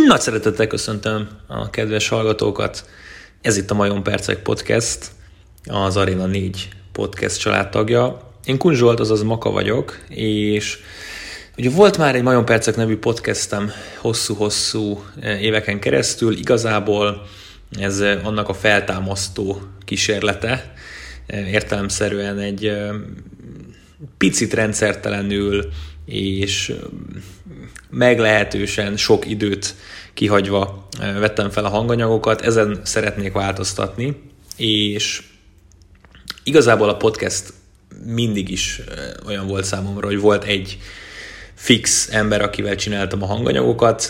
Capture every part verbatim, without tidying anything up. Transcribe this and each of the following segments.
Nagy szeretettel köszöntöm a kedves hallgatókat. Ez itt a Majom Percek Podcast, az Arena négy podcast családtagja. Én Kun Zsolt, azaz Maka vagyok, és ugye volt már egy Majom Percek nevű podcastem hosszú-hosszú éveken keresztül. Igazából ez annak a feltámasztó kísérlete, értelemszerűen egy picit rendszertelenül és meglehetősen sok időt kihagyva vettem fel a hanganyagokat, ezen szeretnék változtatni, és igazából a podcast mindig is olyan volt számomra, hogy volt egy fix ember, akivel csináltam a hanganyagokat.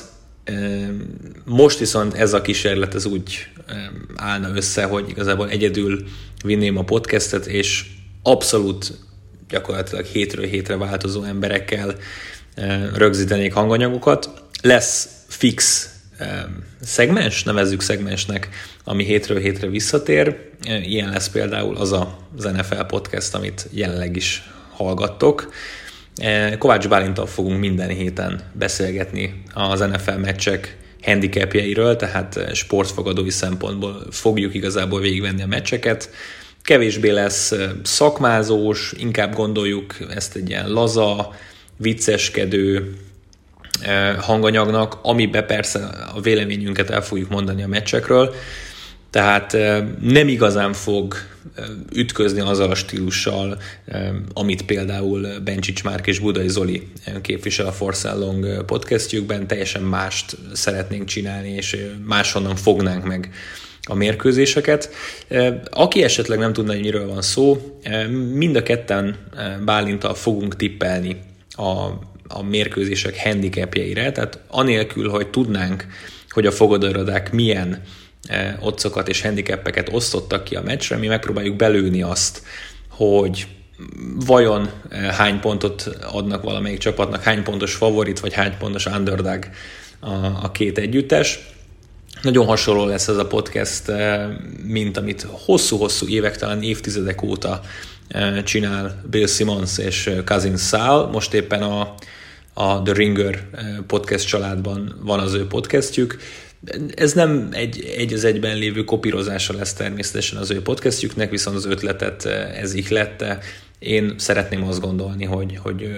Most viszont ez a kísérlet ez úgy állna össze, hogy igazából egyedül vinném a podcastet, és abszolút gyakorlatilag hétről hétre változó emberekkel rögzítenék hanganyagokat. Lesz fix szegmens, nevezzük szegmensnek, ami hétről hétre visszatér. Ilyen lesz például az az en ef el podcast, amit jelenleg is hallgattok. Kovács Bálinttal fogunk minden héten beszélgetni az en ef el meccsek handicapjeiről, tehát sportfogadói szempontból fogjuk igazából végigvenni a meccseket. Kevésbé lesz szakmázós, inkább gondoljuk ezt egy ilyen laza, vicceskedő hanganyagnak, amiben persze a véleményünket el fogjuk mondani a meccsekről, tehát nem igazán fog ütközni azzal a stílussal, amit például Bencsics Márk és Budai Zoli képvisel a Force and Long podcastjükben, teljesen mást szeretnénk csinálni, és máshonnan fognánk meg a mérkőzéseket. Aki esetleg nem tudna, hogy miről van szó, mind a ketten Bálinttal fogunk tippelni a, a mérkőzések handicapjeire, tehát anélkül, hogy tudnánk, hogy a fogadóirodák milyen oddszokat és handicapeket osztottak ki a meccsre, mi megpróbáljuk belőni azt, hogy vajon hány pontot adnak valamelyik csapatnak, hány pontos favorit, vagy hány pontos underdog a, a két együttes. Nagyon hasonló lesz ez a podcast, mint amit hosszú-hosszú évek, talán évtizedek óta csinál Bill Simmons és Cousin Sal. Most éppen a, a The Ringer podcast családban van az ő podcastjük. Ez nem egy, egy az egyben lévő kopírozása lesz természetesen az ő podcastjüknek, viszont az ötletet ez ihlette. Én szeretném azt gondolni, hogy, hogy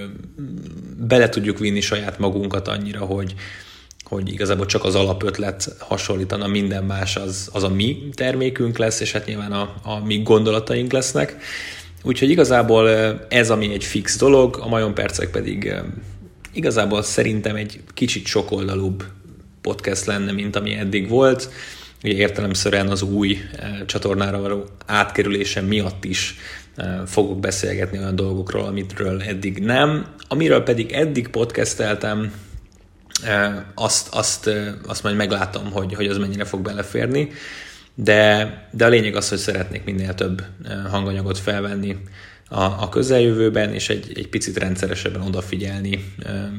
bele tudjuk vinni saját magunkat annyira, hogy hogy igazából csak az alapötlet hasonlítana, minden más az, az a mi termékünk lesz, és hát nyilván a, a mi gondolataink lesznek. Úgyhogy igazából ez, ami egy fix dolog, a Majom Percek pedig igazából szerintem egy kicsit sokoldalúbb podcast lenne, mint ami eddig volt. Ugye értelemszerűen az új csatornára való átkerülése miatt is fogok beszélgetni olyan dolgokról, amitről eddig nem. Amiről pedig eddig podcasteltem, Azt, azt, azt majd meglátom, hogy, hogy az mennyire fog beleférni, de, de a lényeg az, hogy szeretnék minél több hanganyagot felvenni a, a közeljövőben, és egy, egy picit rendszeresebben odafigyelni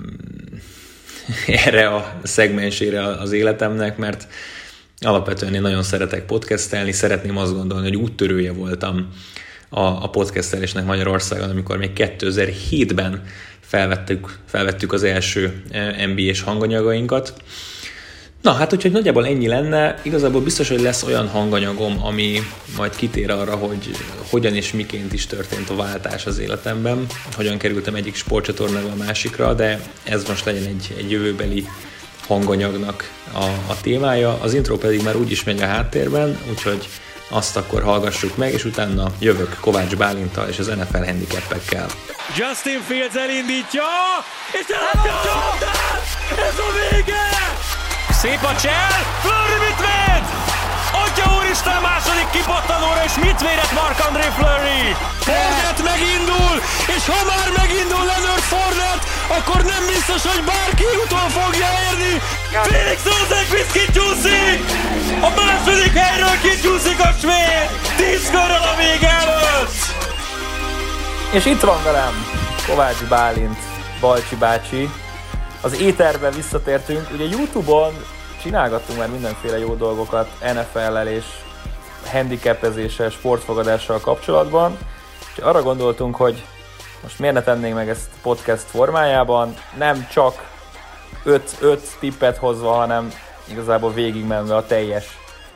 erre a szegmensére az életemnek, mert alapvetően én nagyon szeretek podcastelni, szeretném azt gondolni, hogy úttörője voltam a, a podcastelésnek Magyarországon, amikor még kétezer-hétben Felvettük, felvettük az első en bé á-s hanganyagainkat. Na hát, úgyhogy nagyjából ennyi lenne. Igazából biztos, hogy lesz olyan hanganyagom, ami majd kitér arra, hogy hogyan és miként is történt a váltás az életemben, hogyan kerültem egyik sportcsatornáról a másikra, de ez most legyen egy, egy jövőbeli hanganyagnak a, a témája. Az intro pedig már úgyis megy a háttérben, úgyhogy azt akkor hallgassuk meg, és utána jövök Kovács Bálinttal és az en ef el handicapekkel. Justin Fields elindítja, és elhagyja! Ez a vége! Szép a csel, Fleury mit véd? Atya úristen, második kipattanóra, és mit védett Marc-André Fleury? Fournette megindul, és ha már megindul Leonard Fournette, akkor nem biztos, hogy bárki utol fogja érni. Felix Rosenqvist kicsúszik! A második helyről kicsúszik a svéd! Tíz körrel a vége előtt! És itt van velem Kovács Bálint, Balcsi bácsi. Az éterbe visszatértünk. Ugye YouTube-on csinálgattunk már mindenféle jó dolgokat en ef el-lel és handicapezéssel, sportfogadással kapcsolatban. És arra gondoltunk, hogy most miért ne tennénk meg ezt podcast formájában, nem csak öt tippet hozva, hanem igazából végigmenve a teljes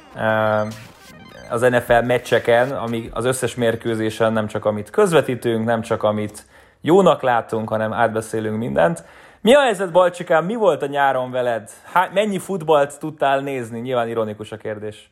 az en ef el meccseken, ami az összes mérkőzésen nem csak amit közvetítünk, nem csak amit jónak látunk, hanem átbeszélünk mindent. Mi a helyzet, Balcsikám? Mi volt a nyáron veled? Há, mennyi futballt tudtál nézni? Nyilván ironikus a kérdés.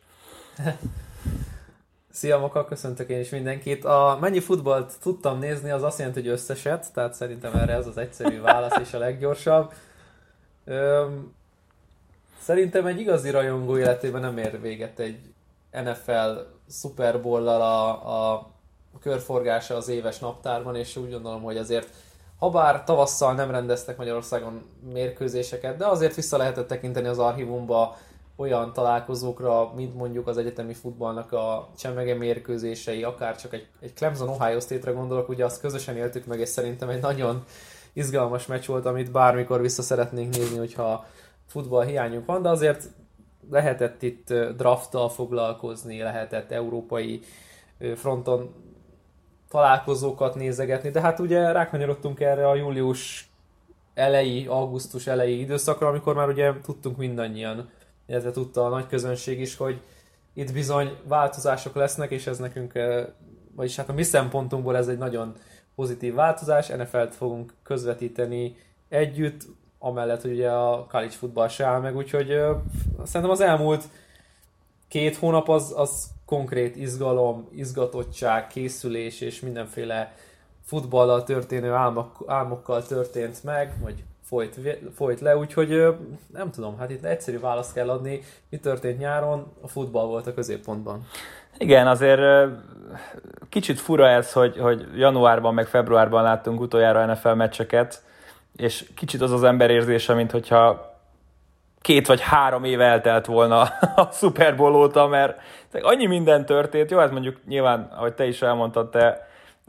Szia, Moka, köszöntök én is mindenkit. A mennyi futballt tudtam nézni, az azt jelenti, hogy összeset, tehát szerintem erre ez az egyszerű válasz és a leggyorsabb. Öm, szerintem egy igazi rajongó életében nem ér véget egy en ef el Super Bowl-lal a, a körforgása az éves naptárban, és úgy gondolom, hogy azért habár tavasszal nem rendeztek Magyarországon mérkőzéseket, de azért vissza lehetett tekinteni az archívumba olyan találkozókra, mint mondjuk az egyetemi futballnak a csemege mérkőzései, akár csak egy, egy Clemson Ohio State-re gondolok, ugye azt közösen éltük meg, és szerintem egy nagyon izgalmas meccs volt, amit bármikor vissza szeretnénk nézni, hogyha futball hiányunk van, de azért lehetett itt drafttal foglalkozni, lehetett európai fronton találkozókat nézegetni, de hát ugye rákanyarodtunk erre a július elejé, augusztus elejé időszakra, amikor már ugye tudtunk mindannyian, illetve tudta a nagy közönség is, hogy itt bizony változások lesznek, és ez nekünk, vagyis hát a mi szempontunkból ez egy nagyon pozitív változás, en ef el-t fogunk közvetíteni együtt, amellett, hogy ugye a college futball se áll meg, úgyhogy uh, szerintem az elmúlt két hónap az, az konkrét izgalom, izgatottság, készülés és mindenféle futballal történő álmok, álmokkal történt meg, vagy folyt, folyt le, úgyhogy uh, nem tudom, hát itt egyszerű választ kell adni, mi történt nyáron, a futball volt a középpontban. Igen, azért kicsit fura ez, hogy, hogy januárban meg februárban láttunk utoljára en ef el meccseket, és kicsit az az emberérzése, mint hogyha két vagy három év eltelt volna a Super Bowl óta, mert annyi minden történt. Jó, hát mondjuk nyilván, ahogy te is elmondtad, te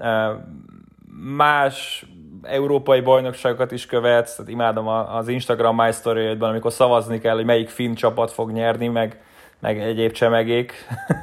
más európai bajnokságokat is követsz, tehát imádom az Instagram My Story-jában, amikor szavazni kell, hogy melyik finn csapat fog nyerni, meg, meg egyéb csemegék.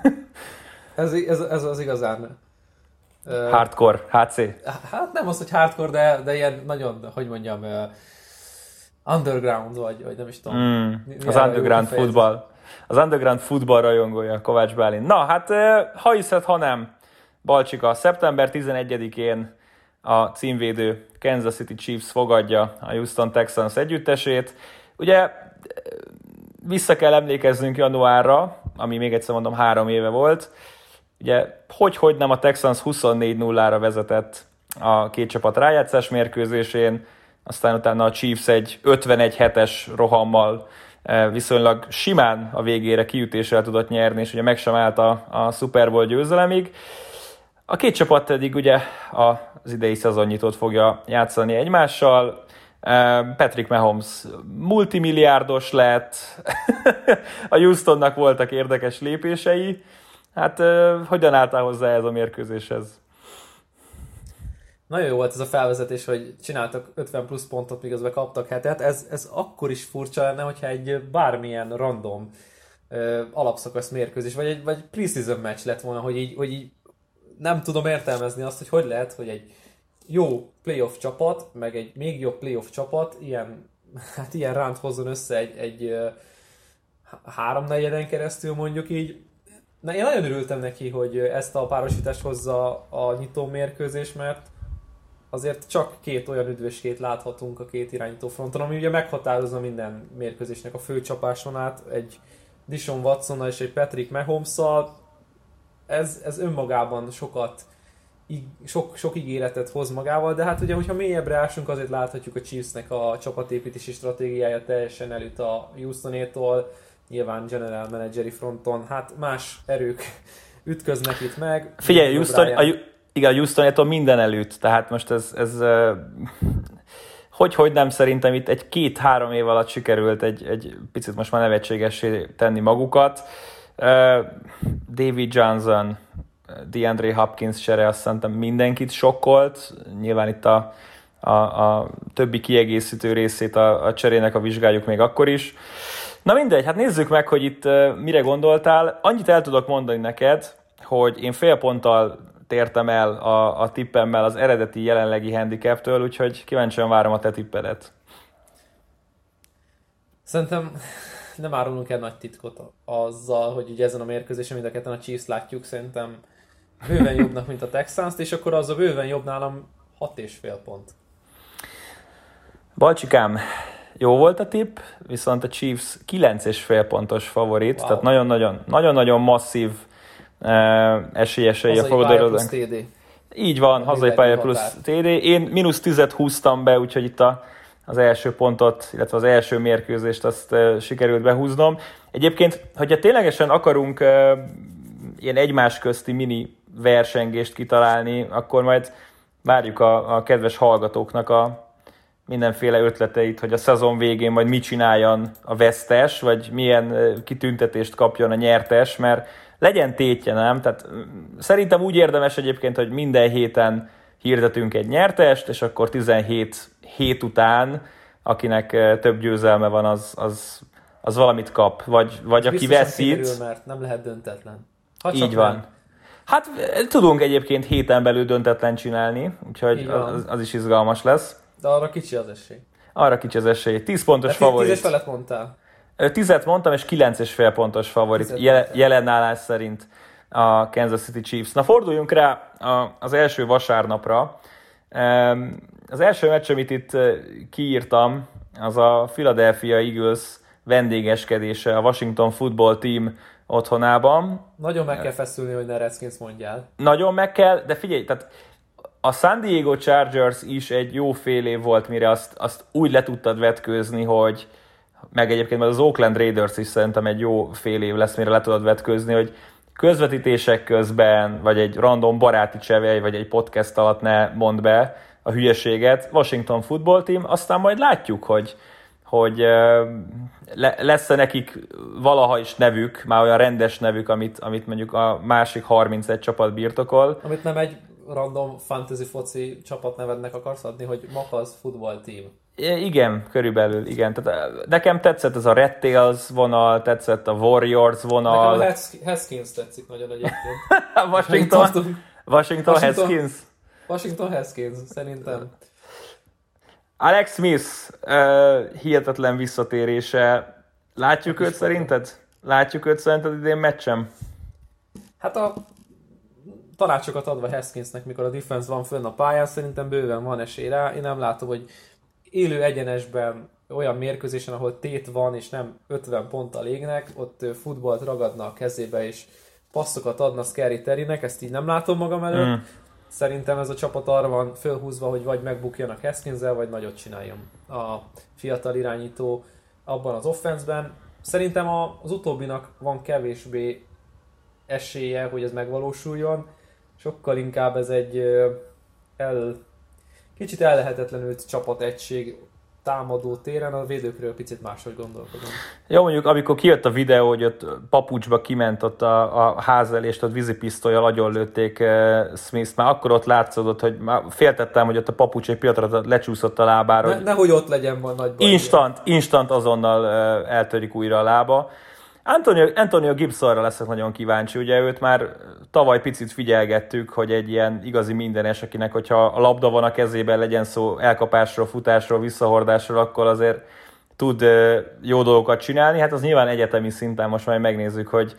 ez, ez, ez az igazán... Hardcore, há cé. Hát nem az, hogy hardcore, de, de ilyen nagyon, hogy mondjam, uh, underground, vagy, vagy nem is tudom. Mm, az underground futball. Az underground futball rajongója, Kovács Bálint. Na, hát ha hiszed, ha nem, Balcsika, szeptember tizenegyedikén a címvédő Kansas City Chiefs fogadja a Houston Texans együttesét. Ugye vissza kell emlékeznünk januárra, ami még egyszer mondom három éve volt. Ugye, hogy-hogy nem a Texans huszonnégy nullára vezetett a két csapat rájátszás mérkőzésén, aztán utána a Chiefs egy ötvenegy hetes rohammal viszonylag simán a végére kiütéssel tudott nyerni, és ugye meg sem állt a, a Super Bowl győzelemig. A két csapat pedig ugye az idei szezonnyitót fogja játszani egymással. Patrick Mahomes multimilliárdos lett, a Houstonnak voltak érdekes lépései. Hát uh, hogyan álltál hozzá ez a mérkőzéshez? Nagyon jó volt ez a felvezetés, hogy csináltak ötven plusz pontot, miközben kaptak hetet. Ez, ez akkor is furcsa lenne, hogyha egy bármilyen random uh, alapszakasz mérkőzés, vagy egy vagy preseason match lett volna, hogy így, hogy így nem tudom értelmezni azt, hogy hogy lehet, hogy egy jó playoff csapat, meg egy még jobb playoff csapat ilyen, hát ilyen ránt hozzon össze egy, egy uh, háromnegyeden keresztül mondjuk így. Na, én nagyon örültem neki, hogy ezt a párosítást hozza a nyitó mérkőzés, mert azért csak két olyan üdvöskét láthatunk a két irányító fronton, ami ugye meghatározza minden mérkőzésnek a főcsapáson át, egy Deshaun Watsonnal és egy Patrick Mahomes-szal. Ez, ez önmagában sokat, sok, sok ígéretet hoz magával, de hát ugye, hogyha mélyebbre ásunk, azért láthatjuk a Chiefsnek a csapatépítési stratégiája teljesen előtt a Houstonétól, nyilván general manageri fronton, hát más erők ütköznek itt meg. Figyelj, Houston, a, igen, a Houstonétól minden előtt, tehát most ez, ez uh, hogy, hogy nem szerintem itt egy két-három év alatt sikerült egy, egy picit most már nevetségessé tenni magukat. Uh, David Johnson, DeAndre Hopkins csere, azt szerintem mindenkit sokkolt, nyilván itt a, a, a többi kiegészítő részét a, a cserének a vizsgáljuk még akkor is. Na mindegy, hát nézzük meg, hogy itt uh, mire gondoltál. Annyit el tudok mondani neked, hogy én fél ponttal tértem el a, a tippemmel az eredeti jelenlegi handicaptől, úgyhogy kíváncsian várom a te tippedet. Szerintem nem árulunk el nagy titkot azzal, hogy ugye ezen a mérkőzésen mind a ketten a Chiefs látjuk, szerintem bőven jobbnak, mint a Texans, és akkor az a bőven jobb nálam hat és fél pont. Balcsikám, jó volt a tipp, viszont a Chiefs kilenc és fél pontos favorit, wow. Tehát nagyon-nagyon, nagyon-nagyon masszív uh, esélyesei a fogadóirodónak. Így van, hazai pálya plusz té dé. Én mínusz tízet húztam be, úgyhogy itt a, az első pontot, illetve az első mérkőzést azt uh, sikerült behúznom. Egyébként, hogyha ténylegesen akarunk uh, ilyen egymás közti mini versengést kitalálni, akkor majd várjuk a, a kedves hallgatóknak a mindenféle ötleteit, hogy a szezon végén majd mit csináljon a vesztes, vagy milyen kitüntetést kapjon a nyertes, mert legyen tétje, nem? Tehát szerintem úgy érdemes egyébként, hogy minden héten hirdetünk egy nyertest, és akkor tizenhét hét után, akinek több győzelme van, az, az, az valamit kap, vagy, vagy aki veszít. Kiderül, mert nem lehet döntetlen. Ha így van. Nem. Hát tudunk egyébként héten belül döntetlen csinálni, úgyhogy az, az is izgalmas lesz. De arra kicsi az esély. Arra kicsi az esély. tíz pontos de favorit. tízes felett mondtál. tízet mondtam, és kilenc és fél pontos favorit. Jel- jelen állás szerint a Kansas City Chiefs. Na forduljunk rá az első vasárnapra. Az első meccs, amit itt kiírtam, az a Philadelphia Eagles vendégeskedése a Washington Football Team otthonában. Nagyon meg kell feszülni, hogy ne Redskins mondjál. Nagyon meg kell, de figyelj, tehát a San Diego Chargers is egy jó fél év volt, mire azt, azt úgy le tudtad vetkőzni, hogy meg egyébként az Oakland Raiders is szerintem egy jó fél év lesz, mire le tudod vetkőzni, hogy közvetítések közben, vagy egy random baráti csevély, vagy egy podcast alatt ne mondd be a hülyeséget. Washington Football Team, aztán majd látjuk, hogy, hogy lesz-e nekik valaha is nevük, már olyan rendes nevük, amit, amit mondjuk a másik harmincegy csapat birtokol. Amit nem egy random fantasy foci csapatnevednek akarsz adni, hogy Makaz Football Team. Igen, körülbelül, igen. Tehát nekem tetszett ez a Red Tails vonal, tetszett a Warriors vonal. Nekem a Haskins tetszik nagyon egyébként. Washington, Washington Haskins. Washington Haskins, szerintem. Alex Smith uh, hihetetlen visszatérése. Látjuk őt szerinted? Látjuk őt szerinted idén meccsem? Hát a tanácsokat adva Haskinsnek, mikor a defense van fönn a pályán, szerintem bőven van esély rá. Én nem látom, hogy élő egyenesben olyan mérkőzésen, ahol tét van, és nem ötven ponttal égnek, ott futballt ragadna a kezébe, és passzokat adna Scary Terrynek, ezt így nem látom magam előtt. Mm. Szerintem ez a csapat arra van fölhúzva, hogy vagy megbukjanak Haskinssel, vagy nagyot csináljon a fiatal irányító abban az offenszben. Szerintem az utóbbinak van kevésbé esélye, hogy ez megvalósuljon. Sokkal inkább ez egy el, kicsit ellehetetlenült csapategység támadó téren, a védőkről picit máshogy gondolkodom. Jó, mondjuk amikor kijött a videó, hogy ott papucsba kiment ott a, a ház elé, és ott vízipisztollyal agyonlőtték uh, Smith-t, már akkor ott látszódott, hogy már féltettem, hogy ott a papucs egy pillanatra lecsúszott a lábára. Ne, nehogy ott legyen van nagy baj. Instant, instant azonnal uh, eltörik újra a lába. Antonio, Antonio Gibsonra leszek nagyon kíváncsi, ugye őt már tavaly picit figyelgettük, hogy egy ilyen igazi mindenes, akinek hogyha a labda van a kezében, legyen szó elkapásról, futásról, visszahordásról, akkor azért tud jó dolgokat csinálni. Hát az nyilván egyetemi szinten, most majd megnézzük, hogy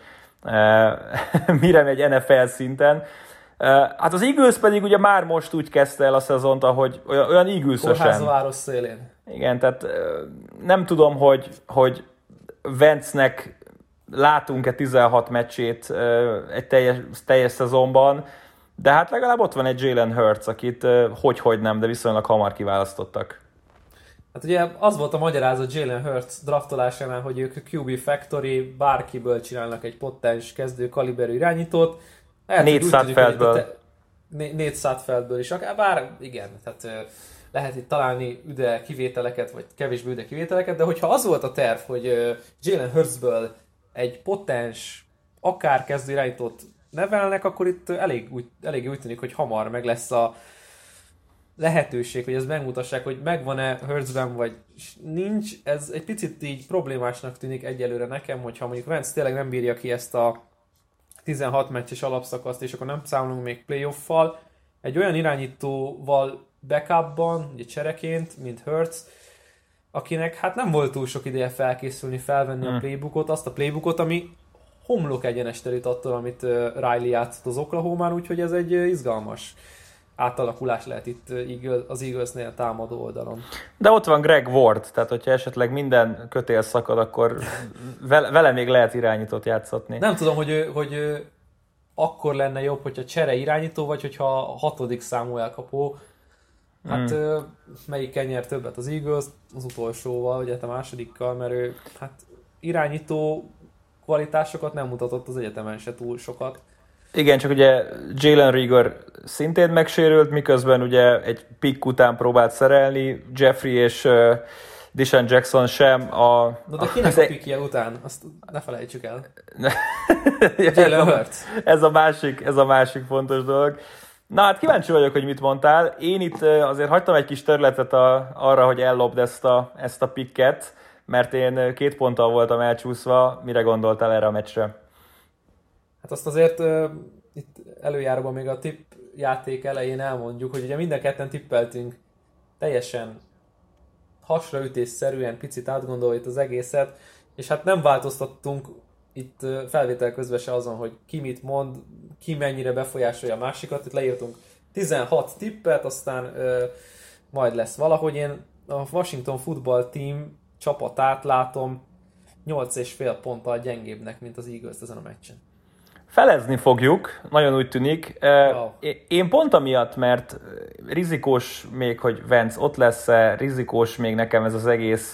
mire megy en ef el szinten. Hát az Eagles pedig ugye már most úgy kezdte el a szezont, ahogy olyan, olyan Eagles-ösen. Kórházváros szélén. Igen, tehát nem tudom, hogy, hogy Wentznek látunk-e tizenhat meccsét egy teljes, teljes szezonban, de hát legalább ott van egy Jalen Hurts, akit hogy-hogy nem, de viszonylag hamar kiválasztottak. Hát ugye az volt a magyarázat Jalen Hurts draftolásánál, hogy ők Q B Factory, bárkiből csinálnak egy potens kezdő kaliberű irányítót. Négy Sudfeldből. Négy Sudfeldből is, akár bár igen, tehát lehet itt találni üde kivételeket, vagy kevésbé üde kivételeket, de hogyha az volt a terv, hogy Jalen Hurtsből egy potens, akár kezdő irányítót nevelnek, akkor itt elég úgy, elég úgy tűnik, hogy hamar meg lesz a lehetőség, hogy ezt megmutassák, hogy megvan-e Hurtsben, vagy nincs. Ez egy picit így problémásnak tűnik egyelőre nekem, hogyha mondjuk Wentz tényleg nem bírja ki ezt a tizenhat meccses alapszakaszt, és akkor nem számolunk még playoff-val. Egy olyan irányítóval backupban, ugye csereként, mint Hurts, akinek hát nem volt túl sok ideje felkészülni, felvenni hmm. a playbookot, azt a playbookot, ami homlok egyenes terült attól, amit Riley játszott az Oklahomán, úgyhogy ez egy izgalmas átalakulás lehet itt az Eaglesnél támadó oldalon. De ott van Greg Ward, tehát hogyha esetleg minden kötél szakad, akkor vele még lehet irányítót játszatni. Nem tudom, hogy, ő, hogy ő akkor lenne jobb, hogyha csere irányító, vagy hogyha a hatodik számú elkapó. Hát hmm. melyikkel nyer többet? Az Eagles az utolsóval, vagy hát a másodikkal, mert ő hát irányító kvalitásokat nem mutatott az egyetemen se túl sokat. Igen, csak ugye Jalen Reagor szintén megsérült, miközben ugye egy pick után próbált szerelni, Jeffrey és uh, Deshaun Jackson sem a... Na de kinek a pickje után? Azt ne felejtsük el. Jalen Hurts. Ez a másik, ez a másik fontos dolog. Na hát kíváncsi vagyok, hogy mit mondtál. Én itt azért hagytam egy kis területet a, arra, hogy ellopd ezt a, ezt a picket, mert én két ponttal voltam elcsúszva. Mire gondoltál erre a meccsre? Hát azt azért uh, itt előjáróban még a tipp játék elején elmondjuk, hogy ugye minden ketten tippeltünk teljesen hasraütésszerűen, picit átgondolva itt az egészet, és hát nem változtattunk itt felvétel közben se azon, hogy ki mit mond, ki mennyire befolyásolja a másikat. Itt leírtunk tizenhat tippet, aztán uh, majd lesz valahogy. Én a Washington Football Team csapatát látom nyolc és fél ponttal gyengébbnek, mint az Eagles ezen a meccsen. Felezni fogjuk, nagyon úgy tűnik. Wow. Én pont amiatt, mert rizikós még, hogy Wentz ott lesz-e, rizikós még nekem ez az egész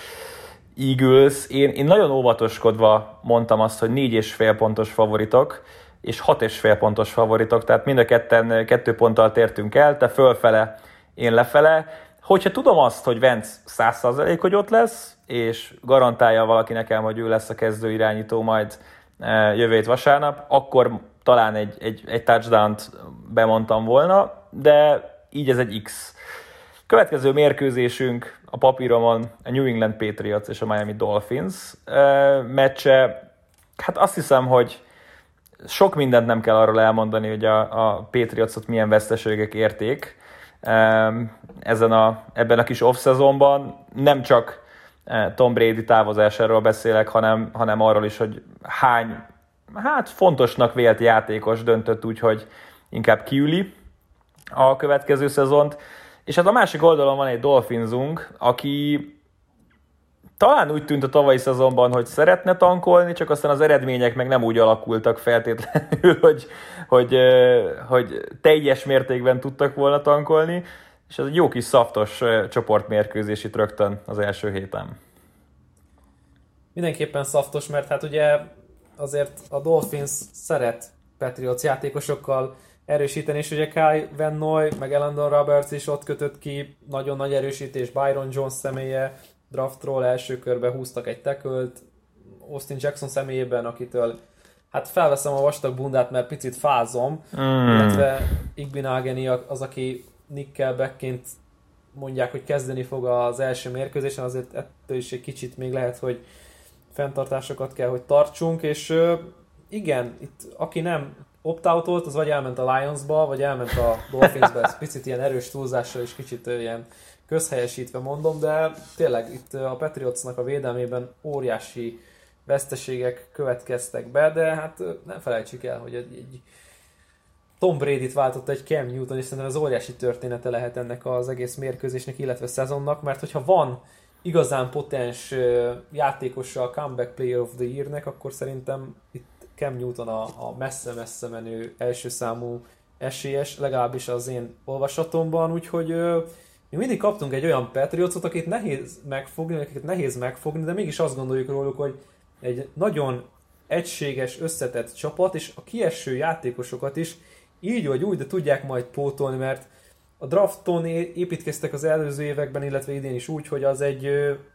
Eagles. Én, én nagyon óvatoskodva mondtam azt, hogy négy és fél pontos favoritok, és hat és fél pontos favoritok, tehát mind a ketten kettő ponttal tértünk el, te fölfele, én lefele. Hogyha tudom azt, hogy Wentz száz százalék, hogy ott lesz, és garantálja valaki nekem, hogy ő lesz a kezdő irányító majd jövő hét vasárnap, akkor talán egy, egy, egy touchdown-t bemondtam volna, de így ez egy X. Következő mérkőzésünk a papíromon a New England Patriots és a Miami Dolphins meccse. Hát azt hiszem, hogy sok mindent nem kell arról elmondani, hogy a, a Patriotsot milyen veszteségek érték ezen a, ebben a kis off-szezonban. Nem csak Tom Brady távozásáról beszélek, hanem, hanem arról is, hogy hány hát fontosnak vélt játékos döntött úgy, hogy inkább kiüli a következő szezont. És hát a másik oldalon van egy Dolphinsunk, aki talán úgy tűnt a tavalyi szezonban, hogy szeretne tankolni, csak aztán az eredmények meg nem úgy alakultak feltétlenül, hogy, hogy, hogy teljes mértékben tudtak volna tankolni. És ez egy jó kis szaftos csoportmérkőzés itt rögtön az első héten. Mindenképpen szaftos, mert hát ugye azért a Dolphins szeret Patriots játékosokkal erősíteni, és ugye Kai Van Noy, meg Elandon Roberts is ott kötött ki, nagyon nagy erősítés, Byron Jones személye, draftról első körbe húztak egy tackle-t, Austin Jackson személyében, akitől hát felveszem a vastag bundát, mert picit fázom, mm. illetve Igbinageni az, aki nickelbackként mondják, hogy kezdeni fog az első mérkőzésen, azért ettől is egy kicsit még lehet, hogy fenntartásokat kell, hogy tartsunk, és igen, itt aki nem opt-outolt, az vagy elment a Lionsba, vagy elment a Dolphinsba, ez picit ilyen erős túlzással és kicsit ilyen közhelyesítve mondom, de tényleg itt a Patriotsnak a védelmében óriási veszteségek következtek be, de hát nem felejtsük el, hogy egy, egy Tom Brady-t váltott egy Cam Newton, és szerintem ez óriási története lehet ennek az egész mérkőzésnek, illetve szezonnak, mert hogyha van igazán potens játékosa a Comeback Player of the Year-nek, akkor szerintem itt Cam Newton a, a messze-messze menő első számú esélyes, legalábbis az én olvasatomban, úgyhogy mi mindig kaptunk egy olyan Patriotsot, akit nehéz megfogni, akiket nehéz megfogni, de mégis azt gondoljuk róluk, hogy egy nagyon egységes, összetett csapat, és a kieső játékosokat is így vagy úgy, de tudják majd pótolni, mert a drafton építkeztek az előző években, illetve idén is úgy, hogy az egy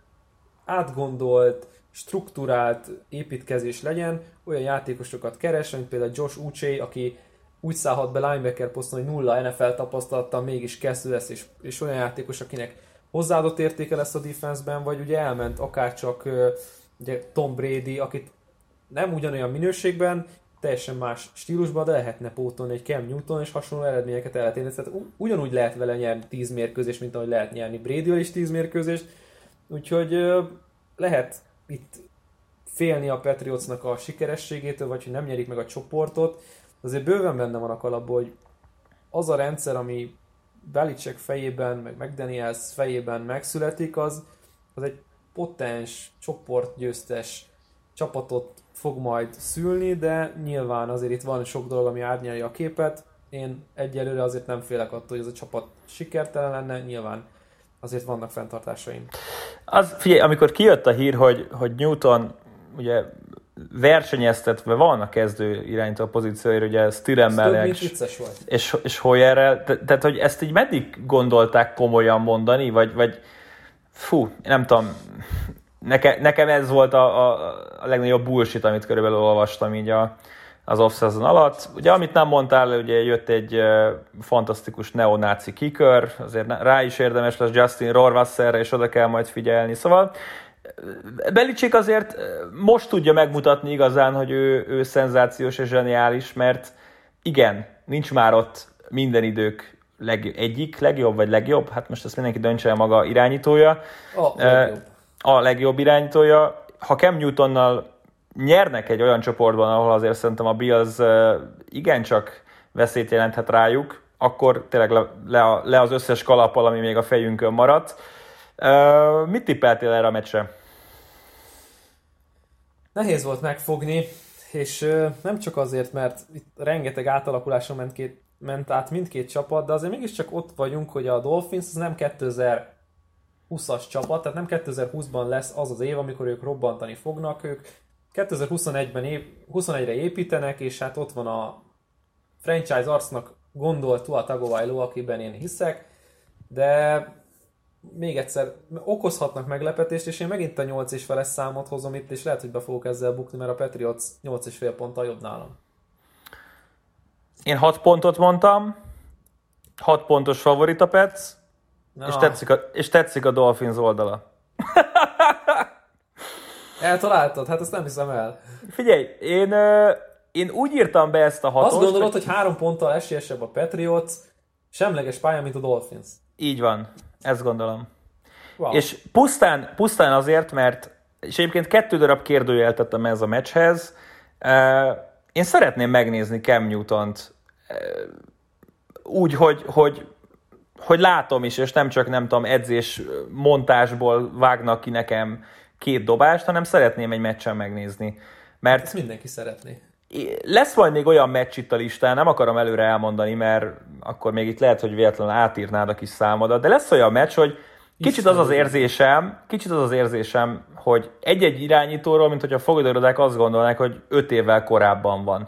átgondolt, strukturált építkezés legyen, olyan játékosokat keres, mint például Josh Uche, aki úgy szállhat be linebacker poszton, hogy nulla en ef el tapasztalattal mégis kezdő lesz, és, és olyan játékos, akinek hozzáadott értéke lesz a defense-ben, vagy ugye elment akárcsak ugye Tom Brady, akit nem ugyanolyan minőségben, teljesen más stílusban, de lehetne pótolni egy Cam Newton, és hasonló eredményeket el lehet érni. Tehát ugyanúgy lehet vele nyerni tíz mérkőzést, mint ahogy lehet nyerni Brady-vel is tíz mérkőzést, Úgyhogy lehet itt félni a Patriotsnak a sikerességétől, vagy hogy nem nyerik meg a csoportot. Azért bőven benne van a kalapból, hogy az a rendszer, ami Belichick fejében, meg McDaniels fejében megszületik, az, az egy potens, csoportgyőztes csapatot fog majd szülni, de nyilván azért itt van sok dolog, ami árnyalja a képet. Én egyelőre azért nem félek attól, hogy ez a csapat sikertelen lenne, nyilván azért vannak fenntartásaim. Az, figyelj, amikor kijött a hír, hogy, hogy Newton ugye versenyeztetve van a kezdő irányító pozícióira, ugye Stillemmel és, és, és Hoyerrel, Te, tehát hogy ezt így meddig gondolták komolyan mondani, vagy, vagy fú, nem tudom, neke, nekem ez volt a, a, a legnagyobb bullshit, amit körülbelül olvastam így a, az off-season alatt. Ugye amit nem mondtál, ugye jött egy uh, fantasztikus neonáci kicker, azért rá is érdemes lesz Justin Rohrwasserre, és oda kell majd figyelni, szóval Belichick azért most tudja megmutatni igazán, hogy ő, ő szenzációs és zseniális, mert igen, nincs már ott minden idők leg, egyik legjobb, vagy legjobb, hát most ezt mindenki döntse el maga irányítója. A legjobb. A legjobb irányítója. Ha Cam Newtonnal nyernek egy olyan csoportban, ahol azért szerintem a Bills igencsak veszélyt jelenthet rájuk, akkor tényleg le, le, le az összes kalappal, ami még a fejünkön maradt. Uh, mit tippeltél erre a meccsre? Nehéz volt megfogni, és uh, nem csak azért, mert itt rengeteg átalakuláson ment, két, ment át mindkét csapat, de azért mégiscsak ott vagyunk, hogy a Dolphins az nem kétezer-húszas csapat, tehát nem kétezer-húszban lesz az az év, amikor ők robbantani fognak, ők kétezer-huszonegyben ép, huszonegyre építenek, és hát ott van a franchise arcnak gondolt Tua Tagovailoa, akiben én hiszek, de még egyszer, okozhatnak meglepetést, és én megint a nyolc és feles számot hozom itt, és lehet, hogy be fogok ezzel bukni, mert a Patriots nyolc és fél ponttal jobb nálam. Én hat pontot mondtam, hat pontos favorit a Pets, és tetszik a, és tetszik a Dolphins oldala. Eltaláltad? Hát ezt nem hiszem el. Figyelj, én, én úgy írtam be ezt a hatost. Azt gondolod, hogy, hogy három ponttal esélyesebb a Patriots, semleges pálya, mint a Dolphins. Így van. Ezt gondolom. Wow. És pusztán, pusztán azért, mert és egyébként kettő darab kérdőjel tettem ez a meccshez. Én szeretném megnézni Cam Newtont úgy, hogy, hogy, hogy látom is, és nem csak nem tudom, edzés montásból vágnak ki nekem két dobást, hanem szeretném egy meccsen megnézni. Mert ezt mindenki szeretné. Lesz majd még olyan meccs itt a listán, nem akarom előre elmondani, mert akkor még itt lehet, hogy véletlenül átírnád a kis számodat, de lesz olyan meccs, hogy kicsit az az érzésem, kicsit az az érzésem, hogy egy-egy irányítóról, mint hogyha a fogadóirodák azt gondolnák, hogy öt évvel korábban van.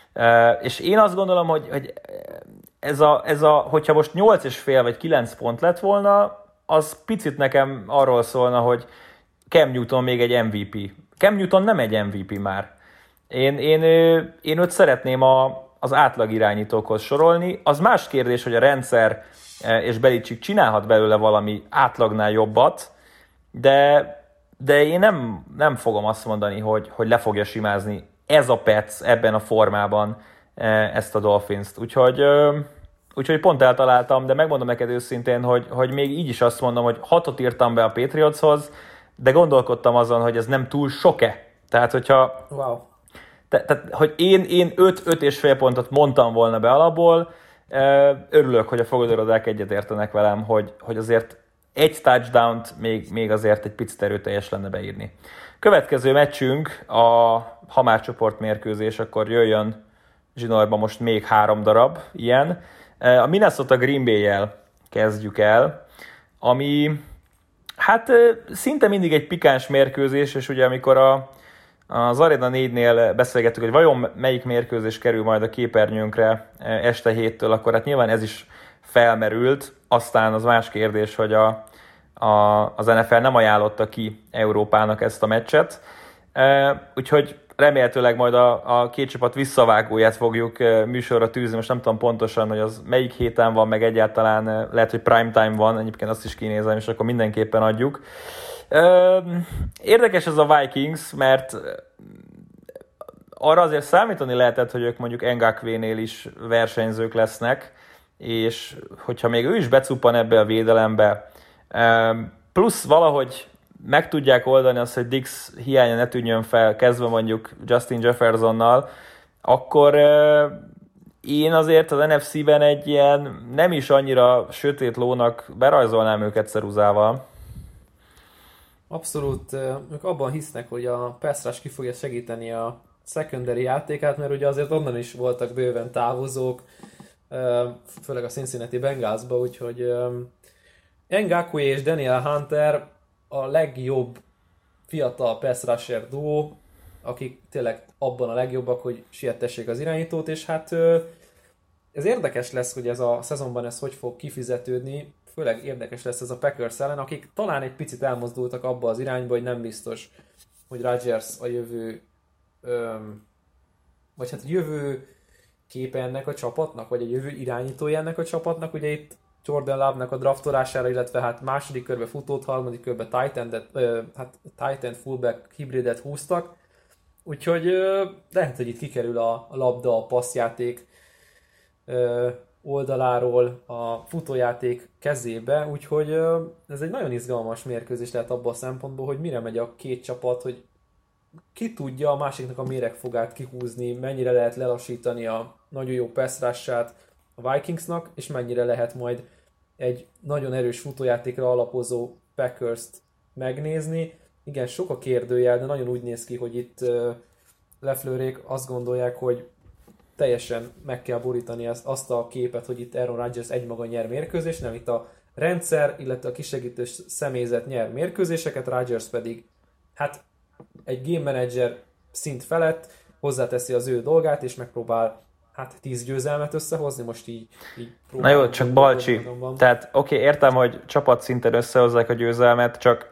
És én azt gondolom, hogy, hogy ez a, ez a, hogyha most nyolc és fél vagy kilenc pont lett volna, az picit nekem arról szólna, hogy Cam Newton még egy em vé pé. Cam Newton nem egy em vé pé már. Én, én, én őt szeretném a, az átlag irányítókhoz sorolni. Az más kérdés, hogy a rendszer és Belichick csinálhat belőle valami átlagnál jobbat, de, de én nem, nem fogom azt mondani, hogy, hogy le fogja simázni ez a Pets ebben a formában ezt a Dolphins-t. Úgyhogy, úgyhogy pont eltaláltam, de megmondom neked őszintén, hogy, hogy még így is azt mondom, hogy hatot írtam be a Patriotshoz, de gondolkodtam azon, hogy ez nem túl sok-e. Tehát, hogyha... Wow. Te, tehát, hogy én, én öt és fél pontot mondtam volna be alapból, örülök, hogy a fogadóirodák egyet értenek velem, hogy, hogy azért egy touchdown-t még, még azért egy picit erőteljes lenne beírni. Következő meccsünk, a, ha már csoportmérkőzés, akkor jöjjön zsinórban most még három darab ilyen. A Minnesota Green Bay-jel kezdjük el, ami hát szinte mindig egy pikáns mérkőzés, és ugye amikor a Az Arena négynél beszélgettük, hogy vajon melyik mérkőzés kerül majd a képernyőnkre este héttől, akkor hát nyilván ez is felmerült. Aztán az más kérdés, hogy a, a, az en ef el nem ajánlotta ki Európának ezt a meccset. Úgyhogy remélhetőleg majd a, a két csapat visszavágóját fogjuk műsorra tűzni. Most nem tudom pontosan, hogy az melyik héten van, meg egyáltalán lehet, hogy prime time van, egyébként azt is kinézem, és akkor mindenképpen adjuk. Érdekes ez a Vikings, mert arra azért számítani lehetett, hogy ők mondjuk Ngakoue-nél is versenyzők lesznek, és hogyha még ő is becuppan ebbe a védelembe, plusz valahogy meg tudják oldani azt, hogy Dix hiánya ne tűnjön fel, kezdve mondjuk Justin Jeffersonnal, akkor én azért az en ef cé-ben egy ilyen nem is annyira sötét lónak berajzolnám őket ceruzával. Abszolút, ők abban hisznek, hogy a pass rush ki fogja segíteni a secondary játékát, mert ugye azért onnan is voltak bőven távozók, főleg a Cincinnati Bengalsba, úgyhogy Ngakoue és Daniel Hunter a legjobb fiatal pass rusher duó, akik tényleg abban a legjobbak, hogy siettessék az irányítót, és hát ez érdekes lesz, hogy ez a szezonban ez hogy fog kifizetődni, főleg érdekes lesz ez a Packers ellen, akik talán egy picit elmozdultak abba az irányba, hogy nem biztos, hogy Rodgers a jövő, öm, vagy hát a jövő képe ennek a csapatnak, vagy a jövő irányítója ennek a csapatnak. Ugye itt Jordan Love-nak a draftolására, illetve hát második körbe futót, harmadik körbe tight endet, ö, hát tight end fullback hibridet húztak. Úgyhogy ö, lehet, hogy itt kikerül a, a labda a passzjáték ö, oldaláról a futójáték kezébe, úgyhogy ö, ez egy nagyon izgalmas mérkőzés lehet abban a szempontból, hogy mire megy a két csapat, hogy ki tudja a másiknak a méregfogát kihúzni, mennyire lehet lelassítani a nagyon jó pass rush-át a Vikingsnak, és mennyire lehet majd egy nagyon erős futójátékra alapozó Packers-t megnézni. Igen, sok a kérdőjel, de nagyon úgy néz ki, hogy itt uh, Lefleurék azt gondolják, hogy teljesen meg kell borítani azt, azt a képet, hogy itt Aaron Rodgers egymaga nyer mérkőzést, nem itt a rendszer, illetve a kisegítő személyzet nyer mérkőzéseket, Rodgers pedig hát egy game manager szint felett hozzáteszi az ő dolgát, és megpróbál hát tíz győzelmet összehozni, most így, így Na jó, csak Balcsi, tehát oké, okay, értem, hogy csapatszinten összehozzák a győzelmet, csak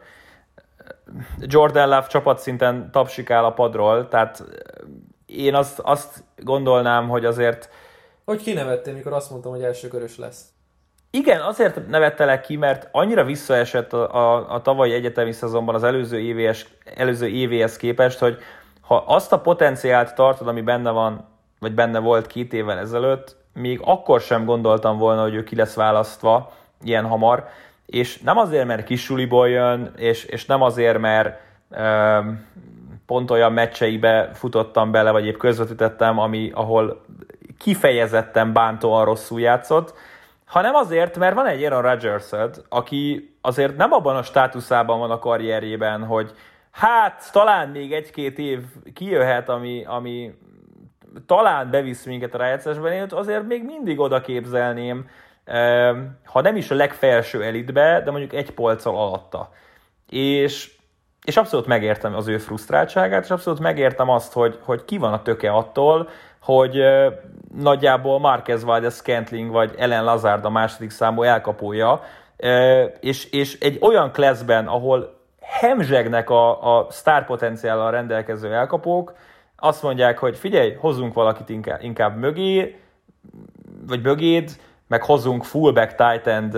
Jordan Love csapatszinten tapsikál a padról, tehát én azt, azt gondolnám, hogy azért... Hogy kinevettél, mikor azt mondtam, hogy elsőkörös lesz? Igen, azért nevettelek ki, mert annyira visszaesett a, a, a tavalyi egyetemi szezonban az előző évéhez, előző évéhez képest, hogy ha azt a potenciált tartod, ami benne van, vagy benne volt két évvel ezelőtt, még akkor sem gondoltam volna, hogy ő ki lesz választva ilyen hamar, és nem azért, mert kisuliból jön, és, és nem azért, mert ö, pont olyan meccseibe futottam bele, vagy épp közvetítettem, ami, ahol kifejezetten bántóan rosszul játszott, hanem azért, mert van egy Aaron Rodgers-öd, aki azért nem abban a státuszában van a karrierjében, hogy hát talán még egy-két év kijöhet, ami, ami talán bevisz minket a rájátszásban, én azért még mindig oda képzelném, ha nem is a legfelső elitbe, de mondjuk egy polccal alatta. És, és abszolút megértem az ő frusztráltságát, és abszolút megértem azt, hogy, hogy ki van a töke attól, hogy nagyjából Marquez Valdes-Scantling vagy Ellen Lazard a második számú elkapója, és, és egy olyan classben, ahol hemzsegnek a, a sztárpotenciállal rendelkező elkapók, azt mondják, hogy figyelj, hozzunk valakit inkább, inkább mögé, vagy mögéd, meg hozzunk fullback tight end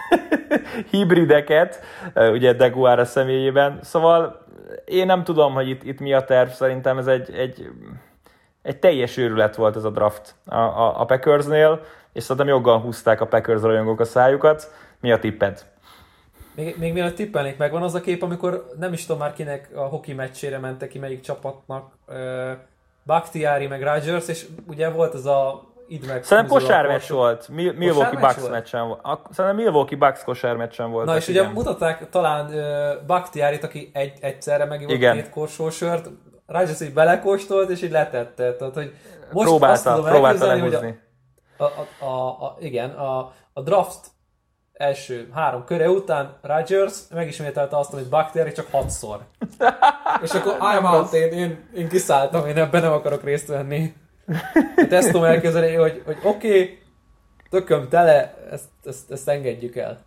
hibrideket, ugye Deguara személyében. Szóval én nem tudom, hogy itt, itt mi a terv, szerintem ez egy, egy, egy teljes őrület volt ez a draft a, a, a Packersnél, és szerintem joggal húzták a Packers rajongók a szájukat. Mi a tipped? Még, még mielőtt tippelnék, megvan az a kép, amikor nem is tudom már kinek a hoki meccsére mentek ki, melyik csapatnak, uh, Bakhtiari meg Rodgers, és ugye volt az a id meg... Szerintem kosármeccs volt, Mil- Milwaukee Bucks volt? meccsen volt. Szerintem Milwaukee Bucks kosármeccsen volt. Na és igen. Ugye mutatták talán uh, Bakhtiarit, aki egy, egyszerre megivott két korsósört, Rodgers így belekóstolt, és így letette. Tehát, hogy most próbálta, azt tudom próbálta elképzelni, hogy a, a, a, a, igen, a, a draft első három köre után Rodgers megismételte azt, amit Bakhtiari csak hatszor. És akkor I'm out, én, én, én kiszálltam, én ebben nem akarok részt venni. Hát ezt tudom elképzelni, hogy, hogy oké, okay, tököm tele, ezt, ezt, ezt engedjük el.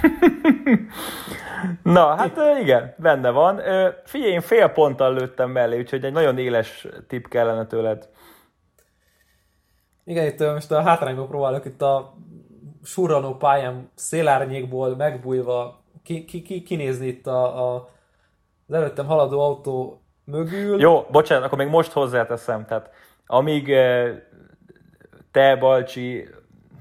Na, hát igen, benne van. Figyelj, én fél ponttal lőttem mellé, úgyhogy egy nagyon éles tipp kellene tőled. Igen, itt most a hátrányból próbálok itt a surranó pályán szélárnyékból megbújva ki, ki, ki, kinézni itt a, a, az előttem haladó autó mögül. Jó, bocsánat, akkor még most hozzáteszem. Tehát amíg te, Balcsi,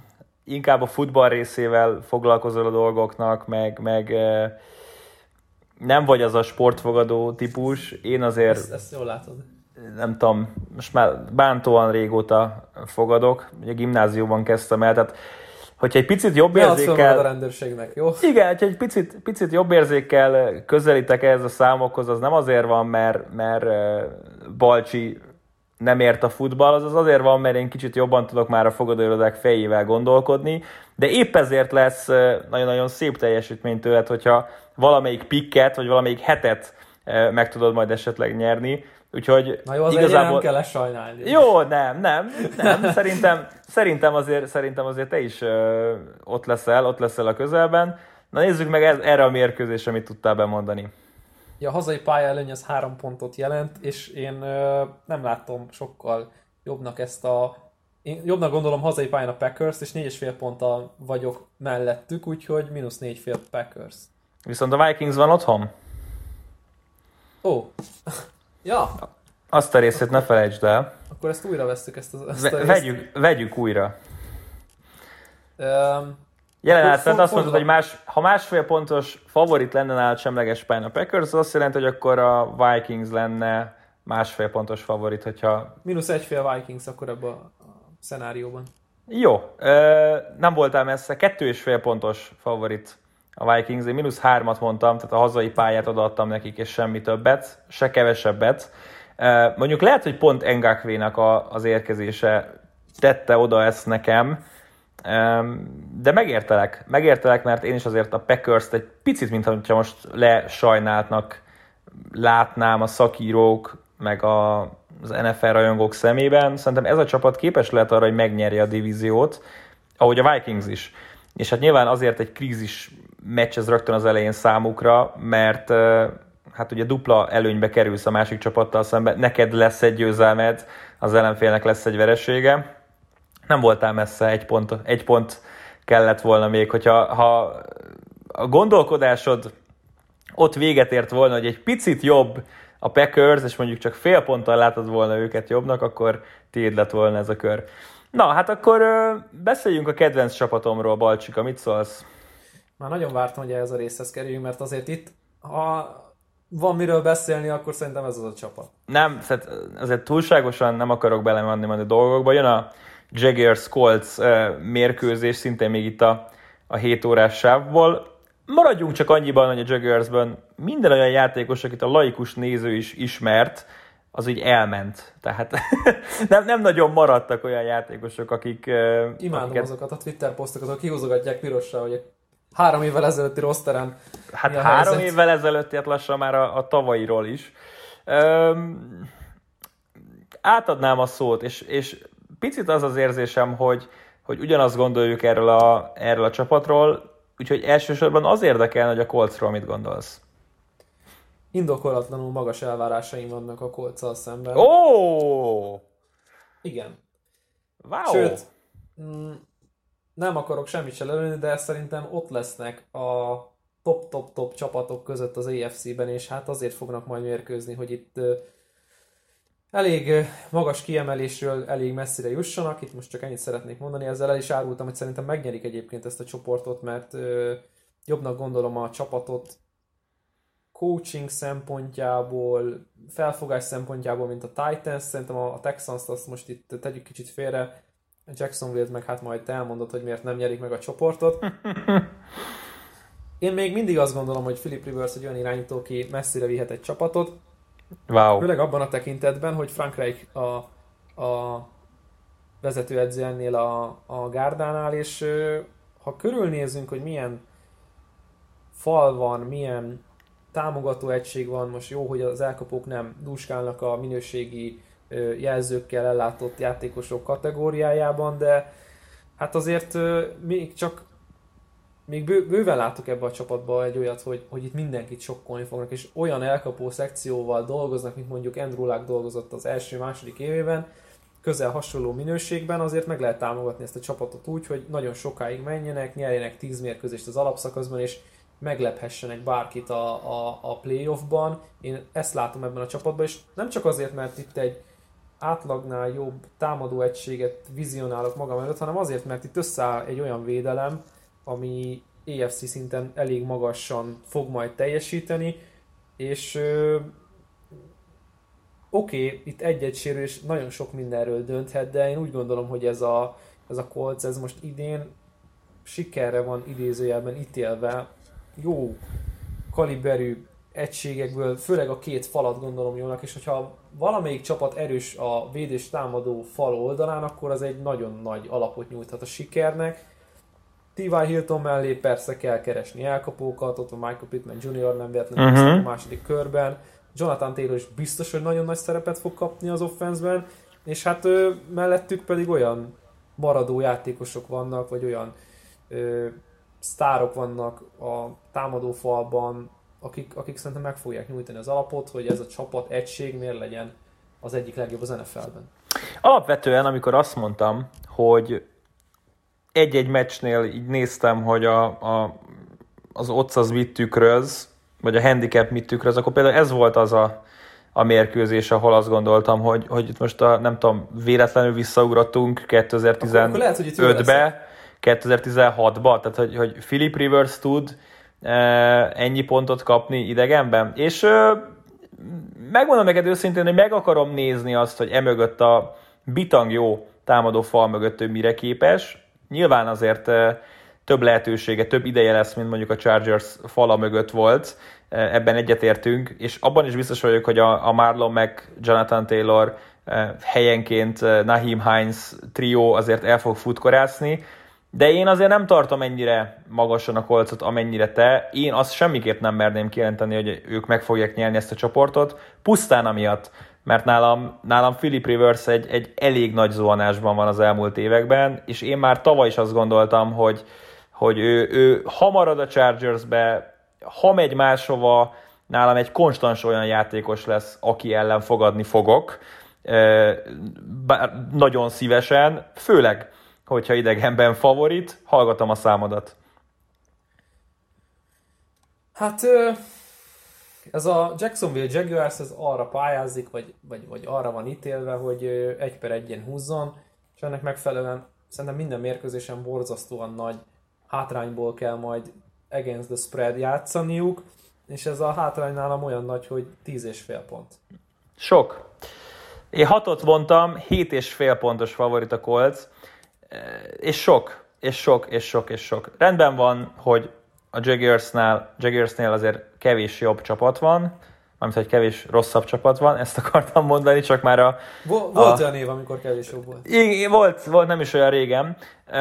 inkább a futball részével foglalkozol a dolgoknak, meg, meg nem vagy az a sportfogadó típus, én azért... Ezt, ezt jól látod. Nem tudom, most már bántóan régóta fogadok, ugye gimnáziumban kezdtem el, tehát hogyha egy picit jobb érzékkel... a rendőrségnek, jó? Igen, hogyha egy picit, picit jobb érzékkel közelítek ehhez a számokhoz, az nem azért van, mert, mert Balcsi nem ért a futball, az azért van, mert én kicsit jobban tudok már a fogadóirodák fejével gondolkodni, de épp ezért lesz nagyon-nagyon szép teljesítmény tőled, hogyha valamelyik pikket, vagy valamelyik hetet meg tudod majd esetleg nyerni. Úgyhogy na jó, azért igazából... nem kell ezt sajnálni. Jó, nem, nem, nem. Szerintem, szerintem, azért, szerintem azért te is ö, ott leszel, ott leszel a közelben. Na nézzük meg ez, erre a mérkőzésre, mit tudtál bemondani. Ja, a hazai pálya előny az három pontot jelent, és én ö, nem látom sokkal jobbnak ezt a... Én jobbnak gondolom hazai pályán a Packers, és négy és fél ponttal vagyok mellettük, úgyhogy mínusz négy fél Packers. Viszont a Vikings van otthon? Ó, ja. Azt a részét ne felejtsd el. Akkor ezt újra vesztük, ezt, a, ezt Ve- a részt. Vegyük, vegyük újra. Um, Jelen átfent azt mondod, hogy más, ha másfél pontos favorit lenne nálad semleges pályán a Packers, az azt jelenti, hogy akkor a Vikings lenne másfél pontos favorit, hogyha... Mínusz egyfél Vikings akkor ebben a szenárióban. Jó, nem voltál messze, kettő és fél pontos favorit a Vikings, én mínusz hármat mondtam, tehát a hazai pályát odaadtam nekik, és semmi többet, se kevesebbet. Mondjuk lehet, hogy pont Ngakwe-nak az érkezése tette oda ezt nekem, de megértelek, megértelek, mert én is azért a Packers-t egy picit, mintha most lesajnáltnak látnám a szakírók, meg a, az en ef el rajongók szemében. Szerintem ez a csapat képes lehet arra, hogy megnyerje a divíziót, ahogy a Vikings is. És hát nyilván azért egy krízis meccs ez rögtön az elején számukra, mert hát ugye dupla előnybe kerülsz a másik csapattal szemben, neked lesz egy győzelmed, az ellenfélnek lesz egy veresége. Nem voltál messze, egy pont, egy pont kellett volna még, hogyha ha a gondolkodásod ott véget ért volna, hogy egy picit jobb a Packers, és mondjuk csak fél ponttal látod volna őket jobbnak, akkor tiéd lett volna ez a kör. Na, hát akkor beszéljünk a kedvenc csapatomról, Balcsika, mit szólsz? Már nagyon vártam, hogy ehhez a részhez kerüljünk, mert azért itt, ha van miről beszélni, akkor szerintem ez az a csapat. Nem, azért túlságosan nem akarok belemenni majd a dolgokba. Jön a Jaguars-Colts mérkőzés, szintén még itt a, a hét órás sávból. Maradjunk csak annyiban, hogy a Jaguarsben minden olyan játékos, akit a laikus néző is ismert, az így elment. Tehát nem, nem nagyon maradtak olyan játékosok, akik... Imádom akiket... azokat a Twitter posztokat, akik kihúzogatják pirosra, hogy három évvel ezelőtti rosteren. Hát három helyzet? évvel ezelőtti, hát lassan már a, a tavalyiról is. Öm, átadnám a szót, és, és picit az az érzésem, hogy, hogy ugyanazt gondoljuk erről a, erről a csapatról, úgyhogy elsősorban az érdekel, hogy a Coltsról mit gondolsz. Indokolatlanul magas elvárásaim vannak a Coltszal szemben. Ó! Oh! Igen. Wow! Sőt, nem akarok semmit se lelőni, de szerintem ott lesznek a top-top-top csapatok között az á ef cé-ben, és hát azért fognak majd mérkőzni, hogy itt elég magas kiemelésről elég messzire jussanak. Itt most csak ennyit szeretnék mondani. Ezzel el is árultam, hogy szerintem megnyerik egyébként ezt a csoportot, mert jobbnak gondolom a csapatot coaching szempontjából, felfogás szempontjából, mint a Titans. Szerintem a Texans-t azt most itt tegyük kicsit félre. Jacksonville-t meg hát majd te elmondod, hogy miért nem nyerik meg a csoportot. Én még mindig azt gondolom, hogy Philip Rivers egy olyan irányító, aki messzire vihet egy csapatot. Wow. Főleg abban a tekintetben, hogy Frank Reich a, a vezetőedző ennél a, a gárdánál, és ha körülnézünk, hogy milyen fal van, milyen támogató egység van, most jó, hogy az elkapók nem dúskálnak a minőségi jelzőkkel ellátott játékosok kategóriájában, de hát azért még csak még bő, bőven látok ebbe a csapatba egy olyat, hogy, hogy itt mindenkit sokkolni fognak, és olyan elkapó szekcióval dolgoznak, mint mondjuk Andrew Luck dolgozott az első-második évében, közel hasonló minőségben, azért meg lehet támogatni ezt a csapatot úgy, hogy nagyon sokáig menjenek, nyerjenek tíz mérkőzést az alapszakaszban, és meglephessenek bárkit a, a, a playoffban. Én ezt látom ebben a csapatban, és nem csak azért, mert itt egy átlagnál jobb támadó egységet vizionálok magam előtt, hanem azért, mert itt összeáll egy olyan védelem, ami á ef cé szinten elég magasan fog majd teljesíteni, és oké, okay, itt egy-egy sérülés nagyon sok mindenről dönthet, de én úgy gondolom, hogy ez a, ez a Colts, ez most idén sikerre van idézőjelben ítélve, jó kaliberű egységekből, főleg a két falat gondolom jónak, és hogyha valamelyik csapat erős a védés támadó fal oldalán, akkor az egy nagyon nagy alapot nyújthat a sikernek. té vá. Hilton mellé persze kell keresni elkapókat, ott van Michael Pittman junior nem véletlenül uh-huh. a második körben. Jonathan Taylor is biztos, hogy nagyon nagy szerepet fog kapni az offenszben, és hát ö, mellettük pedig olyan maradó játékosok vannak, vagy olyan ö, sztárok vannak a támadó falban, akik, akik szerintem meg fogják nyújtani az alapot, hogy ez a csapat egység miért legyen az egyik legjobb az en ef el-ben. Alapvetően, amikor azt mondtam, hogy egy-egy meccsnél így néztem, hogy a, a, az odds az mit tükröz, vagy a handicap mit tükröz, akkor például ez volt az a, a mérkőzés, ahol azt gondoltam, hogy, hogy itt most a, nem tudom, véletlenül visszaugrottunk kétezer-tizenötbe, kétezer-tizenhatba, tehát hogy, hogy Philip Rivers tud ennyi pontot kapni idegenben. És megmondom neked őszintén, hogy meg akarom nézni azt, hogy emögött a bitang jó támadó fal mögött ő mire képes. Nyilván azért több lehetősége, több ideje lesz, mint mondjuk a Chargers fala mögött volt. Ebben egyetértünk, és abban is biztos vagyok, hogy a, a Marlon meg Jonathan Taylor helyenként Naheem Hines trió azért el fog futkorászni, de én azért nem tartom ennyire magasan a Coltsot, amennyire te. Én azt semmiképp nem merném kijelenteni, hogy ők meg fogják nyerni ezt a csoportot, pusztán amiatt, mert nálam, nálam Philip Rivers egy, egy elég nagy zuhanásban van az elmúlt években, és én már tavaly is azt gondoltam, hogy, hogy ő, ő ha marad a Chargersbe, ha megy máshova, nálam egy konstans olyan játékos lesz, aki ellen fogadni fogok, bár nagyon szívesen, főleg, hogyha idegenben favorit, hallgatom a számodat. Hát ez a Jacksonville Jaguars ez arra pályázik, vagy, vagy, vagy arra van ítélve, hogy egy per egyen húzzon, és ennek megfelelően szerintem minden mérkőzésen borzasztóan nagy hátrányból kell majd against the spread játszaniuk, és ez a hátrány nálam olyan nagy, hogy tíz és fél pont. Sok. Én hatot mondtam, hét és fél pontos favorit a Colts, és sok, és sok, és sok, és sok. Rendben van, hogy a Jaguarsnál, Jaguarsnél azért kevés jobb csapat van, amit hogy kevés rosszabb csapat van, ezt akartam mondani, csak már a... Volt a, olyan év, amikor kevés jobb volt. Igen, volt, volt, nem is olyan régen,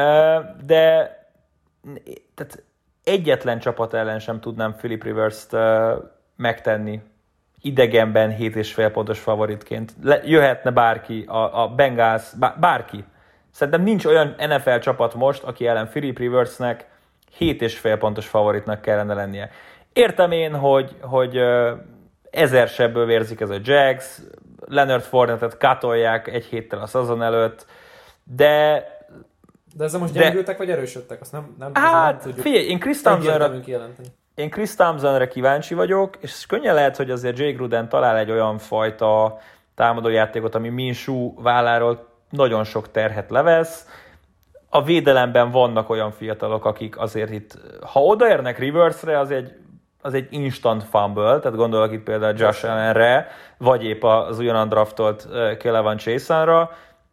de tehát egyetlen csapat ellen sem tudnám Philip Rivers-t megtenni idegenben hét és fél pontos favoritként. Le, jöhetne bárki, a, a Bengals, bárki. Szerintem nincs olyan en ef el csapat most, aki ellen Philip Riversnek hét és fél pontos favoritnak kellene lennie. Értem én, hogy, hogy ezer sebből vérzik ez a Jags, Leonard Fournette-et katolják egy héttel a szezon előtt, de... De ezzel most gyengültek, vagy erősödtek? Azt nem, nem, hát, nem tudjuk. Figyelj, én Chris Thompsonra, én Chris Thompsonra kíváncsi vagyok, és könnyen lehet, hogy azért Jay Gruden talál egy olyan fajta támadójátékot, ami Minshew válláról nagyon sok terhet levesz. A védelemben vannak olyan fiatalok, akik azért itt, ha odaérnek Riversre, az egy, az egy instant fumble, tehát gondolok itt például Josh Allenre, vagy épp az ugyanan draftolt Kelevan Chason-ra,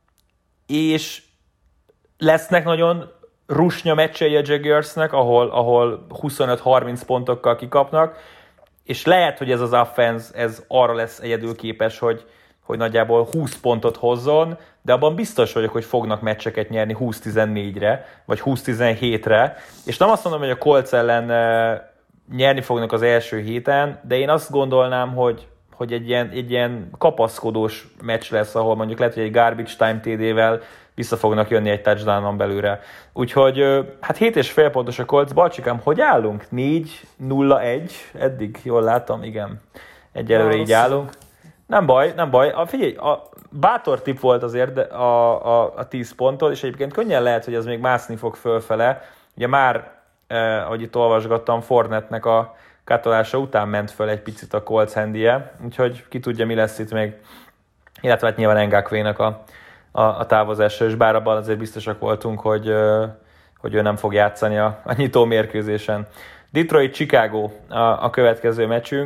és lesznek nagyon rusnya meccsei a Jaguarsnek, ahol, ahol huszonöt-harminc pontokkal kikapnak, és lehet, hogy ez az offense ez arra lesz egyedül képes, hogy, hogy nagyjából húsz pontot hozzon, de abban biztos vagyok, hogy fognak meccseket nyerni húsz tizennégyre, vagy húsz tizenhétre, és nem azt mondom, hogy a Colts ellen nyerni fognak az első héten, de én azt gondolnám, hogy, hogy egy, ilyen, egy ilyen kapaszkodós meccs lesz, ahol mondjuk lehet, hogy egy garbage time té dé-vel vissza fognak jönni egy touchdownon belőle. Úgyhogy hát hét és fél pontos a Colts. Balcsikám, hogy állunk? négy nulla egy eddig, jól látom, igen. Egyelőre így állunk. Nem baj, nem baj. A, figyelj, a bátor tipp volt azért a, a, a tíz ponttól, és egyébként könnyen lehet, hogy ez még mászni fog fölfele. Ugye már, eh, ahogy itt olvasgattam, Fournette-nek a katolása után ment föl egy picit a Colts handije, úgyhogy ki tudja, mi lesz itt még. Illetve hát nyilván Ngakoue-nak a, a, a távozása, és bár abban azért biztosak voltunk, hogy, hogy ő nem fog játszani a, a nyitó mérkőzésen. Detroit-Chicago a, a következő meccsünk.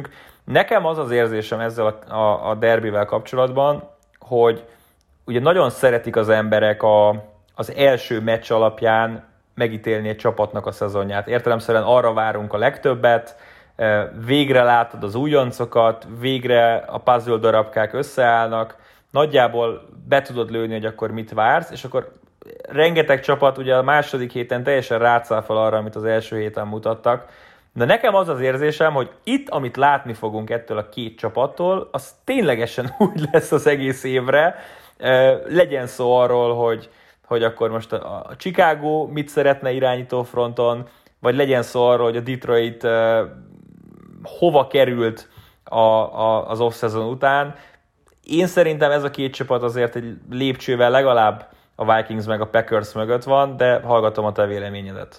Nekem az az érzésem ezzel a, a, a derbivel kapcsolatban, hogy ugye nagyon szeretik az emberek a, az első meccs alapján megítélni egy csapatnak a szezonját. Értelemszerűen arra várunk a legtöbbet, végre látod az újoncokat, végre a puzzle darabkák összeállnak, nagyjából be tudod lőni, hogy akkor mit vársz, és akkor rengeteg csapat ugye a második héten teljesen rácáfol arra, amit az első héten mutattak. De nekem az az érzésem, hogy itt, amit látni fogunk ettől a két csapattól, az ténylegesen úgy lesz az egész évre. Legyen szó arról, hogy, hogy akkor most a Chicago mit szeretne irányító fronton, vagy legyen szó arról, hogy a Detroit uh, hova került a, a, az off-season után. Én szerintem ez a két csapat azért egy lépcsővel legalább a Vikings meg a Packers mögött van, de hallgatom a te véleményedet.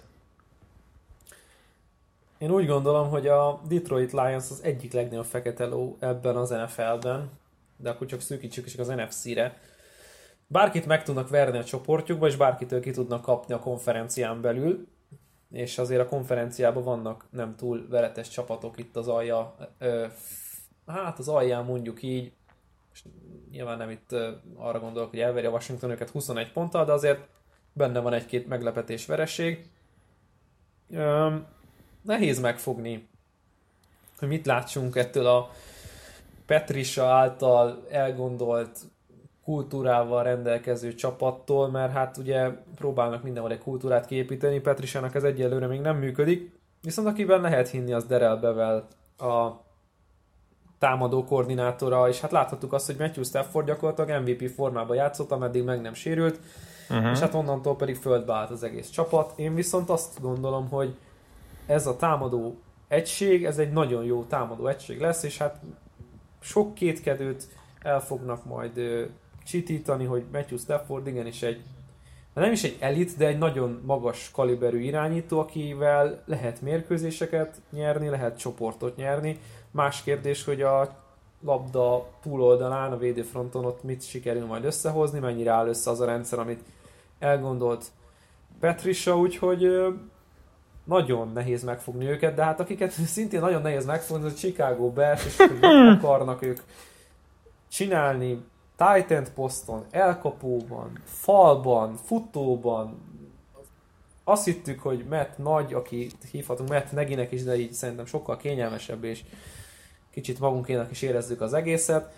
Én úgy gondolom, hogy a Detroit Lions az egyik legnagyobb fekete ló ebben az en ef el-ben, de akkor csak szűkítsük is az en ef cé-re. Bárkit meg tudnak verni a csoportjukba, és bárkitől ki tudnak kapni a konferencián belül, és azért a konferenciában vannak nem túl veretes csapatok itt az alja, ö, hát az alján mondjuk így, és nyilván nem itt ö, arra gondolok, hogy elveri a Washington őket huszonegy ponttal, de azért benne van egy-két meglepetés vereség. Ö, nehéz megfogni, hogy mit látsunk ettől a Patricia által elgondolt kultúrával rendelkező csapattól, mert hát ugye próbálnak mindenhol egy kultúrát kiépíteni, Patriciának ez egyelőre még nem működik, viszont akiben lehet hinni, az Darrell Bevell a támadó koordinátora, és hát láthattuk azt, hogy Matthew Stafford gyakorlatilag em vé pé formában játszott, ameddig meg nem sérült, uh-huh. és hát onnantól pedig földbe állt az egész csapat. Én viszont azt gondolom, hogy ez a támadó egység, ez egy nagyon jó támadó egység lesz, és hát sok kétkedőt el fognak majd ö, csitítani, hogy Matthew Stafford igenis egy, nem is egy elit, de egy nagyon magas kaliberű irányító, akivel lehet mérkőzéseket nyerni, lehet csoportot nyerni. Más kérdés, hogy a labda túloldalán, a védőfronton ott mit sikerül majd összehozni, mennyire áll össze az a rendszer, amit elgondolt Patricia, úgyhogy ö, nagyon nehéz megfogni őket, de hát akiket szintén nagyon nehéz megfogni, hogy Chicago Bears, és hogy akarnak ők csinálni tight end poszton, elkapóban, falban, futóban. Azt hittük, hogy Matt Nagy, aki hívhatunk Matt Neginek is, de így szerintem sokkal kényelmesebb, és kicsit magunkénak is érezzük az egészet.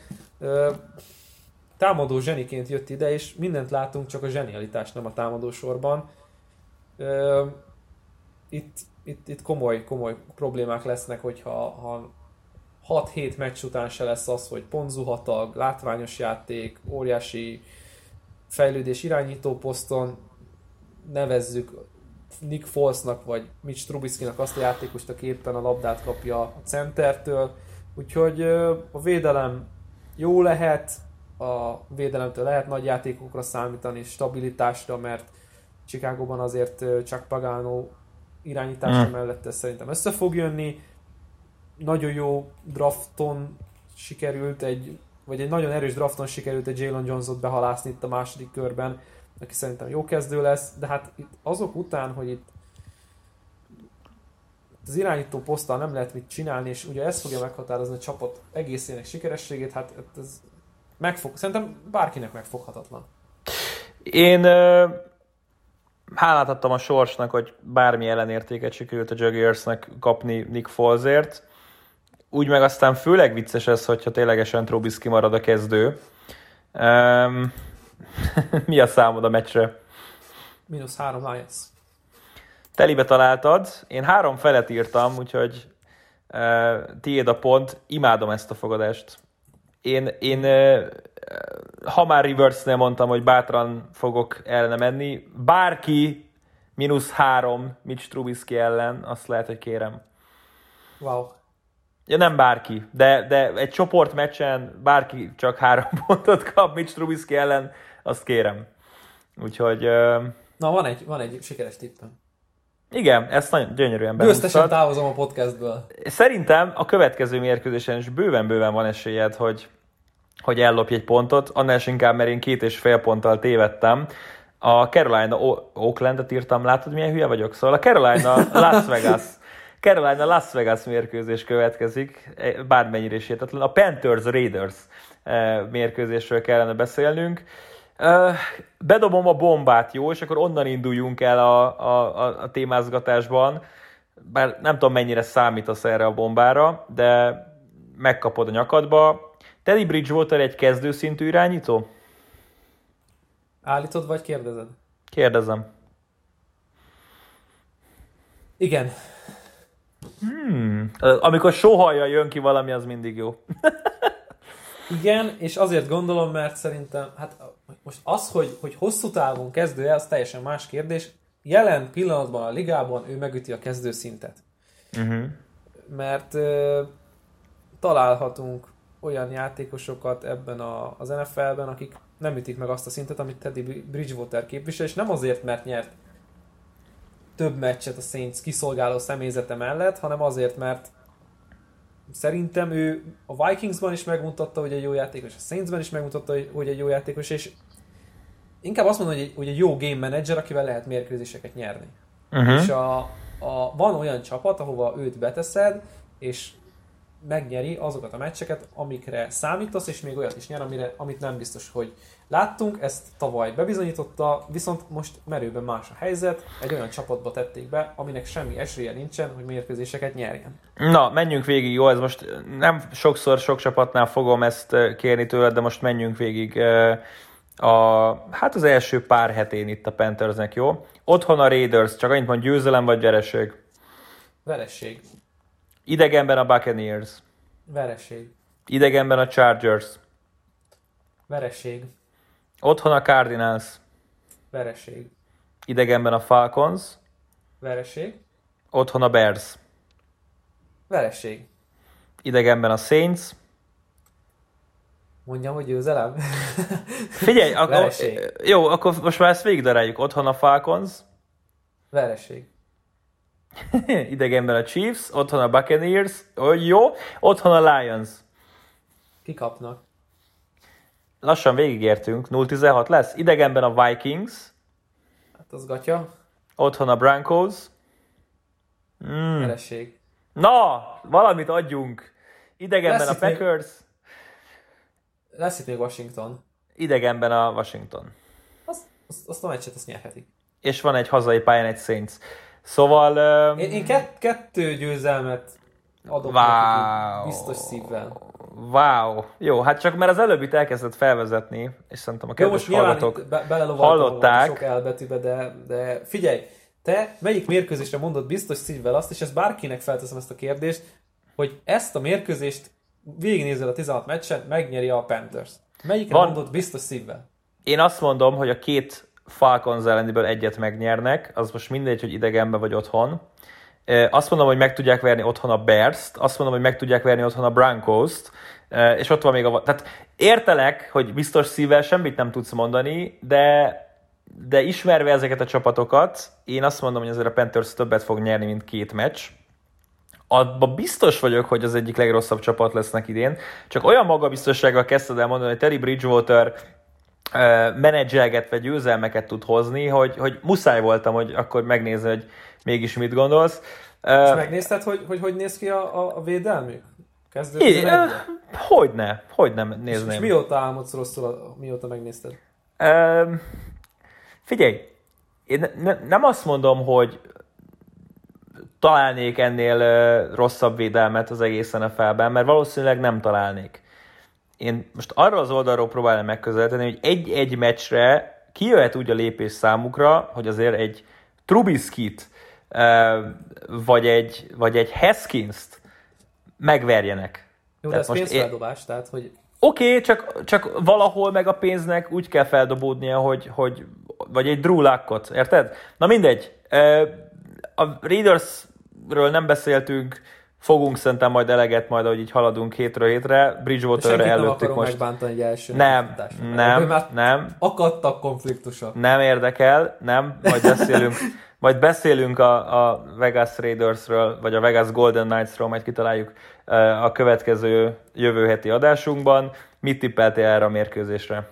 Támadó zseniként jött ide, és mindent látunk, csak a zsenialitást nem a támadó sorban. Itt, itt, itt komoly, komoly problémák lesznek, hogyha ha hat-hét meccs után se lesz az, hogy pontzuhatag, látványos játék, óriási fejlődés irányító poszton, nevezzük Nick Folesnak vagy Mitch Trubiskynak azt a játékost, aki éppen a labdát kapja a centertől. Úgyhogy a védelem jó lehet, a védelemtől lehet nagy játékokra számítani, stabilitásra, mert Chicagóban azért Chuck Pagano irányítása hmm. mellett ez szerintem össze fog jönni. Nagyon jó drafton sikerült egy, vagy egy nagyon erős drafton sikerült egy Jalen Jonesot behalászni itt a második körben, aki szerintem jó kezdő lesz, de hát itt azok után, hogy itt az irányító poszttal nem lehet mit csinálni, és ugye ez fogja meghatározni a csapat egészének sikerességét, hát ez megfog, szerintem bárkinek megfoghatatlan. Én uh, hálát adtam a sorsnak, hogy bármi ellenértéket sikerült a Jaguarsnek kapni Nick Folesért. Úgy meg aztán főleg vicces ez, hogyha ténylegesen Trubisky marad a kezdő. Um, mi a számod a meccsre? Mínusz három Lions. Telibe találtad. Én három felet írtam, úgyhogy uh, tiéd a pont. Imádom ezt a fogadást. Én, én uh, ha már Riversnél mondtam, hogy bátran fogok ellene menni, bárki mínusz három Mitch Trubisky ellen, azt lehet, hogy kérem. Wow. Ja, nem bárki, de, de egy csoportmeccsen bárki csak három pontot kap Mitch Trubisky ellen, azt kérem. Úgyhogy... Uh, Na, van egy, van egy sikeres tippem. Igen, ezt nagyon gyönyörűen behúztad. Győztesen távozom a podcastből. Szerintem a következő mérkőzésen is bőven-bőven van esélyed, hogy, hogy ellopj egy pontot, annál is inkább, mert én két és fél ponttal tévedtem. A Carolina o- Oaklandet írtam, látod milyen hülye vagyok? Szóval a Carolina Las Vegas. Carolina Las Vegas mérkőzés következik, bármennyire is értetlen. A Panthers Raiders mérkőzésről kellene beszélnünk. Bedobom a bombát, jó, és akkor onnan induljunk el a, a, a témázgatásban. Bár nem tudom, mennyire számítasz erre a bombára, de megkapod a nyakadba. Teddy Bridgewater egy kezdőszintű irányító? Állítod, vagy kérdezed? Kérdezem. Igen. Hmm. Amikor sóhajjal jön ki valami, az mindig jó. Igen, és azért gondolom, mert szerintem, hát most az, hogy, hogy hosszú távon kezdő-e, az teljesen más kérdés. Jelen pillanatban a ligában ő megüti a kezdőszintet. Uh-huh. Mert uh, találhatunk olyan játékosokat ebben a, az en ef el-ben, akik nem ütik meg azt a szintet, amit Teddy Bridgewater képvisel, és nem azért, mert nyert több meccset a Saints kiszolgáló személyzete mellett, hanem azért, mert szerintem ő a Vikingsban is megmutatta, hogy egy jó játékos, a Saintsben is megmutatta, hogy egy jó játékos, és inkább azt mondom, hogy egy, hogy egy jó game manager, akivel lehet mérkőzéseket nyerni. Uh-huh. És a, a, van olyan csapat, ahova őt beteszed, és megnyeri azokat a meccseket, amikre számítasz, és még olyat is nyer, amire, amit nem biztos, hogy láttunk. Ezt tavaly bebizonyította, viszont most merőben más a helyzet. Egy olyan csapatba tették be, aminek semmi esélye nincsen, hogy mérkőzéseket nyerjen. Na, menjünk végig. Jó, ez most nem sokszor sok csapatnál fogom ezt kérni tőled, de most menjünk végig a, hát az első pár hetén itt a Panthersnek, jó? Otthon a Raiders, csak annyit mond, győzelem vagy vereség? Vereség. Idegenben a Buccaneers. Vereség. Idegenben a Chargers. Vereség. Otthon a Cardinals. Vereség. Idegenben a Falcons. Vereség. Otthon a Bears. Vereség. Idegenben a Saints. Mondjam, hogy győzelem? Figyelj, akkor, jó, akkor most már ezt végigdaráljuk. Otthon a Falcons. Vereség. Idegenben a Chiefs, otthon a Buccaneers, oh, jó, otthon a Lions. Kikapnak. Lassan végigértünk, nulla tizenhat lesz. Idegenben a Vikings. Hát az gatya. Otthon a Broncos. Mm. Vereség. Na, valamit adjunk. Idegenben lesz a Packers. Még... Lesz itt még Washington. Idegenben a Washington. Azt, azt, azt a meccset azt nyerhetik. És van egy hazai pályán egy Saints. Szóval... Um... Én, én kett, kettő győzelmet adok wow. nekik biztos szívvel. Wow. Jó, hát csak mert az előbbit elkezdett felvezetni, és szerintem a kedves hallgatók be, hallották. Sok elbetűbe, de, de figyelj, te melyik mérkőzésre mondod biztos szívvel azt, és ezt bárkinek felteszem ezt a kérdést, hogy ezt a mérkőzést végignézel a tizenhat meccsen, megnyeri a Panthers. Melyikre van... mondod biztos szívvel? Én azt mondom, hogy a két Falcons elleniből egyet megnyernek, az most mindegy, hogy idegenben vagy otthon. Azt mondom, hogy meg tudják verni otthon a Bears-t, azt mondom, hogy meg tudják verni otthon a Broncos-t, és ott van még a... Tehát értelek, hogy biztos szívvel semmit nem tudsz mondani, de, de ismerve ezeket a csapatokat, én azt mondom, hogy azért a Panthers többet fog nyerni, mint két meccs. Abban biztos vagyok, hogy az egyik legrosszabb csapat lesznek idén, csak olyan magabiztossággal kezdted el mondani, hogy Teddy Bridgewater menedzselgetve győzelmeket tud hozni, hogy, hogy muszáj voltam, hogy akkor megnézni, hogy mégis mit gondolsz. És uh, megnézted, hogy, hogy hogy néz ki a, a, a védelmük? Kezdő é, uh, Hogyne, hogy nem nézném. És, és mióta álmodsz rosszul, mióta megnézted? Uh, figyelj, én ne, nem azt mondom, hogy találnék ennél uh, rosszabb védelmet az egész en ef el-ben, mert valószínűleg nem találnék. Én most arra az oldalról próbálom megközelíteni, hogy egy-egy meccsre kijöhet úgy a lépés számukra, hogy azért egy Trubiskit vagy egy, vagy egy Haskins-t megverjenek. Jó, de ez pénzfeldobás, én... tehát hogy... Oké, okay, csak, csak valahol meg a pénznek úgy kell feldobódnia, hogy, hogy vagy egy Drew Luckot, érted? Na mindegy. A Raidersről nem beszéltünk, fogunk szerintem majd eleget, majd ahogy így haladunk hétről hétre. Bridgewaterre előttük most. Megbántani egy első nem, nem, nem. Akadtak konfliktusok. Nem érdekel, nem. Majd beszélünk, majd beszélünk a, a Vegas Raidersről, vagy a Vegas Golden Knightsról, majd kitaláljuk a következő jövő heti adásunkban. Mit tippeltél erre a mérkőzésre?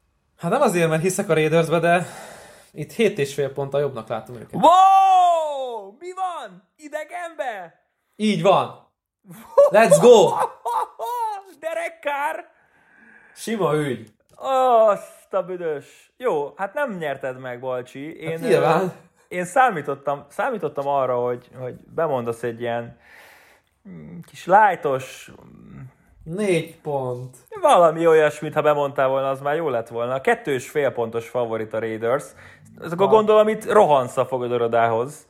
Hát nem azért, mert hiszek a Raidersbe, de itt hét és fél ponttal jobbnak látom őket. Wow! Mi van? Idegenbe? Így van. Let's go! Derek Carr! Sima ügy. Azt a büdös. Jó, hát nem nyerted meg, Balcsi. Én, hát nyilván. Én számítottam, számítottam arra, hogy, hogy bemondasz egy ilyen kis lájtos... Négy pont. Valami olyasmit, ha bemondtál volna, az már jó lett volna. Kettős fél pontos favorit a Raiders. Ezek a gondolom, itt rohansz a fogadorodához.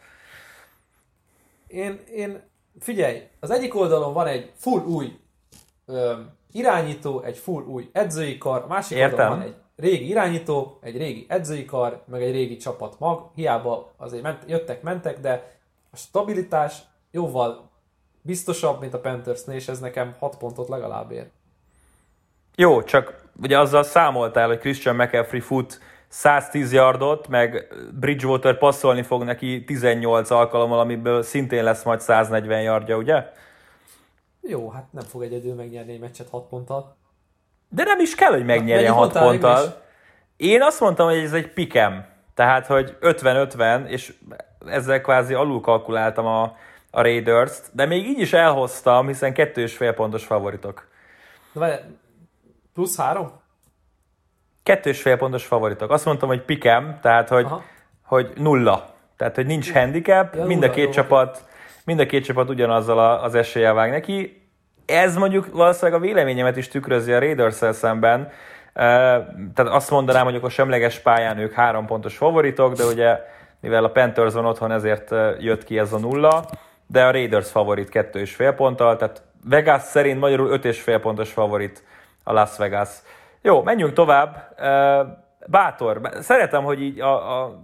Én, én, figyelj, az egyik oldalon van egy full új ö, irányító, egy full új edzői kar, a másik Értem. oldalon van egy régi irányító, egy régi edzői kar, meg egy régi csapat mag. Hiába azért ment, jöttek, mentek, de a stabilitás jóval biztosabb, mint a Panthersnél, és ez nekem hat pontot legalább ér. Jó, csak ugye azzal számoltál, hogy Christian McCaffrey fut száztíz yardot, meg Bridgewater passzolni fog neki tizennyolc alkalommal, amiből szintén lesz majd száznegyven yardja, ugye? Jó, hát nem fog egyedül megnyerni egy meccset hat ponttal. De nem is kell, hogy megnyerjen hat ponttal. Én azt mondtam, hogy ez egy pikem. Tehát, hogy ötven-ötven, és ezzel kvázi alulkalkuláltam a, a Raiders-t, de még így is elhoztam, hiszen kettő és fél pontos favoritok. De várj, plusz három? Kettő és fél pontos favoritok. Azt mondtam, hogy pikem, tehát, hogy, hogy nulla. Tehát, hogy nincs handicap, ja, mind, a két jó, csapat, okay. mind a két csapat ugyanazzal a, az eséllyel vág neki. Ez mondjuk valószínűleg a véleményemet is tükrözi a Raiders-szel szemben. Uh, tehát azt mondanám, hogy akkor semleges pályán ők három pontos favoritok, de ugye mivel a Panthers van otthon, ezért jött ki ez a nulla, de a Raiders favorit kettő és fél ponttal, tehát Vegas szerint magyarul öt és fél pontos favorit a Las Vegas. Jó, menjünk tovább. Bátor, szeretem, hogy így a, a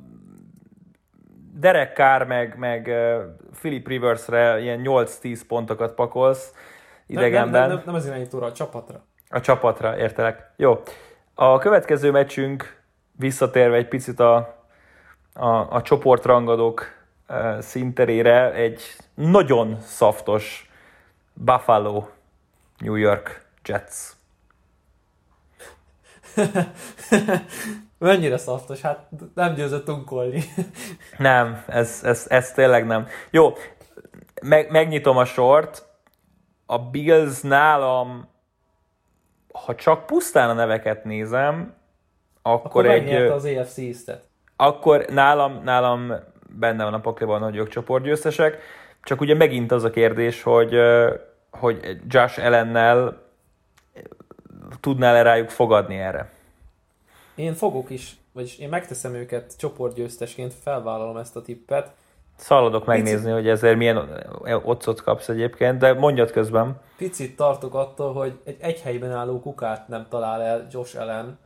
Derek Carr meg, meg Philip Riversre ilyen nyolc-tíz pontokat pakolsz idegenben. Nem, nem, nem, nem az irányítóra, a csapatra. A csapatra, értelek. Jó. A következő meccsünk, visszatérve egy picit a, a, a csoportrangadók színterére, egy nagyon szaftos Buffalo New York Jets. Mennyire szaftos, hát nem győzött tunkolni. Nem, ez, ez, ez tényleg nem. Jó, meg, megnyitom a sort. A Bills nálam, ha csak pusztán a neveket nézem, akkor, akkor egy... megnyerte az á ef cé East-et. Akkor nálam, nálam benne van a pakliban, hogy ők csoportgyőztesek. Csak ugye megint az a kérdés, hogy, hogy Josh Allennel tudnál-e rájuk fogadni erre? Én fogok is, vagyis én megteszem őket csoportgyőztesként, felvállalom ezt a tippet. Szaladok megnézni, Picit... hogy ezért milyen otcot kapsz egyébként, de mondjad közben. Picit tartok attól, hogy egy egy helyben álló kukát nem talál el Josh Allen,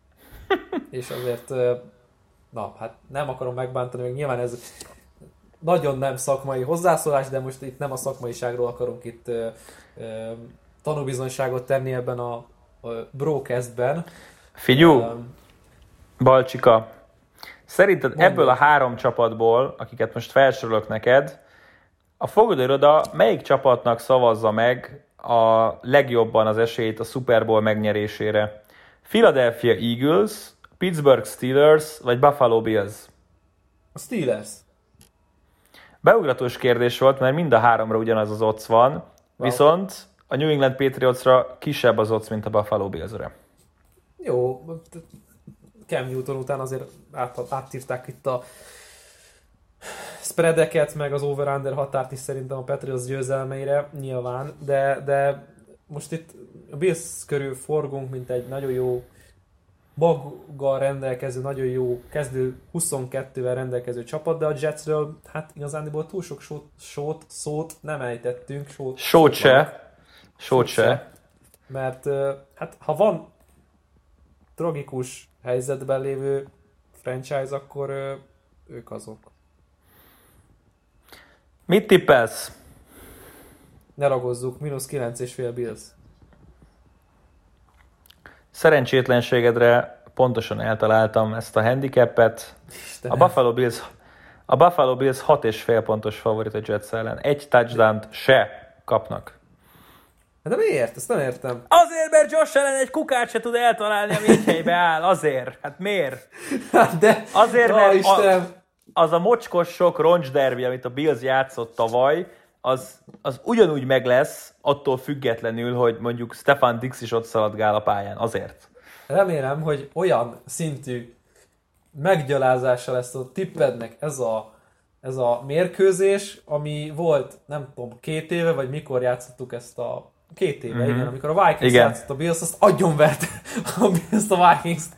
és azért, na, hát nem akarom megbántani, meg nyilván ez nagyon nem szakmai hozzászólás, de most itt nem a szakmaiságról akarunk itt ö, ö, tanúbizonyságot tenni ebben a, a broadcastben. Figyú, um, Balcsika, szerinted mondom. Ebből a három csapatból, akiket most felsorolok neked, a fogadóiroda melyik csapatnak szavazza meg a legjobban az esélyt a Super Bowl megnyerésére? Philadelphia Eagles, Pittsburgh Steelers vagy Buffalo Bills? A Steelers. Beugratós kérdés volt, mert mind a háromra ugyanaz az odds van, wow. Viszont a New England Patriotsra kisebb az odds, mint a Buffalo Billsre. Jó, Cam Newton után azért át, átírták itt a spreadeket, meg az over-under határt is szerintem a Patriots győzelmeire nyilván, de, de most itt a Bills körül forgunk, mint egy nagyon jó maggal rendelkező, nagyon jó kezdő huszonkettővel rendelkező csapat, de a Jetsről hát igazándiból túl sok sót, sót, szót nem ejtettünk. Sót, sót se. Sót se. Mert hát ha van tragikus helyzetben lévő franchise, akkor ők azok. Mit tippelsz? Ne ragozzuk, mínusz kilenc és fél Bills. Szerencsétlenségedre pontosan eltaláltam ezt a handicapet. A Buffalo Bills, a Buffalo Bills hat és fél pontos favorit a Jets ellen. Egy touchdown-t se kapnak. De miért? Ezt nem értem. Azért, mert Josh Allen egy kukát se tud eltalálni, ami egy helybe áll. Azért. Hát miért? De, azért, mert Istenem. az a mocskos sok roncs derbi, amit a Bills játszott tavaly, az, az ugyanúgy meg lesz, attól függetlenül, hogy mondjuk Stefan Diggs is ott szaladgál a pályán. Azért. Remélem, hogy olyan szintű meggyalázása lesz a tippednek ez a, ez a mérkőzés, ami volt, nem tudom, két éve, vagy mikor játszottuk ezt a... Két éve, mm-hmm. igen, amikor a Vikings igen. játszott a Bills, azt agyonvert a Bills a Vikings-t.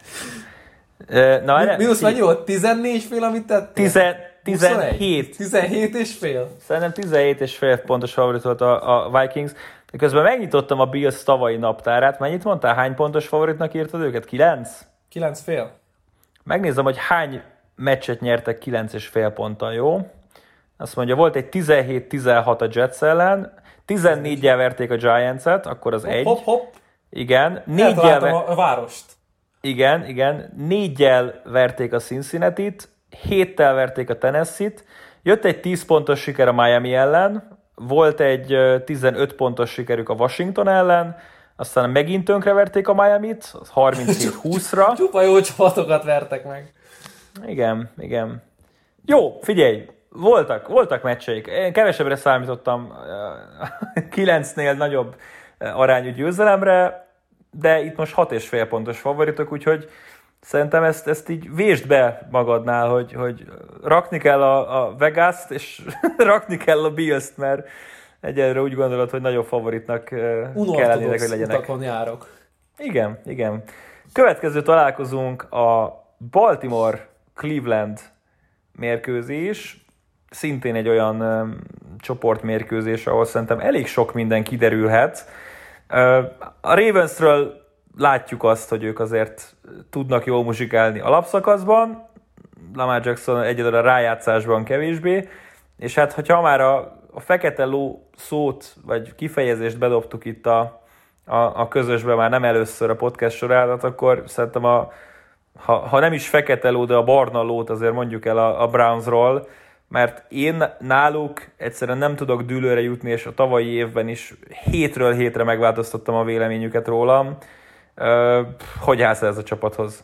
Na, erre... Minusz mennyi volt? tizennégy fél, amit tettél? tizenhét. tizenhét és fél? Szerintem tizenhét és fél pontos favorit volt a, a Vikings. De közben megnyitottam a Bills tavalyi naptárát. Mennyit mondtál? Hány pontos favoritnak írtad őket? kilenc? kilenc fél. Megnézem, hogy hány meccset nyertek kilenc és fél ponttal, jó? Azt mondja, volt egy tizenhét tizenhat a Jets ellen, tizennégyel verték a Giants-et, akkor az hopp, egy. Hopp, hopp. Igen. Négyel ver... a várost. Igen, igen. Négyel verték a Cincinnati-t, héttel verték a Tennessee-t, jött egy tíz pontos siker a Miami ellen, volt egy tizenöt pontos sikerük a Washington ellen, aztán megint tönkreverték a Miami-t, harminchét húszra. Csupa jó csapatokat vertek meg. Igen, igen. Jó, figyelj, voltak, voltak meccseik. Én kevesebbre számítottam, kilencnél nagyobb arányú győzelemre, de itt most hat és fél pontos favoritok, úgyhogy szerintem ezt, ezt így vésd be magadnál, hogy, hogy rakni kell a, a Vegas-t, és rakni kell a Bills-t, mert egyelőre úgy gondolod, hogy nagyobb favoritnak kell lennének, hogy legyenek. Utakon járok. Igen, igen. Következő találkozunk a Baltimore-Cleveland mérkőzés, szintén egy olyan um, csoportmérkőzés, ahol szerintem elég sok minden kiderülhet. Uh, a Ravensről látjuk azt, hogy ők azért tudnak jól muzsikálni alapszakaszban, Lamar Jackson egyedül a rájátszásban kevésbé, és hát hogyha már a, a fekete ló szót, vagy kifejezést bedobtuk itt a, a, a közösbe már nem először a podcast során, akkor szerintem a, ha, ha nem is fekete ló, de a barna lót azért mondjuk el a, a Brownsról, mert én náluk egyszerűen nem tudok dűlőre jutni, és a tavalyi évben is hétről hétre megváltoztattam a véleményüket rólam. Uh, hogy állsz ez a csapathoz?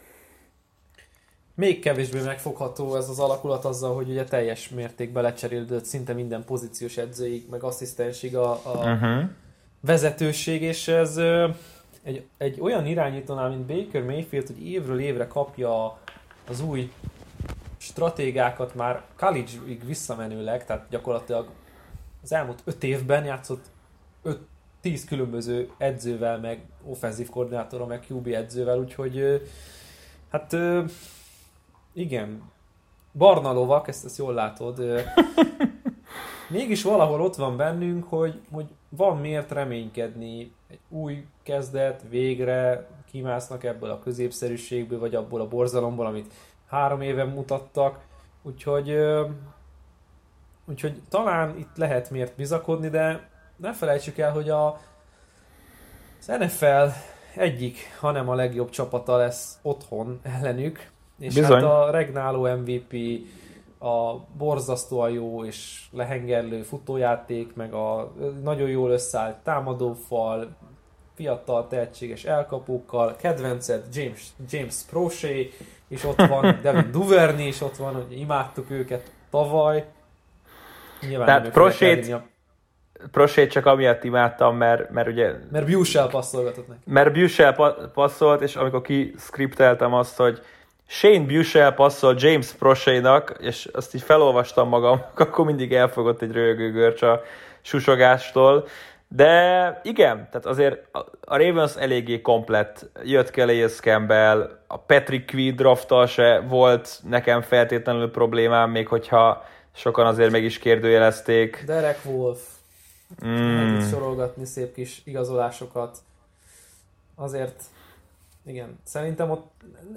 Még kevésbé megfogható ez az alakulat azzal, hogy ugye teljes mértékben lecserélődött szinte minden pozíciós edzőig, meg asszisztensig a, a uh-huh. vezetőség, és ez uh, egy, egy olyan irányítónál, mint Baker Mayfield, hogy évről évre kapja az új stratégákat már college-ig visszamenőleg, tehát gyakorlatilag az elmúlt öt évben játszott öt tíz különböző edzővel, meg offenzív koordinátorral, meg kú bé edzővel, úgyhogy hát igen, barna lovak, ezt, ezt jól látod. Mégis valahol ott van bennünk, hogy, hogy van miért reménykedni. Egy új kezdet, végre kimásznak ebből a középszerűségből, vagy abból a borzalomból, amit három éven mutattak, úgyhogy, úgyhogy talán itt lehet miért bizakodni, de ne felejtsük el, hogy a, az en ef el egyik, hanem a legjobb csapata lesz otthon ellenük, és bizony. Hát a regnáló em vé pé, a borzasztóan jó és lehengerlő futójáték, meg a nagyon jól összeállt támadófal, fiatal tehetséges elkapókkal, kedvenced James, James Prochet, és ott van Devin Duvernay, és ott van, hogy imádtuk őket tavaly. Nyilván tehát Prochet, Prochet csak amiatt imádtam, mert, mert ugye... Mert Bushel passzolgatott neki. Mert Bushel pa- passzolt, és amikor kiskripteltem azt, hogy Shane Bushel passzol James Prochetnak, és azt így felolvastam magam, akkor mindig elfogott egy röhögő görcs a susogástól. De igen, tehát azért a Ravens eléggé komplett. Jött Calais Campbell, a Patrick Queen drafttal se volt nekem feltétlenül problémám, még hogyha sokan azért meg is kérdőjelezték. Derek Wolf. Mm. Lehet itt sorolgatni szép kis igazolásokat. Azért, igen, szerintem ott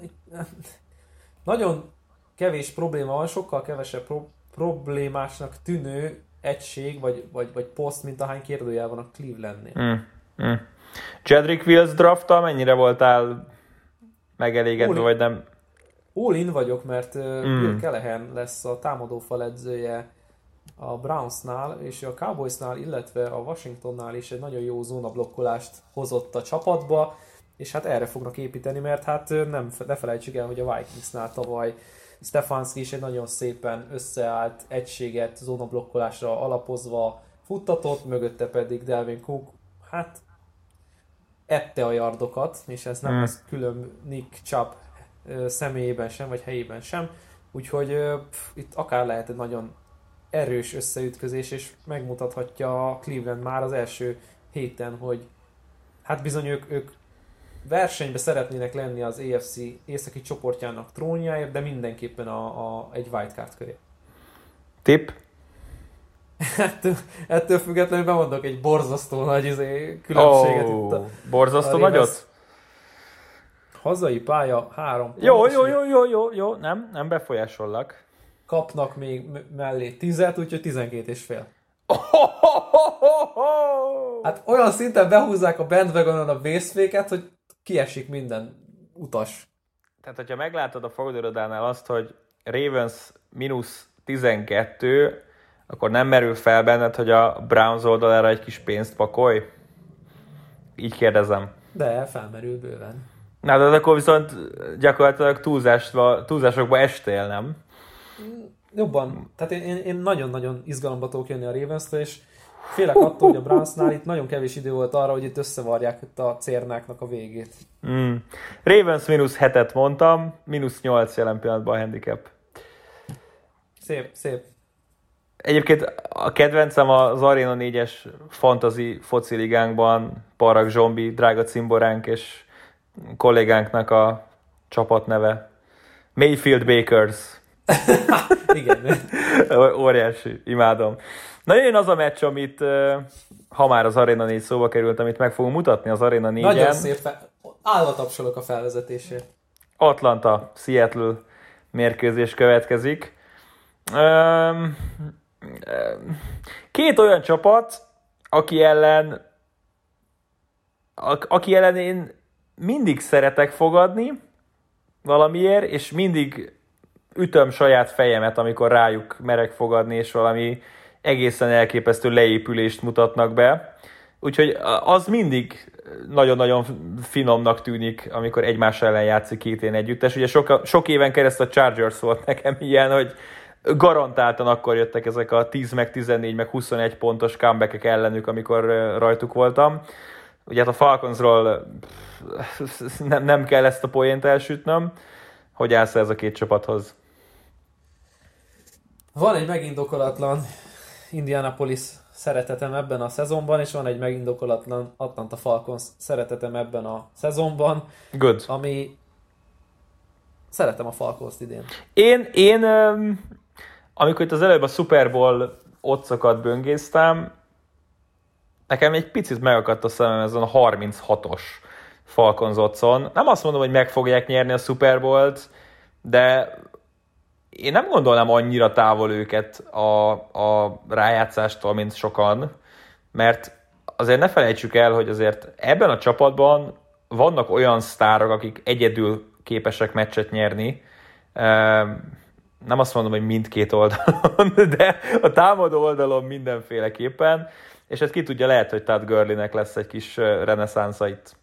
nagyon kevés probléma van, sokkal kevesebb pro- problémásnak tűnő egység, vagy, vagy, vagy poszt, mint ahány kérdőjel van a Clevelandnél. Mm. Mm. Jedrick Wills drafttal mennyire voltál megelégedve, vagy nem? All-in vagyok, mert mm. Bill Callahan lesz a támadófal edzője a Brownsnál, és a Cowboysnál, illetve a Washingtonnál is egy nagyon jó zónablokkolást hozott a csapatba, és hát erre fognak építeni, mert hát nem, ne felejtsük el, hogy a Vikingsnál tavaly Stefanski is egy nagyon szépen összeállt egységet zónablokkolásra alapozva futtatott, mögötte pedig Dalvin Cook, hát ette a yardokat, és ez nem hmm. lesz külön Nick Chubb személyében sem, vagy helyében sem, úgyhogy pff, itt akár lehet egy nagyon erős összeütközés, és megmutathatja a Cleveland már az első héten, hogy hát bizony ők, ők versenybe szeretnének lenni az á ef cé északi csoportjának trónjáért, de mindenképpen a, a, egy wildcard köré. Tipp? ettől, ettől függetlenül bemondok egy borzasztó nagy izé, különbséget oh, itt a, borzasztó a nagyot? Hazai pálya, három pont. Jó, jó, jó, jó, jó, jó, nem, nem befolyásollak. Kapnak még mellé tízet, úgyhogy tizenkét és fél. Hát olyan szinten behúzzák a bandwagonon a vészféket, hogy kiesik minden utas. Tehát, hogyha meglátod a fogadóirodánál azt, hogy Ravens mínusz tizenkettő, akkor nem merül fel benned, hogy a Browns oldalára egy kis pénzt pakolj? Így kérdezem. De, felmerül bőven. Na, de akkor viszont gyakorlatilag túlzásba, túlzásokba estél, nem? Jobban. Tehát én, én, én nagyon-nagyon izgalomba tudok jönni a Ravens-től, és félek attól, hogy a Brownsnál itt nagyon kevés idő volt arra, hogy itt összevarják itt a cérnáknak a végét. Mm. Ravens mínusz hetet mondtam, mínusz nyolc jelen pillanatban a handicap. Szép, szép. Egyébként a kedvencem az Arena négyes fantasy foci ligánkban Parag Zsombi, drága cimboránk és kollégánknak a csapatneve. Mayfield Bakers. Igen. Óriási, imádom. Na jön az a meccs, amit ha már az Arena négy szóba került, amit meg fogunk mutatni az Arena négyen. Nagyon szép, fel... állva tapsolok a felvezetésért. Atlanta, Seattle mérkőzés következik. Um, Két olyan csapat, aki ellen aki ellen én mindig szeretek fogadni valamiért, és mindig ütöm saját fejemet, amikor rájuk merek fogadni, és valami egészen elképesztő leépülést mutatnak be. Úgyhogy az mindig nagyon-nagyon finomnak tűnik, amikor egymás ellen játszik két ilyen együttes. Ugye sok, sok éven keresztül a Chargers volt nekem ilyen, hogy garantáltan akkor jöttek ezek a tíz meg tizennégy meg huszonegy pontos comebackek ellenük, amikor rajtuk voltam. Ugye hát a Falconsról nem, nem kell ezt a poént elsütnöm. Hogy állsz ez a két csapathoz? Van egy megindokolatlan Indianapolis szeretetem ebben a szezonban, és van egy megindokolatlan Atlanta Falcons szeretetem ebben a szezonban. Good. Ami szeretem a Falcons idén. Én, én amikor itt az előbb a Super Bowl oddszokat böngésztem, nekem egy picit megakadt a szemem ezen a harminchatos Falcons oddszon. Nem azt mondom, hogy meg fogják nyerni a Super Bowl-t, de én nem gondolnám annyira távol őket a, a rájátszástól, mint sokan, mert azért ne felejtsük el, hogy azért ebben a csapatban vannak olyan sztárok, akik egyedül képesek meccset nyerni. Nem azt mondom, hogy mindkét oldalon, de a támadó oldalon mindenféleképpen, és ez ki tudja, lehet, hogy Todd Gurleynek lesz egy kis reneszánsza itt.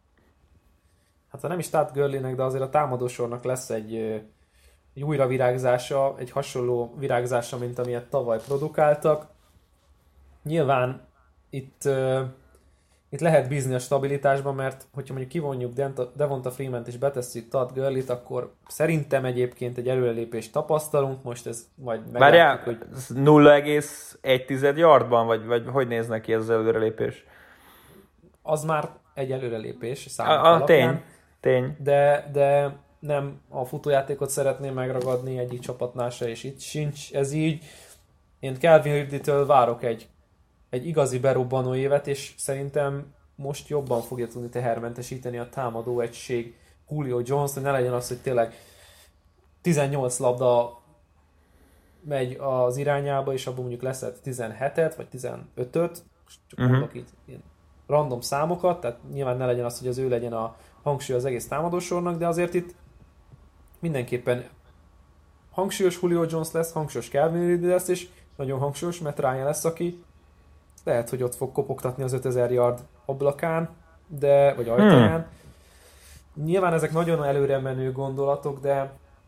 Hát ha nem is Todd Gurleynek, de azért a támadósornak lesz egy, egy újra virágzása, egy hasonló virágzása, mint amilyet tavaly produkáltak. Nyilván itt, uh, itt lehet bízni a stabilitásban, mert hogyha mondjuk kivonjuk Devonta Freeman-t és betesszük Todd Gurleyt, akkor szerintem egyébként egy előrelépést tapasztalunk. Most ez majd meglátjuk, hogy... nulla egész egy yardban, vagy, vagy hogy néz neki ez az előrelépés? Az már egy előrelépés számok a, a tény, tény. De, de nem a futójátékot szeretném megragadni egyik csapatnál se, és itt sincs ez így. Én Calvin Ridley-től várok egy, egy igazi berobbanó évet, és szerintem most jobban fogja tudni tehermentesíteni a támadó egység Julio Jones, hogy ne legyen az, hogy tényleg tizennyolc labda megy az irányába, és abban mondjuk leszett tizenhetet, vagy tizenötöt, csak uh-huh. mondok itt ilyen random számokat, tehát nyilván ne legyen az, hogy az ő legyen a hangsúly az egész támadósornak, de azért itt mindenképpen hangsúlyos Julio Jones lesz, hangsúlyos Calvin Ridley lesz, és nagyon hangsúlyos Matt Ryan lesz, aki lehet, hogy ott fog kopogtatni az ötezer yard ablakán, de, vagy ajtaján. Hmm. Nyilván ezek nagyon előre menő gondolatok, de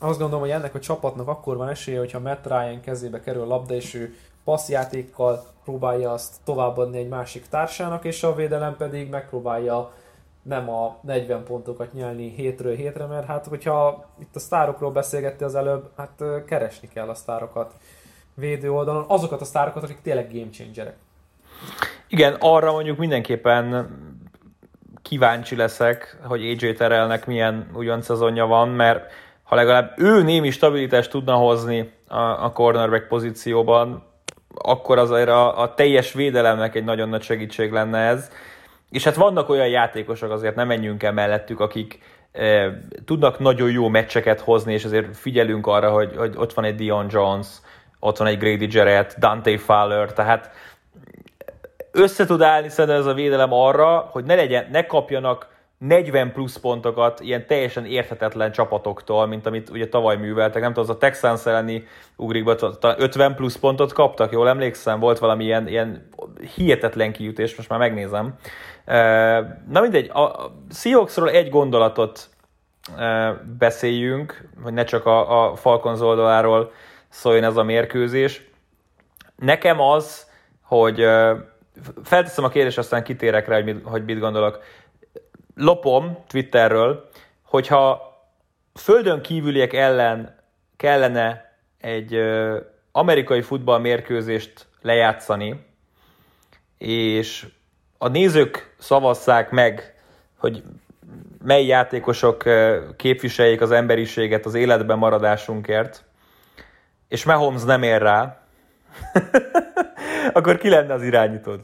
azt gondolom, hogy ennek a csapatnak akkor van esélye, hogyha Matt Ryan kezébe kerül a labda, és ő passzjátékkal próbálja azt továbbadni egy másik társának, és a védelem pedig megpróbálja nem a negyven pontokat nyelni hétről hétre, mert hát hogyha itt a sztárokról beszélgettél az előbb, hát keresni kell a sztárokat védő oldalon, azokat a sztárokat, akik tényleg game changerek. Igen, arra mondjuk mindenképpen kíváncsi leszek, hogy á jé Terrellnek milyen újonc szezonja van, mert ha legalább ő némi stabilitást tudna hozni a, a cornerback pozícióban, akkor azért a, a teljes védelemnek egy nagyon nagy segítség lenne ez. És hát vannak olyan játékosok, azért nem menjünk el mellettük, akik eh, tudnak nagyon jó meccseket hozni, és azért figyelünk arra, hogy, hogy ott van egy Dion Jones, ott van egy Grady Jarrett, Dante Fowler, tehát össze tud állni szerintem ez a védelem arra, hogy ne, legyen, ne kapjanak negyven plusz pontokat ilyen teljesen érthetetlen csapatoktól, mint amit ugye tavaly műveltek. Nem tudom, az a Texans elleni ugrikban ötven plusz pontot kaptak, jól emlékszem? Volt valami ilyen, ilyen hihetetlen kiütés, most már megnézem. Na mindegy, a Seahawksról egy gondolatot beszéljünk, hogy ne csak a, a Falcons oldaláról szóljon ez a mérkőzés. Nekem az, hogy felteszem a kérdést, aztán kitérek rá, hogy mit, hogy mit gondolok. Lopom Twitterről, hogyha földön kívüliek ellen kellene egy ö, amerikai futballmérkőzést lejátszani, és a nézők szavazzák meg, hogy mely játékosok képviseljék az emberiséget az életben maradásunkért, és Mahomes nem ér rá, akkor ki lenne az irányítód?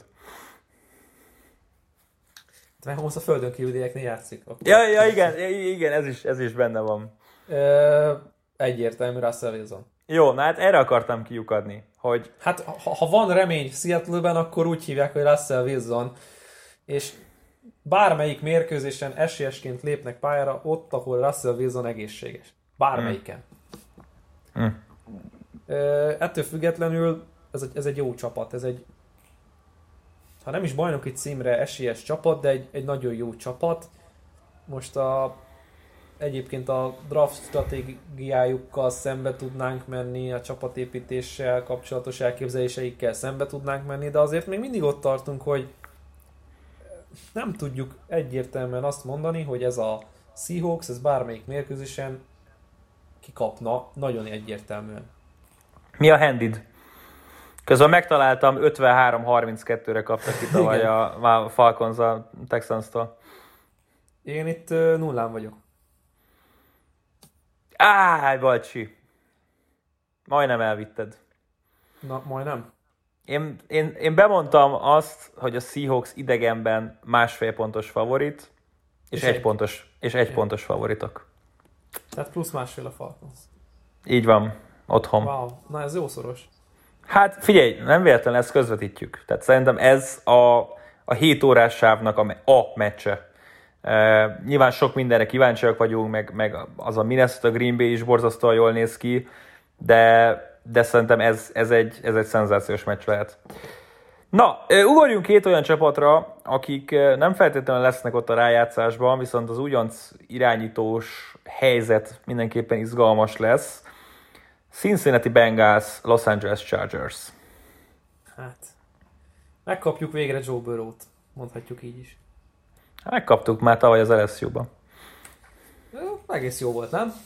Mahomes a földön kívülieknél játszik. Ja, ja, igen, igen, ez is, ez is benne van. Ö, egyértelmű Russell Wilson. Jó, na hát erre akartam kiukadni, hogy... Hát ha, ha van remény Seattle-ben, akkor úgy hívják, hogy Russell Wilson, és bármelyik mérkőzésen esélyesként lépnek pályára, ott, ahol Russell Wilson egészséges. Bármelyiken. Mm. Mm. Ö, ettől függetlenül ez egy, ez egy jó csapat, ez egy ha nem is bajnoki címre esélyes csapat, de egy, egy nagyon jó csapat. Most a, egyébként a draft stratégiájukkal szembe tudnánk menni, a csapatépítéssel kapcsolatos elképzeléseikkel szembe tudnánk menni, de azért még mindig ott tartunk, hogy nem tudjuk egyértelműen azt mondani, hogy ez a Seahawks, ez bármelyik mérkőzésen kikapna, nagyon egyértelműen. Mi a handid? Közben megtaláltam, ötvenhárom harminckettőre kaptak ki tavaly a Falcons a Texans-tól. Én itt uh, nullán vagyok. Áj, Balcsi! Majdnem elvitted. Na, majdnem? Én, én, én bemondtam azt, hogy a Seahawks idegenben másfél pontos favorit, és, és egy, egy pontos, és egy pontos favoritok. Tehát plusz másfél a Falcons. Így van, otthon. Wow, na ez jó szoros. Hát figyelj, nem véletlenül ezt közvetítjük. Tehát szerintem ez a, a hét órás sávnak a, a meccse. E, nyilván sok mindenre kíváncsiak vagyunk, meg, meg az a Minnesota Green Bay is borzasztóan jól néz ki, de, de szerintem ez, ez, egy, ez egy szenzációs meccs lehet. Na, ugorjunk két olyan csapatra, akik nem feltétlenül lesznek ott a rájátszásban, viszont az újonc irányítós helyzet mindenképpen izgalmas lesz. Cincinnati Bengals, Los Angeles Chargers. Hát, megkapjuk végre Joe Burrow-t, mondhatjuk így is. Megkaptuk már tavaly az el es u-ban. Egész jó volt, nem?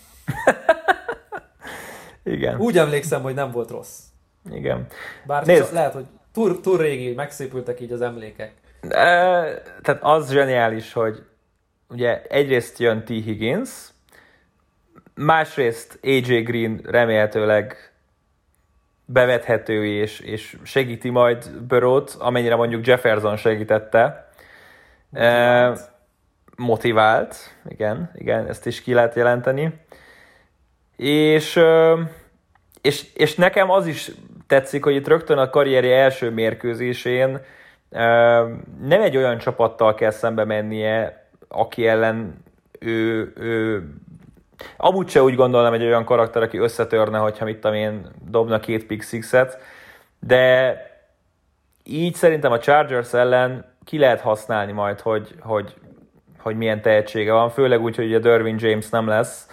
Igen. Úgy emlékszem, hogy nem volt rossz. Igen. Bár Nézd. lehet, hogy túl, túl régi, megszépültek így az emlékek. E, tehát az zseniális, hogy ugye egyrészt jön T. Higgins, másrészt á jé Green remélhetőleg bevethető és, és segíti majd Burrow-t, amennyire mondjuk Jefferson segítette. Motivált. E, motivált, igen, igen, ezt is ki lehet jelenteni. És, és, és nekem az is tetszik, hogy itt rögtön a karrierje első mérkőzésén nem egy olyan csapattal kell szembe mennie, aki ellen ő, ő amúgy se úgy gondolom egy olyan karakter, aki összetörne, hogyha mit tudom én, dobna két pick sixet, de így szerintem a Chargers ellen ki lehet használni majd, hogy, hogy, hogy milyen tehetsége van, főleg úgy, hogy a Derwin James nem lesz.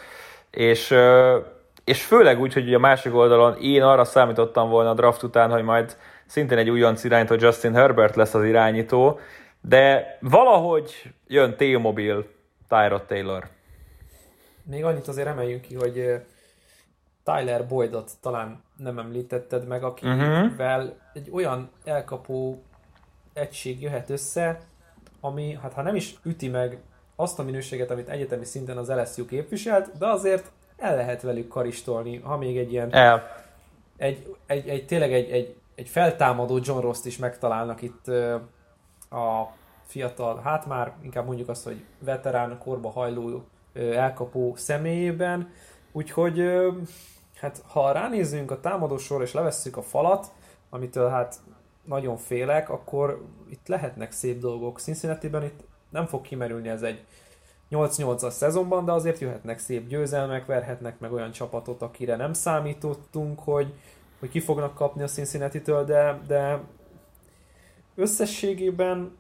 És, és főleg úgy, hogy a másik oldalon én arra számítottam volna a draft után, hogy majd szintén egy újonc irányító, Justin Herbert lesz az irányító, de valahogy jön T-Mobile, Tyrod Taylor. Még annyit azért emeljünk ki, hogy Tyler Boydot talán nem említetted meg, akivel uh-huh. egy olyan elkapó egység jöhet össze, ami, hát ha nem is üti meg azt a minőséget, amit egyetemi szinten az el es u képviselt, de azért el lehet velük karistolni, ha még egy ilyen el. Egy, egy, egy, tényleg egy, egy, egy feltámadó John Ross-t is megtalálnak itt a fiatal, hát már inkább mondjuk azt, hogy veterán, korba hajló elkapó személyében, úgyhogy hát ha ránézzünk a támadósorra és levesszük a falat, amitől hát nagyon félek, akkor itt lehetnek szép dolgok. Cincinnati-ben itt nem fog kimerülni ez egy nyolc nyolcas szezonban, de azért jöhetnek szép győzelmek, verhetnek meg olyan csapatot, akire nem számítottunk, hogy, hogy ki fognak kapni a Cincinnati-től, de, de összességében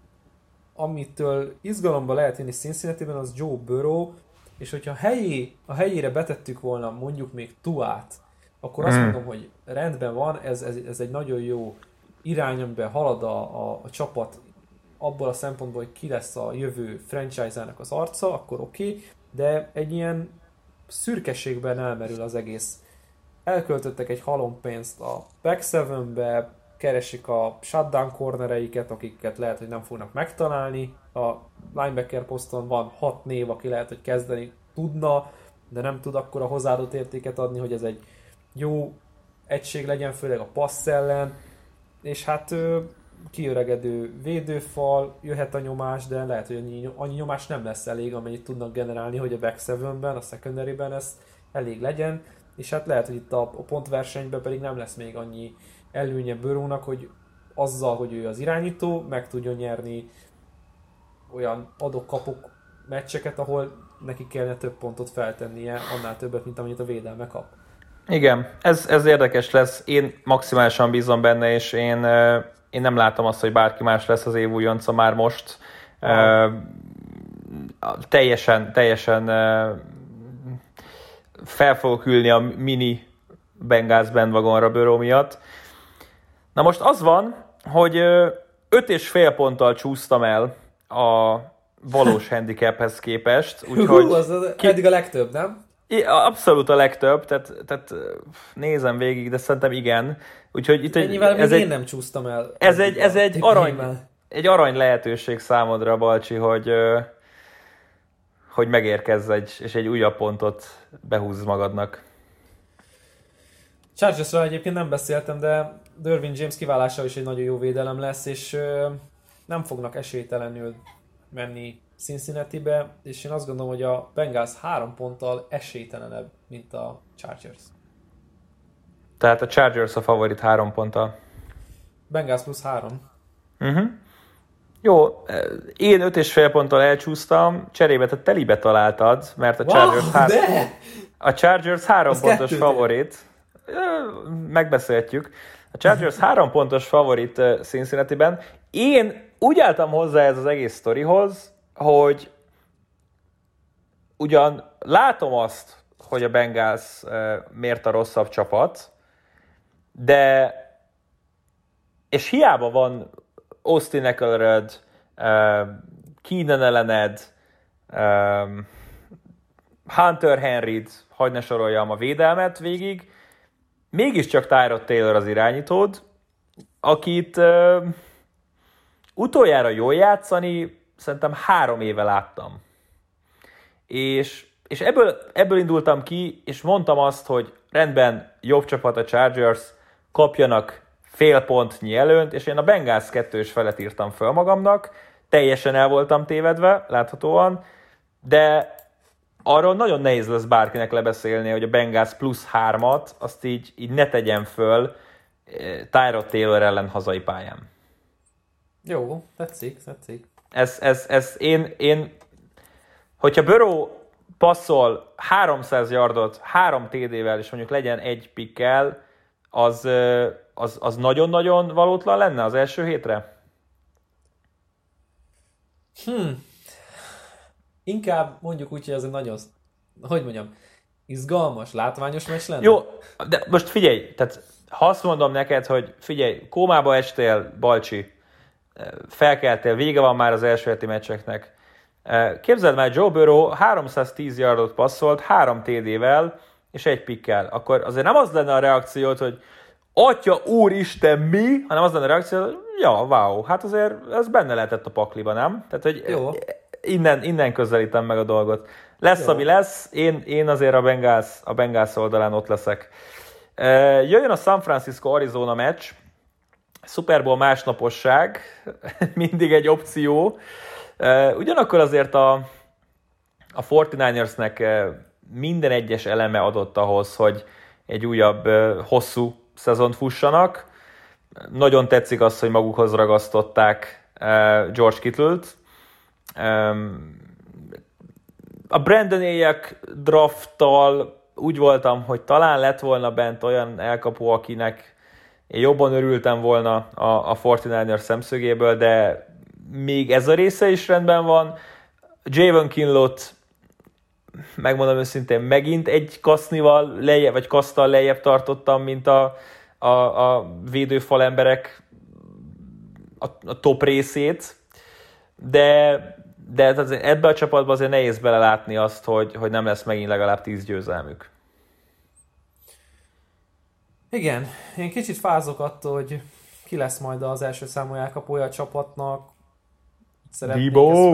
amitől izgalomba lehet jönni Cincinnati-ben, az Joe Burrow, és hogyha helyé, a helyére betettük volna mondjuk még Tuát, akkor azt mondom, hogy rendben van, ez, ez, ez egy nagyon jó irány, amiben halad a, a, a csapat abból a szempontból, hogy ki lesz a jövő franchise-ának az arca, akkor oké, okay, de egy ilyen szürkeségben elmerül az egész. Elköltöttek egy halompenzt a back seven-be, keresik a shutdown cornereiket, akiket lehet, hogy nem fognak megtalálni. A linebacker poszton van hat név, aki lehet, hogy kezdeni tudna, de nem tud akkora hozzáadott értéket adni, hogy ez egy jó egység legyen, főleg a passz ellen. És hát kiöregedő védőfal, jöhet a nyomás, de lehet, hogy annyi, annyi nyomás nem lesz elég, amennyit tudnak generálni, hogy a back seven-ben, a secondary-ben ez elég legyen. És hát lehet, hogy itt a, a pontversenyben pedig nem lesz még annyi előnye Burrownak, hogy azzal, hogy ő az irányító, meg tudjon nyerni olyan adok-kapok meccseket, ahol neki kellene több pontot feltennie, annál többet, mint amennyit a védelme kap. Igen, ez, ez érdekes lesz. Én maximálisan bízom benne, és én, én nem látom azt, hogy bárki más lesz az év újonca már most. Uh, teljesen, teljesen uh, fel fogok ülni a mini Bengals bandwagonra Burrow miatt. Na most az van, hogy öt és fél ponttal csúsztam el a valós handicaphez képest. Úgyhogy Hú, az ki... eddig a legtöbb, nem? Abszolút a legtöbb, tehát, tehát nézem végig, de szerintem igen. Úgyhogy itt ennyivel ez még egy, én nem csúsztam el. Ez egy, ez egy, arany, egy arany lehetőség számodra, Balcsi, hogy, hogy megérkezz egy, és egy újabb pontot behúzz magadnak. Chargersről egyébként nem beszéltem, de Derwin James kiválása is egy nagyon jó védelem lesz, és nem fognak esélytelenül menni Cincinnati-be, és én azt gondolom, hogy a Bengals három ponttal esélytelenebb, mint a Chargers. Tehát a Chargers a favorit három ponttal. Bengals plusz három. Uh-huh. Jó, én öt és fél ponttal elcsúsztam, cserébe te telibe találtad, mert a Chargers, wow, hár... de! a Chargers három az pontos favorit. Megbeszéltjük. A Chargers három pontos favorit Cincinnati-ben. Én úgy álltam hozzá ez az egész sztorihoz, hogy ugyan látom azt, hogy a Bengals uh, miért a rosszabb csapat, de és hiába van Austin Eckler, uh, Keenan Allen, uh, Hunter Henry-t, hadd ne soroljam a védelmet végig, mégiscsak Tyrod Taylor az irányítód, akit uh, utoljára jól játszani szerintem három éve láttam. És, és ebből, ebből indultam ki, és mondtam azt, hogy rendben, jobb csapat a Chargers, kapjanak fél pontnyi előnyt, és én a Bengals kettős felet írtam föl magamnak, teljesen el voltam tévedve, láthatóan, de arról nagyon nehéz lesz bárkinek lebeszélni, hogy a Bengals plusz hármat, azt így, így ne tegyen föl Tyrod Taylor ellen hazai pályán. Jó, tetszik, tetszik. Ez, ez, ez én, én, hogyha Burrow passzol háromszáz yardot, három té dé-vel, és mondjuk legyen egy pickkel, az, az, az nagyon-nagyon valótlan lenne az első hétre? Hmm. Inkább mondjuk úgy, hogy az egy nagyon, hogy mondjam, izgalmas, látványos meccs lenne? Jó, de most figyelj, tehát ha azt mondom neked, hogy figyelj, kómába estél, Balcsi, felkeltél, vége van már az első heti meccseknek. Képzeld már, Joe Burrow háromszáztíz yardot passzolt, három té dé-vel és egy pikkel. Akkor azért nem az lenne a reakciót, hogy Atya úristen, mi? Hanem az lenne a reakció, hogy ja, wow, hát azért ez benne lehetett a pakliba, nem? Tehát, hogy Jó. Innen, innen közelítem meg a dolgot. Lesz, Jó. ami lesz, én, én azért a Bengals, a Bengals oldalán ott leszek. Jöjjön a San Francisco-Arizona meccs, Super Bowl másnaposság, mindig egy opció. Ugyanakkor azért a, a negyvenkilencersnek minden egyes eleme adott ahhoz, hogy egy újabb hosszú szezont fussanak. Nagyon tetszik az, hogy magukhoz ragasztották George Kittle-t. A Brandon Ayuk drafttal úgy voltam, hogy talán lett volna bent olyan elkapó, akinek én jobban örültem volna a, a negyvenkilencesek szemszögéből, de még ez a része is rendben van. Javon Kinlaw-t megmondom őszintén, megint egy kasznival lejjebb, vagy kasztal lejjebb tartottam, mint a, a, a védőfal emberek a, a top részét, de, de ebbe a csapatba azért nehéz belelátni azt, hogy, hogy nem lesz megint legalább tíz győzelmük. Igen, én kicsit fázok attól, hogy ki lesz majd az első számú elkapója a csapatnak. Debo!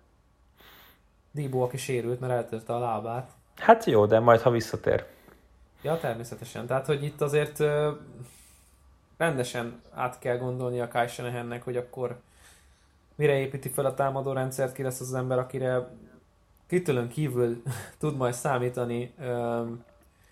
Debo, aki sérült, mert eltörte a lábát. Hát jó, de majd ha visszatér. Ja, természetesen. Tehát, hogy itt azért uh, rendesen át kell gondolni a Kyle Shanahannek, hogy akkor mire építi fel a támadó rendszert, ki lesz az ember, akire Kittle-ön kívül tud majd számítani. Um,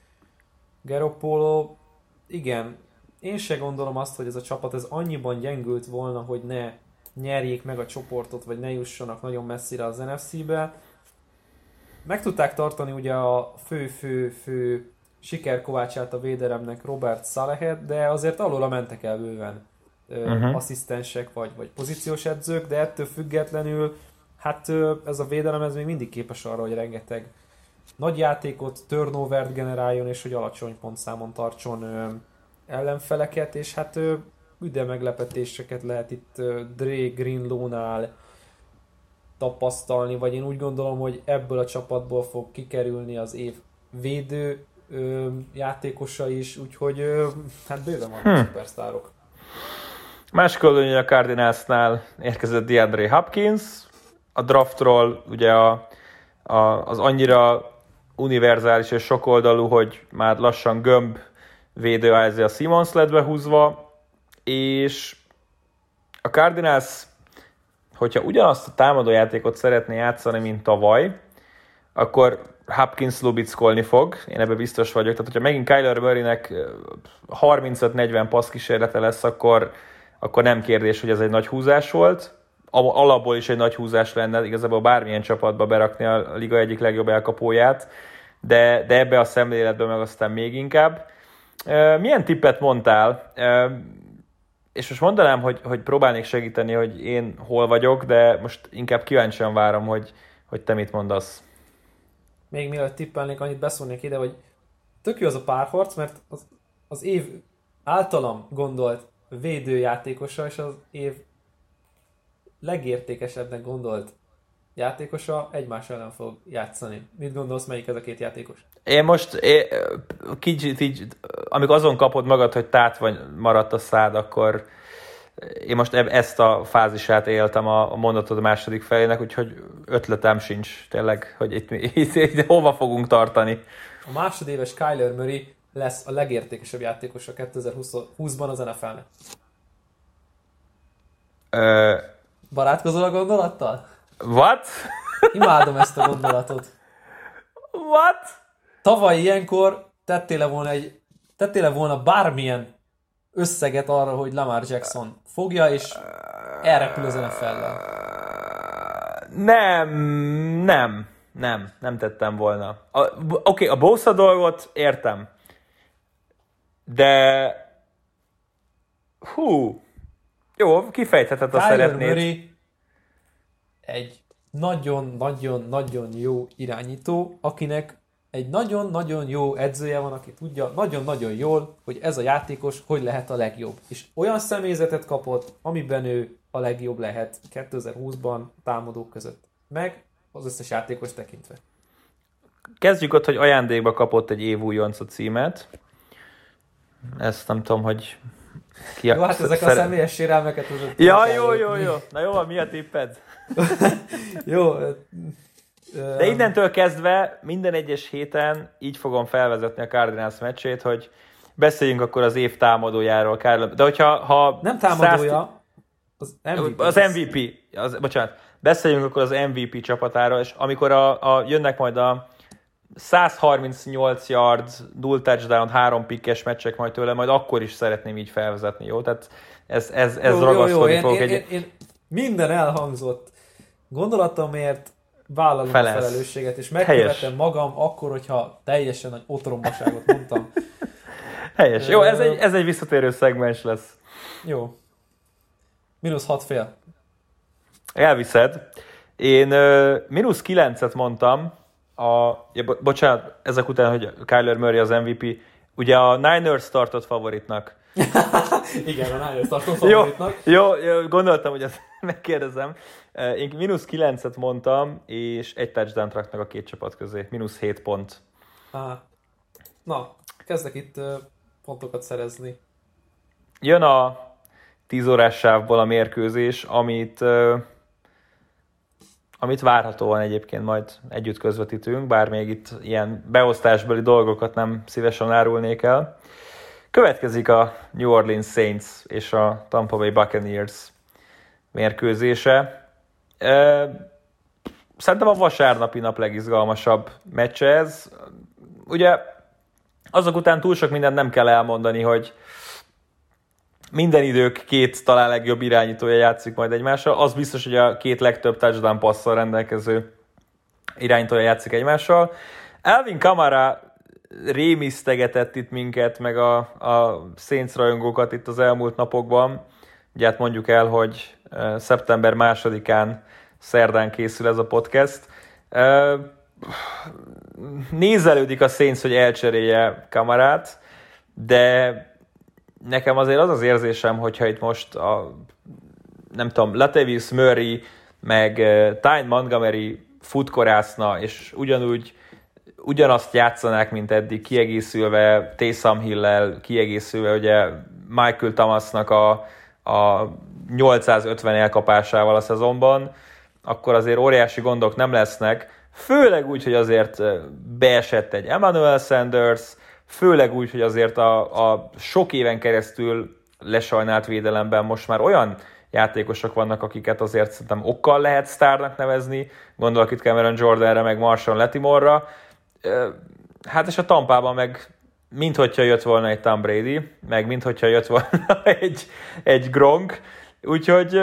Garoppolo, igen, én se gondolom azt, hogy ez a csapat ez annyiban gyengült volna, hogy ne nyerjék meg a csoportot, vagy ne jussanak nagyon messzire az en ef cé-be. Meg tudták tartani ugye a fő-fő-fő sikerkovácsát a védelemnek, Robert Salahet, de azért alóla mentek el bőven uh-huh. asszisztensek vagy, vagy pozíciós edzők, de ettől függetlenül hát ez a védelem ez még mindig képes arra, hogy rengeteg nagy játékot, turnovert generáljon, és hogy alacsony pontszámon tartson ellenfeleket, és hát üde meglepetéseket lehet itt Dre Greenlaw-nál tapasztalni, vagy én úgy gondolom, hogy ebből a csapatból fog kikerülni az év védő ö, játékosa is, úgyhogy ö, hát bőven vannak hmm. szupersztárok. Más körülön a Cardinalsnál érkezett DeAndre Hopkins, a draftról ugye a, a, az annyira univerzális és sokoldalú, hogy már lassan gömb védő Isaiah Simmons lett behúzva, és a Cardinals, hogyha ugyanazt a támadójátékot szeretné játszani, mint tavaly, akkor Hopkins lubickolni fog, én ebben biztos vagyok. Tehát, hogyha megint Kyler Murraynek harmincöt negyven passz kísérlete lesz, akkor, akkor nem kérdés, hogy ez egy nagy húzás volt. Alapból is egy nagy húzás lenne, igazából bármilyen csapatba berakni a liga egyik legjobb elkapóját, de, de ebbe a szemléletben meg aztán még inkább. Milyen tippet mondtál? És most mondanám, hogy, hogy próbálnék segíteni, hogy én hol vagyok, de most inkább kíváncsian várom, hogy, hogy te mit mondasz. Még mielőtt tippelnék, annyit beszólnék ide, hogy tök jó az a párharc, mert az, az év általam gondolt védőjátékosa, és az év legértékesebbnek gondolt játékosa egymás ellen fog játszani. Mit gondolsz, melyik ez a két játékos? Én most, én, kicsit így, amikor azon kapod magad, hogy tát vagy maradt a szád, akkor én most ezt a fázisát éltem a mondatod második felének, úgyhogy ötletem sincs tényleg, hogy itt, itt, itt hova fogunk tartani. A másodéves Kyler Murray lesz a legértékesebb játékos a kétezer-húszban az en ef el-nek. Ö... Barátkozol a gondolattal? What? Imádom ezt a gondolatot. What? Tavaly ilyenkor tettél volna egy, tettél volna bármilyen összeget arra, hogy Lamar Jackson fogja, és elrepül az en ef el-lel. Nem, nem, nem, nem tettem volna. Oké, okay, a Bosa dolgot értem, de hú, jó, kifejtheted, ha szeretnéd. Murray egy nagyon-nagyon-nagyon jó irányító, akinek egy nagyon-nagyon jó edzője van, aki tudja nagyon-nagyon jól, hogy ez a játékos hogy lehet a legjobb. És olyan személyzetet kapott, amiben ő a legjobb lehet kétezer-húszban támadók között. Meg az összes játékos tekintve. Kezdjük ott, hogy ajándékba kapott egy évújonca címet. Ezt nem tudom, hogy... Ki a... Jó, hát ezek szer... a személyes sérelmeket... Ja, jó, jó, jó. Na jó, mi a tipped? Jó. De innentől kezdve minden egyes héten így fogom felvezetni a Cardinals meccsét, hogy beszéljünk akkor az év támadójáról. De hogyha... Ha nem támadója, az em vé pé. Az em vé pé. Az, bocsánat. Beszéljünk akkor az em vé pé csapatáról, és amikor a, a, jönnek majd a száz harmincnyolc yard, dual touchdown, három pickes meccsek majd tőle, majd akkor is szeretném így felvezetni, jó? Tehát ez, ez, ez jó, ragaszkodni fog. Én, egy... én, én minden elhangzott gondolatomért vállalom a felelősséget, és megkövetem magam akkor, hogyha teljesen nagy otrombaságot mondtam. Helyes. Jó, ez egy, ez egy visszatérő szegmens lesz. Jó. Mínusz hat fél. Elviszed. Én uh, mínusz kilencet mondtam, a, ja, bo- bocsánat, ezek után, hogy Kyler Murray az em vé pé, ugye a Niners tartott favoritnak. Igen, a Niners tartott favoritnak. Jó, jó, gondoltam, hogy ezt megkérdezem. Én mínusz kilencet mondtam, és egy touchdown-t raknak a két csapat közé. Mínusz hét pont. Á. Na, kezdek itt uh, pontokat szerezni. Jön a tíz órás sávból a mérkőzés, amit... Uh, amit várhatóan egyébként majd együtt közvetítünk, bár még itt ilyen beosztásbeli dolgokat nem szívesen árulnék el. Következik a New Orleans Saints és a Tampa Bay Buccaneers mérkőzése. Szerintem a vasárnapi nap legizgalmasabb meccse ez. Ugye azok után túl sok mindent nem kell elmondani, hogy minden idők két talán legjobb irányítója játszik majd egymással. Az biztos, hogy a két legtöbb touchdown passzal rendelkező irányítója játszik egymással. Alvin Kamara rémisztegetett itt minket, meg a, a Saints rajongókat itt az elmúlt napokban. Ugye hát mondjuk el, hogy szeptember másodikán szerdán készül ez a podcast. Nézelődik a Saints, hogy elcserélje Kamarát, de nekem azért az az érzésem, hogyha itt most a, nem tudom, Latavius Murray, meg uh, Ty Montgomery futkorászna, és ugyanúgy ugyanazt játszanák, mint eddig, kiegészülve Taysom Hill-lel, kiegészülve ugye Michael Thomasnak a, a nyolcszázötven elkapásával a szezonban, akkor azért óriási gondok nem lesznek, főleg úgy, hogy azért beesett egy Emmanuel Sanders, főleg úgy, hogy azért a, a sok éven keresztül lesajnált védelemben most már olyan játékosok vannak, akiket azért szerintem okkal lehet sztárnak nevezni, gondolok itt Cameron Jordanre, meg Marshawn Latimore-ra. Hát és a Tampában meg minthogyha jött volna egy Tom Brady, meg minthogyha jött volna egy, egy Gronk, úgyhogy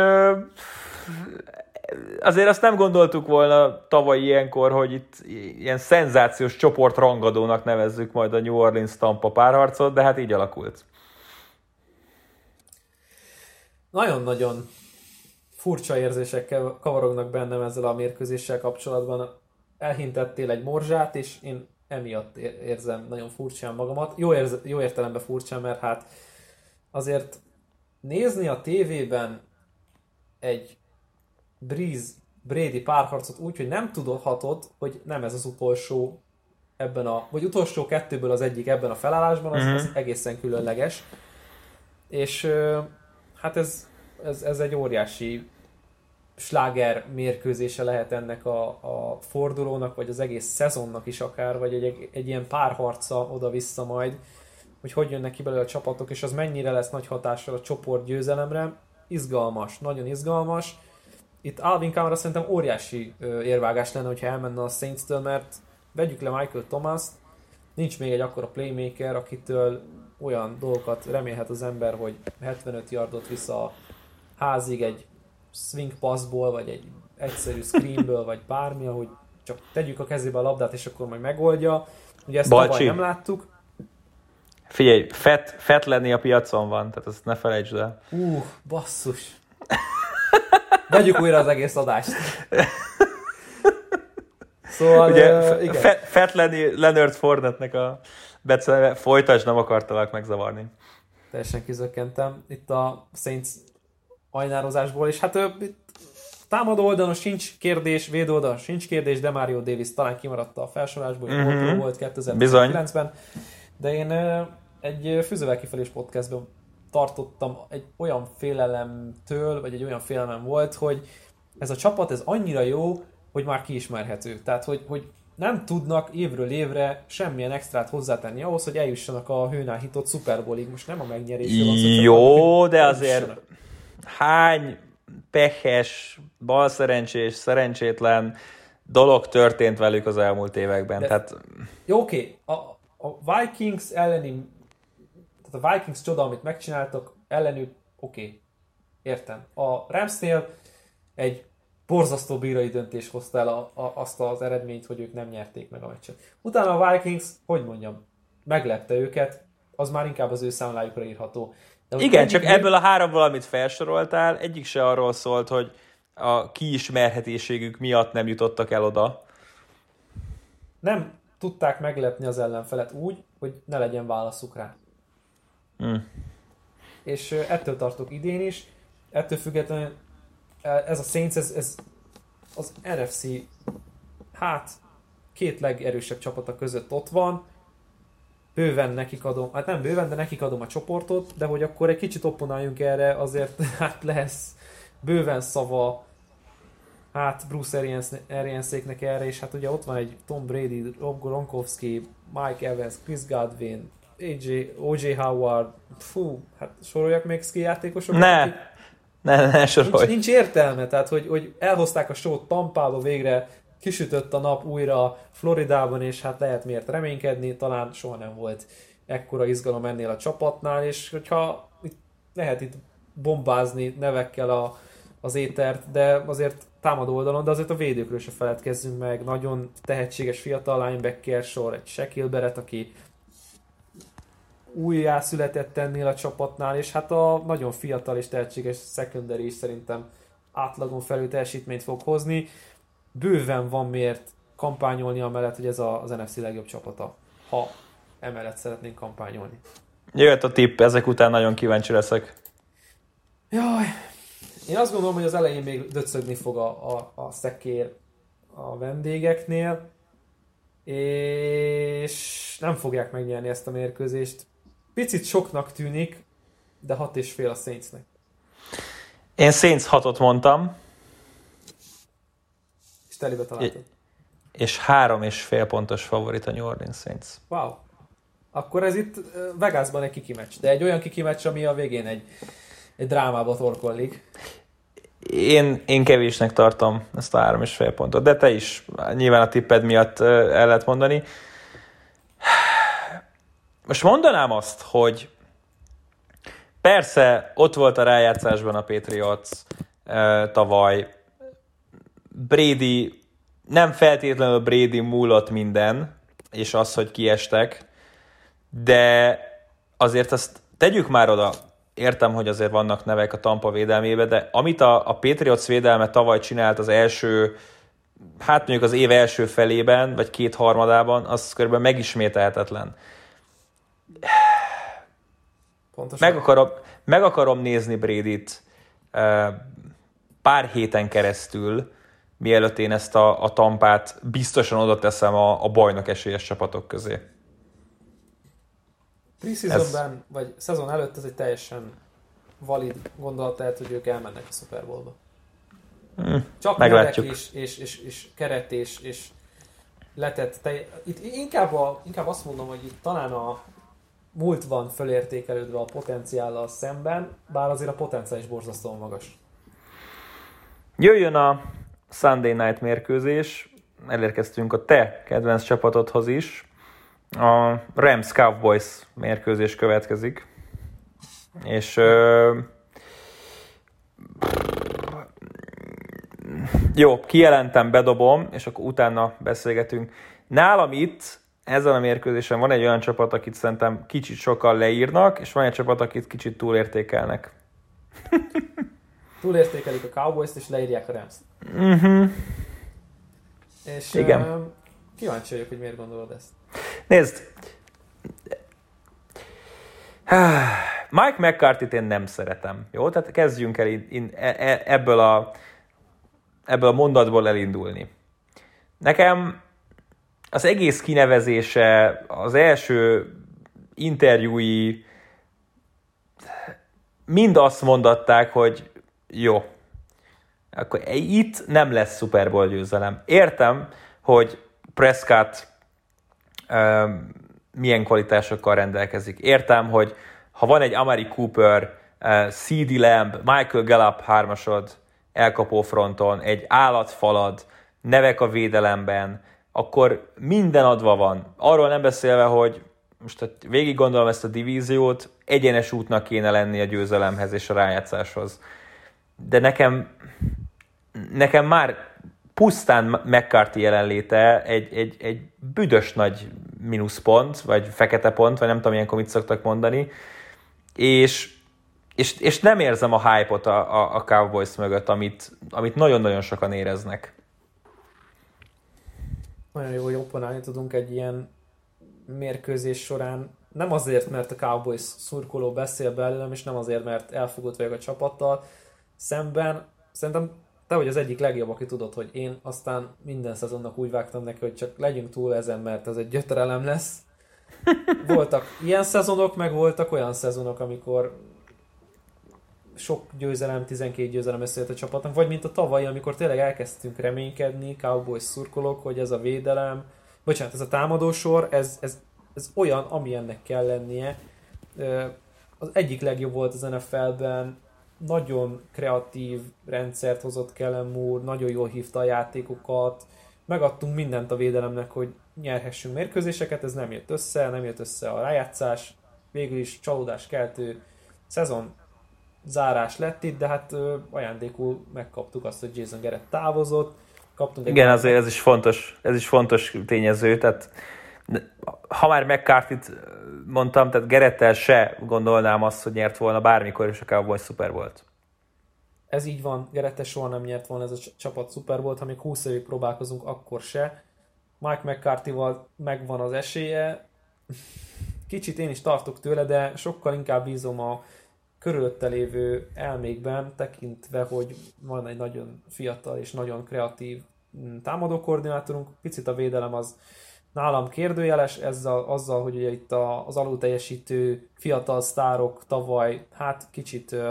azért azt nem gondoltuk volna tavaly ilyenkor, hogy itt ilyen szenzációs csoportrangadónak nevezzük majd a New Orleans-Tampa párharcot, de hát így alakult. Nagyon-nagyon furcsa érzések kavarognak bennem ezzel a mérkőzéssel kapcsolatban. Elhintettél egy morzsát, és én emiatt érzem nagyon furcsán magamat. Jó, érz- jó értelemben furcsán, mert hát azért nézni a tévében egy Breeze Brady párharcot úgy, hogy nem tudhatod, hogy nem ez az utolsó ebben a, vagy utolsó kettőből az egyik ebben a felállásban, az, az egészen különleges. És hát ez, ez, ez egy óriási sláger mérkőzése lehet ennek a, a fordulónak, vagy az egész szezonnak is akár, vagy egy, egy, egy ilyen párharca oda-vissza majd, hogy hogy jönnek ki belőle a csapatok, és az mennyire lesz nagy hatással a csoport győzelemre. Izgalmas, nagyon izgalmas. Itt Alvin Kamara szerintem óriási érvágás lenne, hogyha elmenne a Saints-től, mert vegyük le Michael Thomas-t, nincs még egy akkora playmaker, akitől olyan dolgokat remélhet az ember, hogy hetvenöt yardot visz a házig egy swing passból, vagy egy egyszerű screenből, vagy bármi, ahogy csak tegyük a kezébe a labdát, és akkor majd megoldja. Ugye ezt tavaly nem láttuk. Figyelj, fett, fett lenni a piacon van, tehát ezt ne felejtsd el. Uh, basszus. Vegyük újra az egész adást. Szóval, ugye, uh, igen. Fe, Fat Leonard Fournette-nek a becelve, folytasd, nem akartalak megzavarni. Teljesen kizökkentem itt a Saints ajnározásból, és hát ő, támadó oldalon sincs kérdés, védő oldalon sincs kérdés, de Mario Davis talán kimaradt a felsorolásból, hogy mm-hmm. volt kétezer-tizenkilencben, de én egy Fűzővel kifelés podcastben tartottam egy olyan félelemtől, vagy egy olyan félelem volt, hogy ez a csapat, ez annyira jó, hogy már kiismerhető. Tehát, hogy, hogy nem tudnak évről évre semmilyen extrát hozzátenni ahhoz, hogy eljussanak a hőn áhított Super Bowlig. Most nem a megnyerésről van szó. Jó, de azért hány pehes, balszerencsés, szerencsétlen dolog történt velük az elmúlt években. De, tehát... Jó, oké. Okay. A, a Vikings elleni, tehát a Vikings csoda, amit megcsináltak, ellenük oké. Okay. Értem. A Ramsnél egy borzasztó bírói döntés hozta el a, a, azt az eredményt, hogy ők nem nyerték meg a meccset. Utána a Vikings, hogy mondjam, meglepte őket, az már inkább az ő számlájukra írható. De igen, csak még... ebből a háromból, amit felsoroltál, egyik se arról szólt, hogy a kiismerhetőségük miatt nem jutottak el oda. Nem tudták meglepni az ellenfelet úgy, hogy ne legyen válaszuk rá. Hmm. És ettől tartok idén is. Ettől függetlenül ez a Saints, ez, ez az en ef cé hát két legerősebb csapata között ott van. Bőven nekik adom, hát nem bőven, de nekik adom a csoportot, de hogy akkor egy kicsit opponáljunk erre, azért hát lesz bőven szava hát Bruce Arianséknek erre, és hát ugye ott van egy Tom Brady, Rob Gronkowski, Mike Evans, Chris Godwin, o jé Howard, fú, hát soroljak még ski játékosokat? Ne, akik... ne, ne, sorolj. Nincs, nincs értelme, tehát hogy, hogy elhozták a sót Tampába, végre kisütött a nap újra Floridában, és hát lehet miért reménykedni, talán soha nem volt ekkora izgalom ennél a csapatnál, és hogyha itt lehet itt bombázni nevekkel a, az étert, de azért támadó oldalon, de azért a védőkről se feledkezzünk meg, nagyon tehetséges fiatal linebacker sor, egy Shaquille Barrett, aki újjászületett ennél a csapatnál, és hát a nagyon fiatal és tehetséges secondary is szerintem átlagon felül teljesítményt fog hozni. Bőven van miért kampányolni amellett, hogy ez az en ef cé legjobb csapata, ha emellett szeretnénk kampányolni. Jöhet a tipp, ezek után nagyon kíváncsi leszek. Jaj, én azt gondolom, hogy az elején még döcögni fog a, a, a szekér a vendégeknél, és nem fogják megnyerni ezt a mérkőzést. Picit soknak tűnik, de hat és fél a Saintsnek. Én Saints hatot mondtam. És telibe találtad. És három és fél pontos favorit a New Orleans Saints. Wow. Akkor ez itt Vegasban egy kiki meccs, de egy olyan kiki meccs, ami a végén egy, egy drámába torkollik. Én, én kevésnek tartom ezt a három és fél pontot, de te is nyilván a tipped miatt el lehet mondani. Most mondanám azt, hogy persze ott volt a rájátszásban a Patriots uh, tavaly. Brady, nem feltétlenül Brady múlott minden, és az, hogy kiestek, de azért azt tegyük már oda, értem, hogy azért vannak nevek a Tampa védelmébe, de amit a, a Patriots védelme tavaly csinált az első, hát mondjuk az év első felében, vagy két harmadában, az körülbelül megismételhetetlen. Meg akarom, meg akarom nézni Bradyt pár héten keresztül, mielőtt én ezt a, a Tampát biztosan oda teszem a, a bajnok esélyes csapatok közé. Pre-seasonben, ez... vagy szezon előtt ez egy teljesen valid gondolat, lehet, hogy ők elmennek a Super Bowlba. Hmm, Csak nevek és, és, és, és keret és, és letett. Te... Itt inkább, a, inkább azt mondom, hogy itt talán a múlt van fölértékelődve a potenciállal szemben, bár azért a potenciál is borzasztóan magas. Jöjjön a Sunday Night mérkőzés, elérkeztünk a te kedvenc csapatodhoz is. A Rams Cowboys mérkőzés következik. És ö, jó, kijelentem, bedobom, és akkor utána beszélgetünk. Nálam itt, ezen a mérkőzésen van egy olyan csapat, akit szerintem kicsit sokan leírnak, és van egy csapat, akit kicsit túlértékelnek. Túlértékelik a Cowboys-t, és leírják a Rams-t. Uh-huh. És igen. Uh, kíváncsi vagyok, hogy miért gondolod ezt. Nézd, Mike McCarthy-t én nem szeretem, jó? Tehát kezdjünk el in, in, e, ebből, a, ebből a mondatból elindulni. Nekem az egész kinevezése, az első interjúi mind azt mondatták, hogy jó, akkor itt nem lesz Super Bowl győzelem. Értem, hogy Prescott um, milyen kvalitásokkal rendelkezik. Értem, hogy ha van egy Amari Cooper, uh, cé dé Lamb, Michael Gallup hármasod elkapó fronton, egy állatfalad, nevek a védelemben, akkor minden adva van. Arról nem beszélve, hogy most végig gondolom ezt a divíziót, egyenes útnak kéne lenni a győzelemhez és a rájátszáshoz. De nekem, nekem már pusztán McCarthy jelenléte egy, egy, egy büdös nagy mínuszpont, vagy fekete pont, vagy nem tudom, ilyenkor mit szoktak mondani, és, és, és nem érzem a hype-ot a, a, a Cowboys mögött, amit, amit nagyon-nagyon sokan éreznek. Nagyon jó, hogy opponálni tudunk egy ilyen mérkőzés során. Nem azért, mert a Cowboys szurkoló beszél belőlem, és nem azért, mert elfogott vagyok a csapattal. Szemben szerintem te vagy az egyik legjobb, aki tudod, hogy én aztán minden szezonnak úgy vágtam neki, hogy csak legyünk túl ezen, mert ez egy gyötrelem lesz. Voltak ilyen szezonok, meg voltak olyan szezonok, amikor sok győzelem, tizenkét győzelem összejött a csapatnak, vagy mint a tavalyi, amikor tényleg elkezdtünk reménykedni, Cowboys szurkolók, hogy ez a védelem, bocsánat, ez a támadósor, ez, ez, ez olyan, ami ennek kell lennie. Az egyik legjobb volt az en ef el-ben, nagyon kreatív rendszert hozott Kellen Moore, nagyon jól hívta a játékokat, megadtunk mindent a védelemnek, hogy nyerhessünk mérkőzéseket, ez nem jött össze, nem jött össze a rájátszás, végül is csalódáskeltő szezon zárás lett itt, de hát ö, ajándékul megkaptuk azt, hogy Jason Garrett távozott. Kaptunk egy igen, azért ez is fontos, ez is fontos tényező, tehát ha már McCarthy-t mondtam, tehát Garrettel se gondolnám azt, hogy nyert volna bármikor, és a Cowboys Super Bowl-t. Ez így van, Garrettel soha nem nyert volna ez a csapat Super Bowl-t, ha még húsz évig próbálkozunk, akkor se. Mike McCarthy-val megvan az esélye. Kicsit én is tartok tőle, de sokkal inkább bízom a körülötte lévő elmékben, tekintve, hogy van egy nagyon fiatal és nagyon kreatív támadó koordinátorunk. Picit a védelem az nálam kérdőjeles, ezzel, azzal, hogy ugye itt a, az alulteljesítő fiatal sztárok tavaly, hát kicsit ö,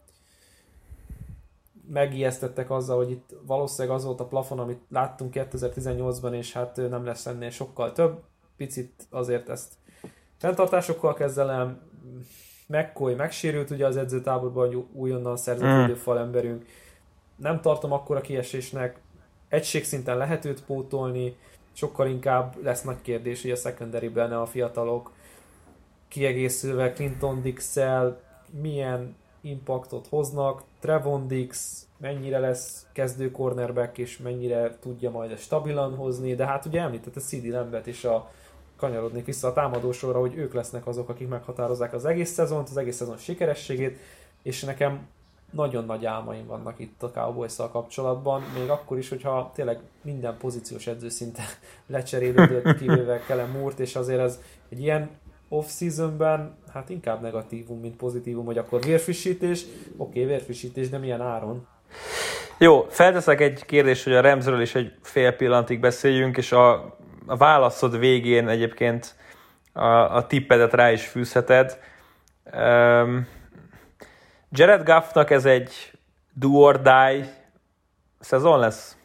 megijesztettek azzal, hogy itt valószínűleg az volt a plafon, amit láttunk kétezer-tizennyolcban, és hát nem lesz ennél sokkal több. Picit azért ezt fenntartásokkal kezelem. McCoy megsérült ugye az edzőtáborban, hogy újonnan szerzett mm. időfal emberünk. Nem tartom akkora kiesésnek, egységszinten lehet őt pótolni, sokkal inkább lesz nagy kérdés, hogy a secondary-ben a fiatalok kiegészülve Clinton Dix-szel milyen impaktot hoznak, Trevon Dix mennyire lesz kezdő cornerback, és mennyire tudja majd ezt stabilan hozni, de hát ugye említette cé dé Lambet is, a kanyarodnék vissza a támadósorra, hogy ők lesznek azok, akik meghatározzák az egész szezont, az egész szezon sikerességét, és nekem nagyon nagy álmaim vannak itt a Cowboys-szal kapcsolatban, még akkor is, hogyha tényleg minden pozíciós edző szinte lecserélődött, kivéve Kellen Moore-t, és azért ez egy ilyen off-seasonben hát inkább negatívum, mint pozitívum, hogy akkor vérfrissítés, oké, okay, vérfrissítés, de milyen áron? Jó, felteszek egy kérdést, hogy a Ramsről is egy fél pillanatig beszéljünk, és a, a válaszod végén egyébként a, a tippedet rá is fűzheted. Um, Jared Goffnak ez egy do or die szezon lesz?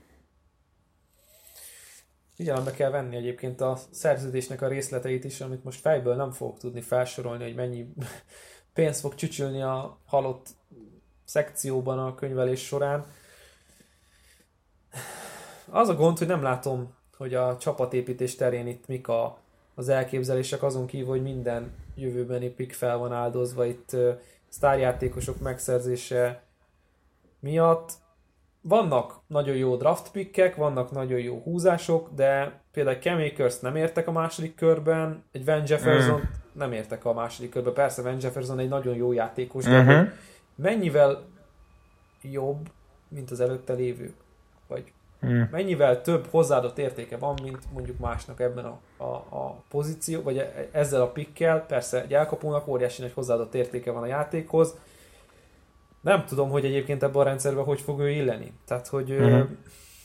Figyelembe kell venni egyébként a szerződésnek a részleteit is, amit most fejből nem fogok tudni felsorolni, hogy mennyi pénzt fog csücsülni a halott szekcióban a könyvelés során. Az a gond, hogy nem látom, hogy a csapatépítés terén itt mik a, az elképzelések, azon kívül, hogy minden jövőbeni pick fel van áldozva itt uh, sztárjátékosok megszerzése miatt. Vannak nagyon jó draft pickek, vannak nagyon jó húzások, de például Cam Akers nem értek a második körben, egy Van Jefferson mm. nem értek a második körben. Persze Van Jefferson egy nagyon jó játékos, de uh-huh. mennyivel jobb, mint az előtte lévők? Vagy hmm. mennyivel több hozzáadott értéke van, mint mondjuk másnak ebben a, a, a pozíció, vagy ezzel a pickkel. Persze egy elkapónak óriási nagy hozzáadott értéke van a játékhoz. Nem tudom, hogy egyébként ebben a rendszerben hogy fog ő illeni. Tehát, hogy hmm.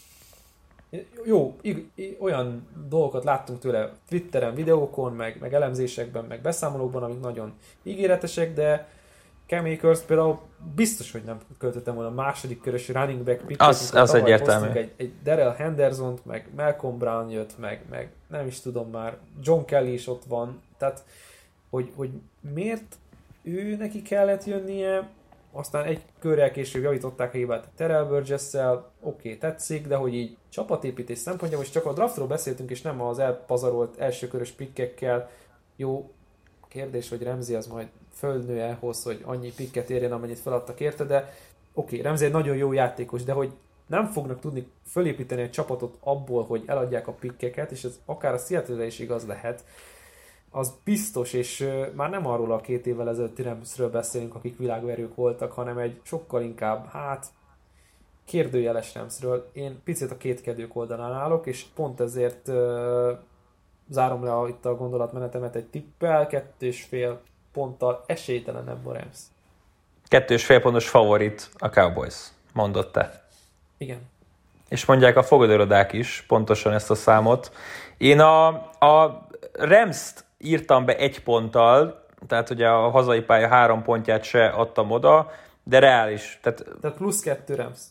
jó, olyan dolgokat láttunk tőle Twitteren, videókon, meg, meg elemzésekben, meg beszámolókban, amik nagyon ígéretesek, de Cam Akers például biztos, hogy nem költöttem volna a második körös running back picket. Az, az egyértelmű. Egy, egy Darrell Hendersont, meg Malcolm Brown jött, meg, meg nem is tudom már, John Kelly is ott van. Tehát, hogy, hogy miért ő neki kellett jönnie, aztán egy körrel később javították a hibát Terrell Burgess-szel, oké, okay, tetszik, de hogy így csapatépítés szempontjából, és csak a draftról beszéltünk, és nem az elpazarolt elsőkörös pikkekkel. Jó, kérdés, hogy Ramsey az majd fölnő elhoz, hogy annyi pikket érjen, amennyit feladtak érte, de oké, okay, Ramsey egy nagyon jó játékos, de hogy nem fognak tudni fölépíteni egy csapatot abból, hogy eladják a pikkeket, és ez akár a Seattle-re is igaz lehet, az biztos, és uh, már nem arról a két évvel ezelőtti Ramsről beszélünk, akik világverők voltak, hanem egy sokkal inkább, hát, kérdőjeles Ramsről. Én picit a kétkedők oldalán állok, és pont ezért uh, zárom le a, itt a gondolatmenetemet egy tippel, kettő és fél ponttal esélytelenebb a Rams. Kettő és fél pontos favorit a Cowboys, mondott te. Igen. És mondják a fogadőrodák is pontosan ezt a számot. Én a, a Rams-t írtam be egy ponttal, tehát ugye a hazai pálya három pontját se adtam oda, de reális. Tehát, tehát plusz kettő Rams.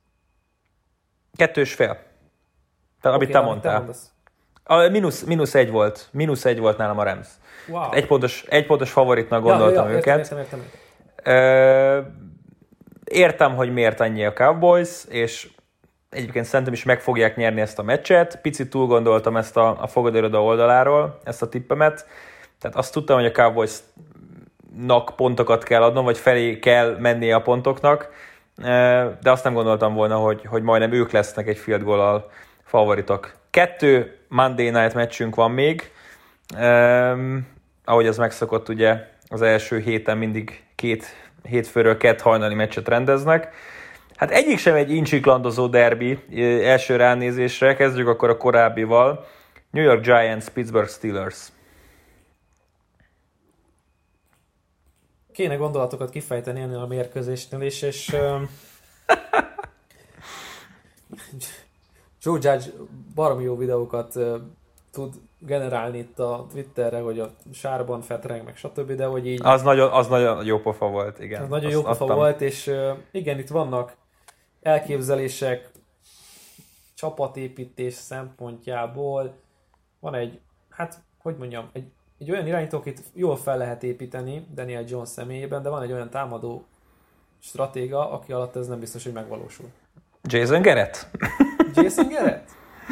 Kettő és fél. Tehát, amit okay, te mondtál. Te a mínusz, mínusz egy volt. Mínusz egy volt nálam a Rams. Wow. Egy pontos, egy pontos favoritnak gondoltam ja, ja, őket. Értem, értem, értem. Ö, értem, hogy miért annyi a Cowboys, és egyébként szerintem is meg fogják nyerni ezt a meccset. Picit túl gondoltam ezt a, a fogadőiroda oldaláról, ezt a tippemet. Tehát azt tudtam, hogy a Cowboysnak pontokat kell adnom, vagy felé kell mennie a pontoknak, de azt nem gondoltam volna, hogy, hogy majdnem ők lesznek egy field goal-al favoritok. Kettő Monday Night meccsünk van még. Um, ahogy az megszokott, ugye az első héten mindig két hétfőről kett hajnali meccset rendeznek. Hát egyik sem egy incsiklandozó derbi első ránézésre, kezdjük akkor a korábbival. New York Giants, Pittsburgh Steelers. Kéne gondolatokat kifejteni ennél a mérkőzésnél is, és um, Joe Judge baromi jó videókat uh, tud generálni itt a Twitterre, hogy a sárban fetreng, meg stb., de hogy így... Az nagyon, az nagyon jó pofa volt, igen. Az nagyon jó pofa adtam. volt, és uh, igen, itt vannak elképzelések csapatépítés szempontjából. Van egy, hát, hogy mondjam, egy, egy olyan irányító, akit jól fel lehet építeni Daniel Jones személyében, de van egy olyan támadó stratéga, aki alatt ez nem biztos, hogy megvalósul. Jason Garrett? Jason Garrett?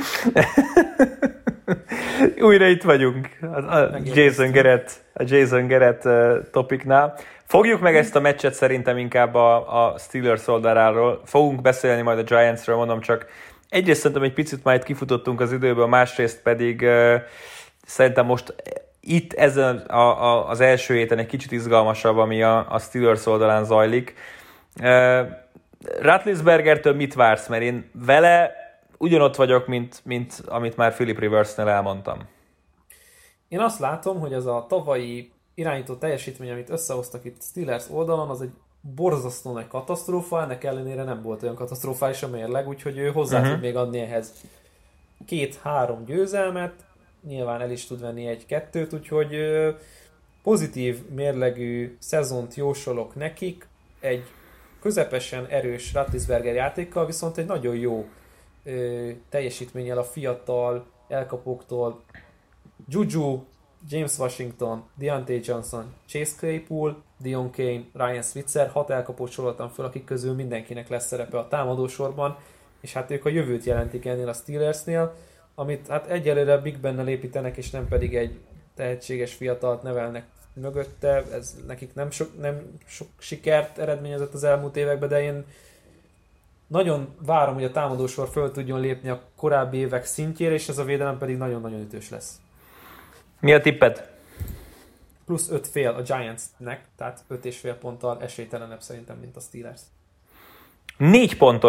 Újra itt vagyunk a, a Jason Garrett, a Jason Garrett uh, topiknál. Fogjuk meg ezt a meccset szerintem inkább a, a Steelers oldaláról. Fogunk beszélni majd a Giantsről, mondom, csak egyrészt szerintem egy picit majd kifutottunk az időből, másrészt pedig uh, szerintem most itt ezen a, a, az első héten egy kicsit izgalmasabb, ami a, a Steelers oldalán zajlik. Uh, Roethlisbergertől mit vársz? Mert én vele ugyanott vagyok, mint, mint amit már Philip Riversnél elmondtam. Én azt látom, hogy az a tavalyi irányító teljesítmény, amit összehoztak itt Steelers oldalon, az egy borzasztó nagy katasztrófa, ennek ellenére nem volt olyan katasztrofális a mérleg, úgyhogy ő hozzá uh-huh. tud még adni ehhez két-három győzelmet, nyilván el is tud venni egy-kettőt, úgyhogy pozitív mérlegű szezont jósolok nekik, egy közepesen erős Roethlisberger játékkal, viszont egy nagyon jó teljesítménnyel a fiatal elkapóktól Juju, James Washington, Deontay Johnson, Chase Claypool, Dion Kane, Ryan Switzer, hat elkapót soroltam föl, akik közül mindenkinek lesz szerepe a támadósorban, és hát ők a jövőt jelentik ennél a Steelersnél, amit hát egyelőre Big Bennel építenek, és nem pedig egy tehetséges fiatalt nevelnek mögötte, ez nekik nem sok, nem sok sikert eredményezett az elmúlt években, de én nagyon várom, hogy a támadósor föl tudjon lépni a korábbi évek szintjére, és ez a védelem pedig nagyon-nagyon ütős lesz. Mi a tipped? Plusz öt fél a Giantsnek, tehát öt és fél ponttal esélytelenebb szerintem, mint a Steelers. Négy pontos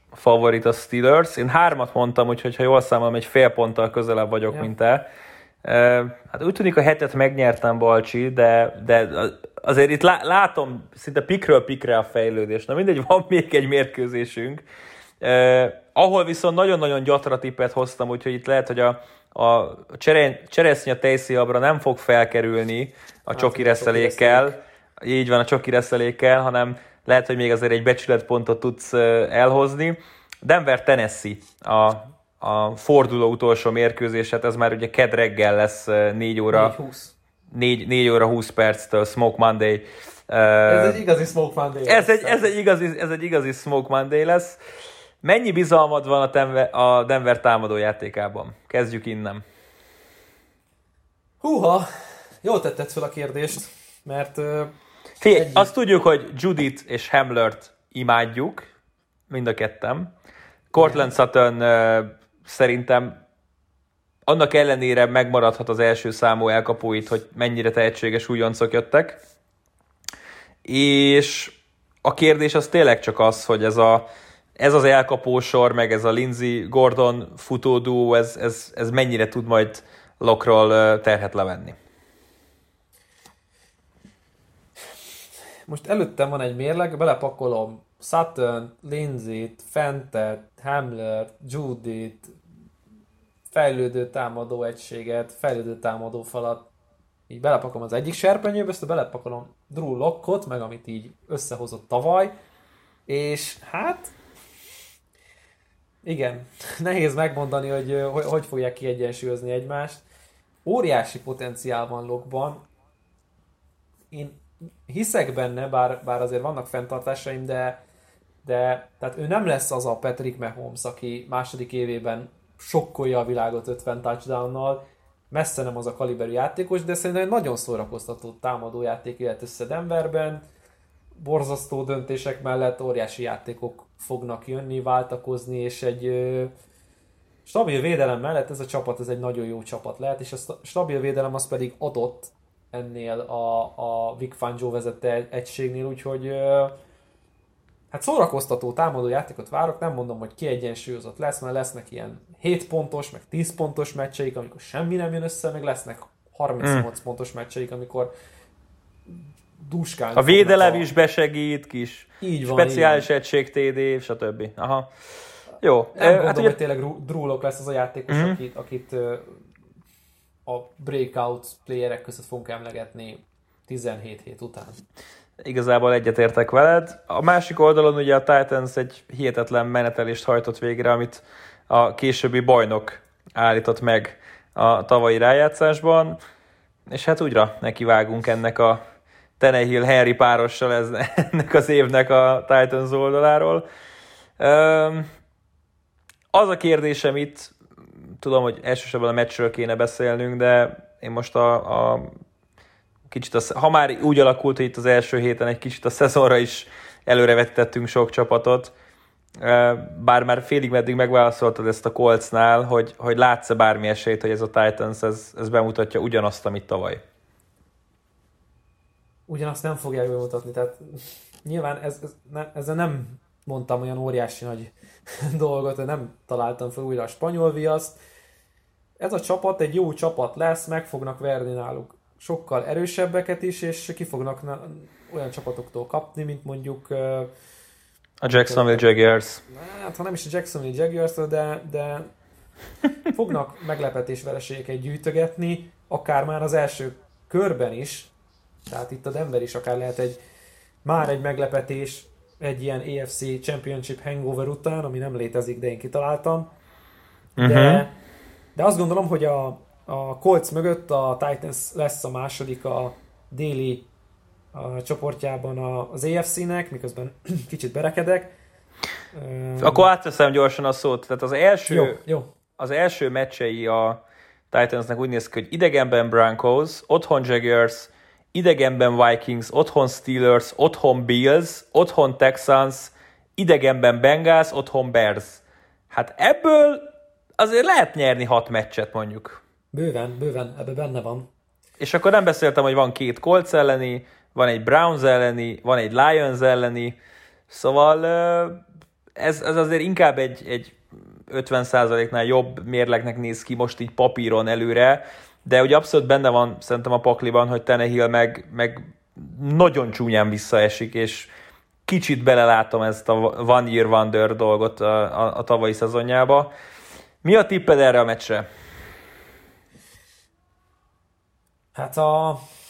favorit a Steelers. Én hármat mondtam, úgyhogy ha jól számolom, egy fél ponttal közelebb vagyok, ja. mint te. Hát úgy tűnik, a hetet megnyertem, Balcsi, de, de azért itt látom szinte pikről pikre a fejlődés. Na mindegy, van még egy mérkőzésünk, eh, ahol viszont nagyon-nagyon gyatra tippet hoztam, úgyhogy itt lehet, hogy a, a cseresznye tejszíjabra nem fog felkerülni a hát, csoki reszelékkel, így van, a csoki reszelékkel, hanem lehet, hogy még azért egy becsületpontot tudsz elhozni. Denver Tennessee a, a forduló utolsó mérkőzés, hát ez már ugye kedd reggel lesz négy óra négy óra húsz perctől, Smoke Monday. Ez egy igazi Smoke Monday ez egy, ez, egy igazi, ez egy igazi Smoke Monday lesz. Mennyi bizalmad van a Denver, a Denver támadó játékában? Kezdjük innen. Húha, jól tetted fel a kérdést, mert... Figyelj, egy... azt tudjuk, hogy Judit és Hamlert imádjuk, mind a ketten. Cortland Sutton uh, szerintem annak ellenére megmaradhat az első számú elkapóit, hogy mennyire tehetséges újoncok jöttek. És a kérdés az tényleg csak az, hogy ez, a, ez az elkapósor, meg ez a Lindsey Gordon futódúó, ez, ez, ez mennyire tud majd Lockról terhet levenni. Most előttem van egy mérleg, belepakolom Sutton, Lindsey-t, Fentet, Hamlert, Judit, fejlődő támadó egységet, fejlődő támadó falat. Így belepakolom az egyik serpenyőbe, ezt belepakolom Drew Lockot, meg amit így összehozott tavaly, és hát igen, nehéz megmondani, hogy hogy, hogy fogják kiegyensúlyozni egymást. Óriási potenciál van Lockban. Én hiszek benne, bár, bár azért vannak fenntartásaim, de, de tehát ő nem lesz az a Patrick Mahomes, aki második évében sokkolja a világot ötven touchdownnal, messze nem az a kaliberű játékos, de szerintem egy nagyon szórakoztató támadó játék élet össze Denverben. Borzasztó döntések mellett óriási játékok fognak jönni, váltakozni, és egy ö, stabil védelem mellett ez a csapat, ez egy nagyon jó csapat lehet, és a stabil védelem az pedig adott ennél a, a Vic Fangio vezette egységnél, úgyhogy ö, hát szórakoztató támadó játékot várok, nem mondom, hogy kiegyensúlyozott lesz, mert lesznek ilyen hét pontos, meg tíz pontos meccseik, amikor semmi nem jön össze, meg lesznek harmincnyolc mm. pontos meccseik, amikor duskálni. A védelem a... is besegít, kis így van, speciális egység té dé, stb. Aha. Jó. Nem hát gondolom, ugye... hogy tényleg Drew Lock lesz az a játékos, mm. akit, akit a breakout playerek között fogunk emlegetni tizenhét hét után. Igazából egyetértek veled. A másik oldalon ugye a Titans egy hihetetlen menetelést hajtott végre, amit a későbbi bajnok állított meg a tavalyi rájátszásban, és hát úgyra nekivágunk ennek a Tannehill-Henry párossal ez, ennek az évnek a Titans oldaláról. Az a kérdésem itt, tudom, hogy elsősorban a meccsről kéne beszélnünk, de én most a, a kicsit, a, ha már úgy alakult, hogy itt az első héten egy kicsit a szezonra is előrevetítettünk sok csapatot, bár már félig meddig megválaszoltad ezt a Coltsnál, hogy, hogy látsz-e bármi esélyt, hogy ez a Titans ez, ez bemutatja ugyanazt, amit tavaly? Ugyanazt nem fogják bemutatni, tehát nyilván ez, ez, ne, ezzel nem mondtam olyan óriási nagy dolgot, nem találtam fel újra a spanyol viaszt. Ez a csapat egy jó csapat lesz, meg fognak verni náluk sokkal erősebbeket is, és ki fognak olyan csapatoktól kapni, mint mondjuk a Jacksonville Jaguars. Hát, ha nem is a Jacksonville Jaguars, de, de fognak meglepetésvereségeket gyűjtögetni, akár már az első körben is, tehát itt a Denver is akár lehet egy már egy meglepetés egy ilyen á ef cé Championship hangover után, ami nem létezik, de én kitaláltam. De, uh-huh. de azt gondolom, hogy a, a Colts mögött a Titans lesz a második a déli a csoportjában az á ef cé-nek, miközben kicsit berekedek. Akkor átveszem gyorsan a szót. Tehát az első, jó, jó. az első meccsei a Titansnek úgy néz ki, hogy idegenben Broncos, otthon Jaguars, idegenben Vikings, otthon Steelers, otthon Bills, otthon Texans, idegenben Bengals, otthon Bears. Hát ebből azért lehet nyerni hat meccset mondjuk. Bőven, bőven, ebben benne van. És akkor nem beszéltem, hogy van két Colts elleni, van egy Browns elleni, van egy Lions elleni, szóval ez, ez azért inkább egy, egy ötven százaléknál jobb mérlegnek néz ki most így papíron előre, de ugye abszolút benne van szerintem a pakliban, hogy Tannehill meg, meg nagyon csúnyán visszaesik, és kicsit belelátom ezt a one year wonder dolgot a, a, a tavalyi szezonjába. Mi a tipped erre a meccsre? Hát a,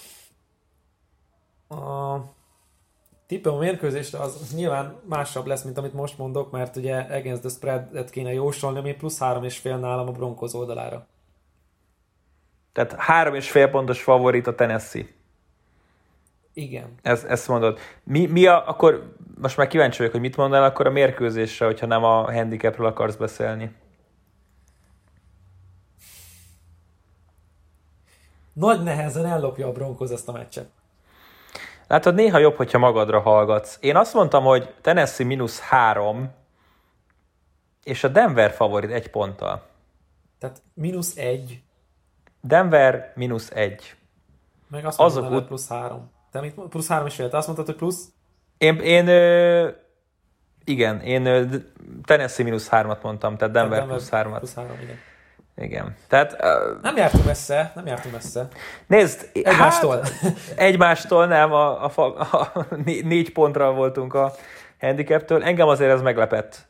a tippem a mérkőzésre az, az nyilván másabb lesz, mint amit most mondok, mert ugye against the spread-et kéne jósolni, ami plusz három és fél nálam a Broncos oldalára. Tehát három és fél pontos favorit a Tennessee. Igen. Ez, ezt mondod. Mi, mi a, akkor most már kíváncsi vagyok, hogy mit mondanál akkor a mérkőzésre, hogyha nem a handicapről akarsz beszélni. Nagy nehezen ellopja a Broncos ezt a meccset. Látod, néha jobb, hogyha magadra hallgatsz. Én azt mondtam, hogy Tennessee mínusz három, és a Denver favorit egy ponttal. Tehát mínusz egy. Denver mínusz egy. Meg azt Azok mondtad, hogy ut- plusz három. Te mit mond? Plusz három és fél. Te azt mondtad, hogy plusz? Én, én ö, igen, én ö, Tennessee mínusz hármat mondtam, tehát Denver, Denver plusz hármat. Plusz három, igen. Igen. Tehát, uh, Nem jártunk messze, nem jártunk messze. nézd, Egymástól. Hát, egymástól nem, a, a, a, né, négy pontra voltunk a handicaptől. Engem azért ez meglepett.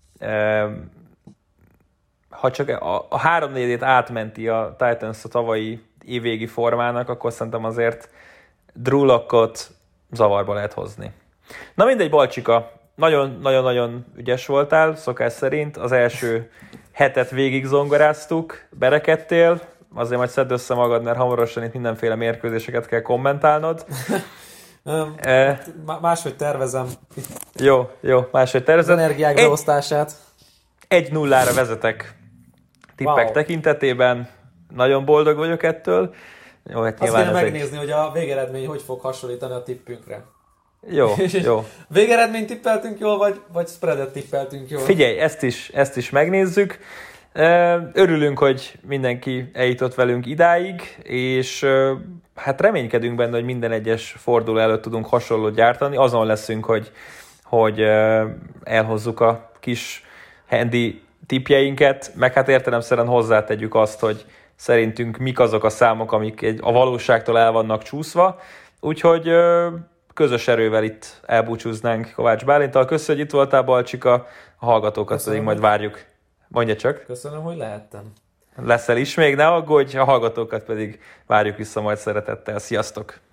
Ha csak a, a háromnegyedét átmenti a Titans a tavalyi évvégi formának, akkor szerintem azért Drew Lockot zavarba lehet hozni. Na mindegy, Balcsika, nagyon-nagyon ügyes voltál, szokás szerint. Az első hetet végig zongoráztuk, berekedtél, azért majd szedd össze magad, mert hamarosan itt mindenféle mérkőzéseket kell kommentálnod. e... Máshogy tervezem. Jó, jó, máshogy tervezem. Az energiák beosztását. Egy nullára vezetek tippek wow. tekintetében. Nagyon boldog vagyok ettől. Jó, hát azt kéne megnézni, egy... hogy a végeredmény hogy fog hasonlítani a tippünkre. Jó, jó. Végeredményt tippeltünk jól, vagy, vagy spreadet tippeltünk jól? Figyelj, ezt is, ezt is megnézzük. Örülünk, hogy mindenki eljutott velünk idáig, és hát reménykedünk benne, hogy minden egyes forduló előtt tudunk hasonlót gyártani. Azon leszünk, hogy, hogy elhozzuk a kis handi tippjeinket, meg hát értelemszerűen hozzátegyük azt, hogy szerintünk mik azok a számok, amik a valóságtól el vannak csúszva. Úgyhogy közös erővel itt elbúcsúznánk Kovács Bálinttal. Köszönjük, hogy itt voltál, Balcsika, a hallgatókat Köszönöm, pedig majd várjuk. Mondja csak. Köszönöm, hogy lehettem. Leszel is még, ne aggódj, a hallgatókat pedig várjuk vissza majd szeretettel. Sziasztok!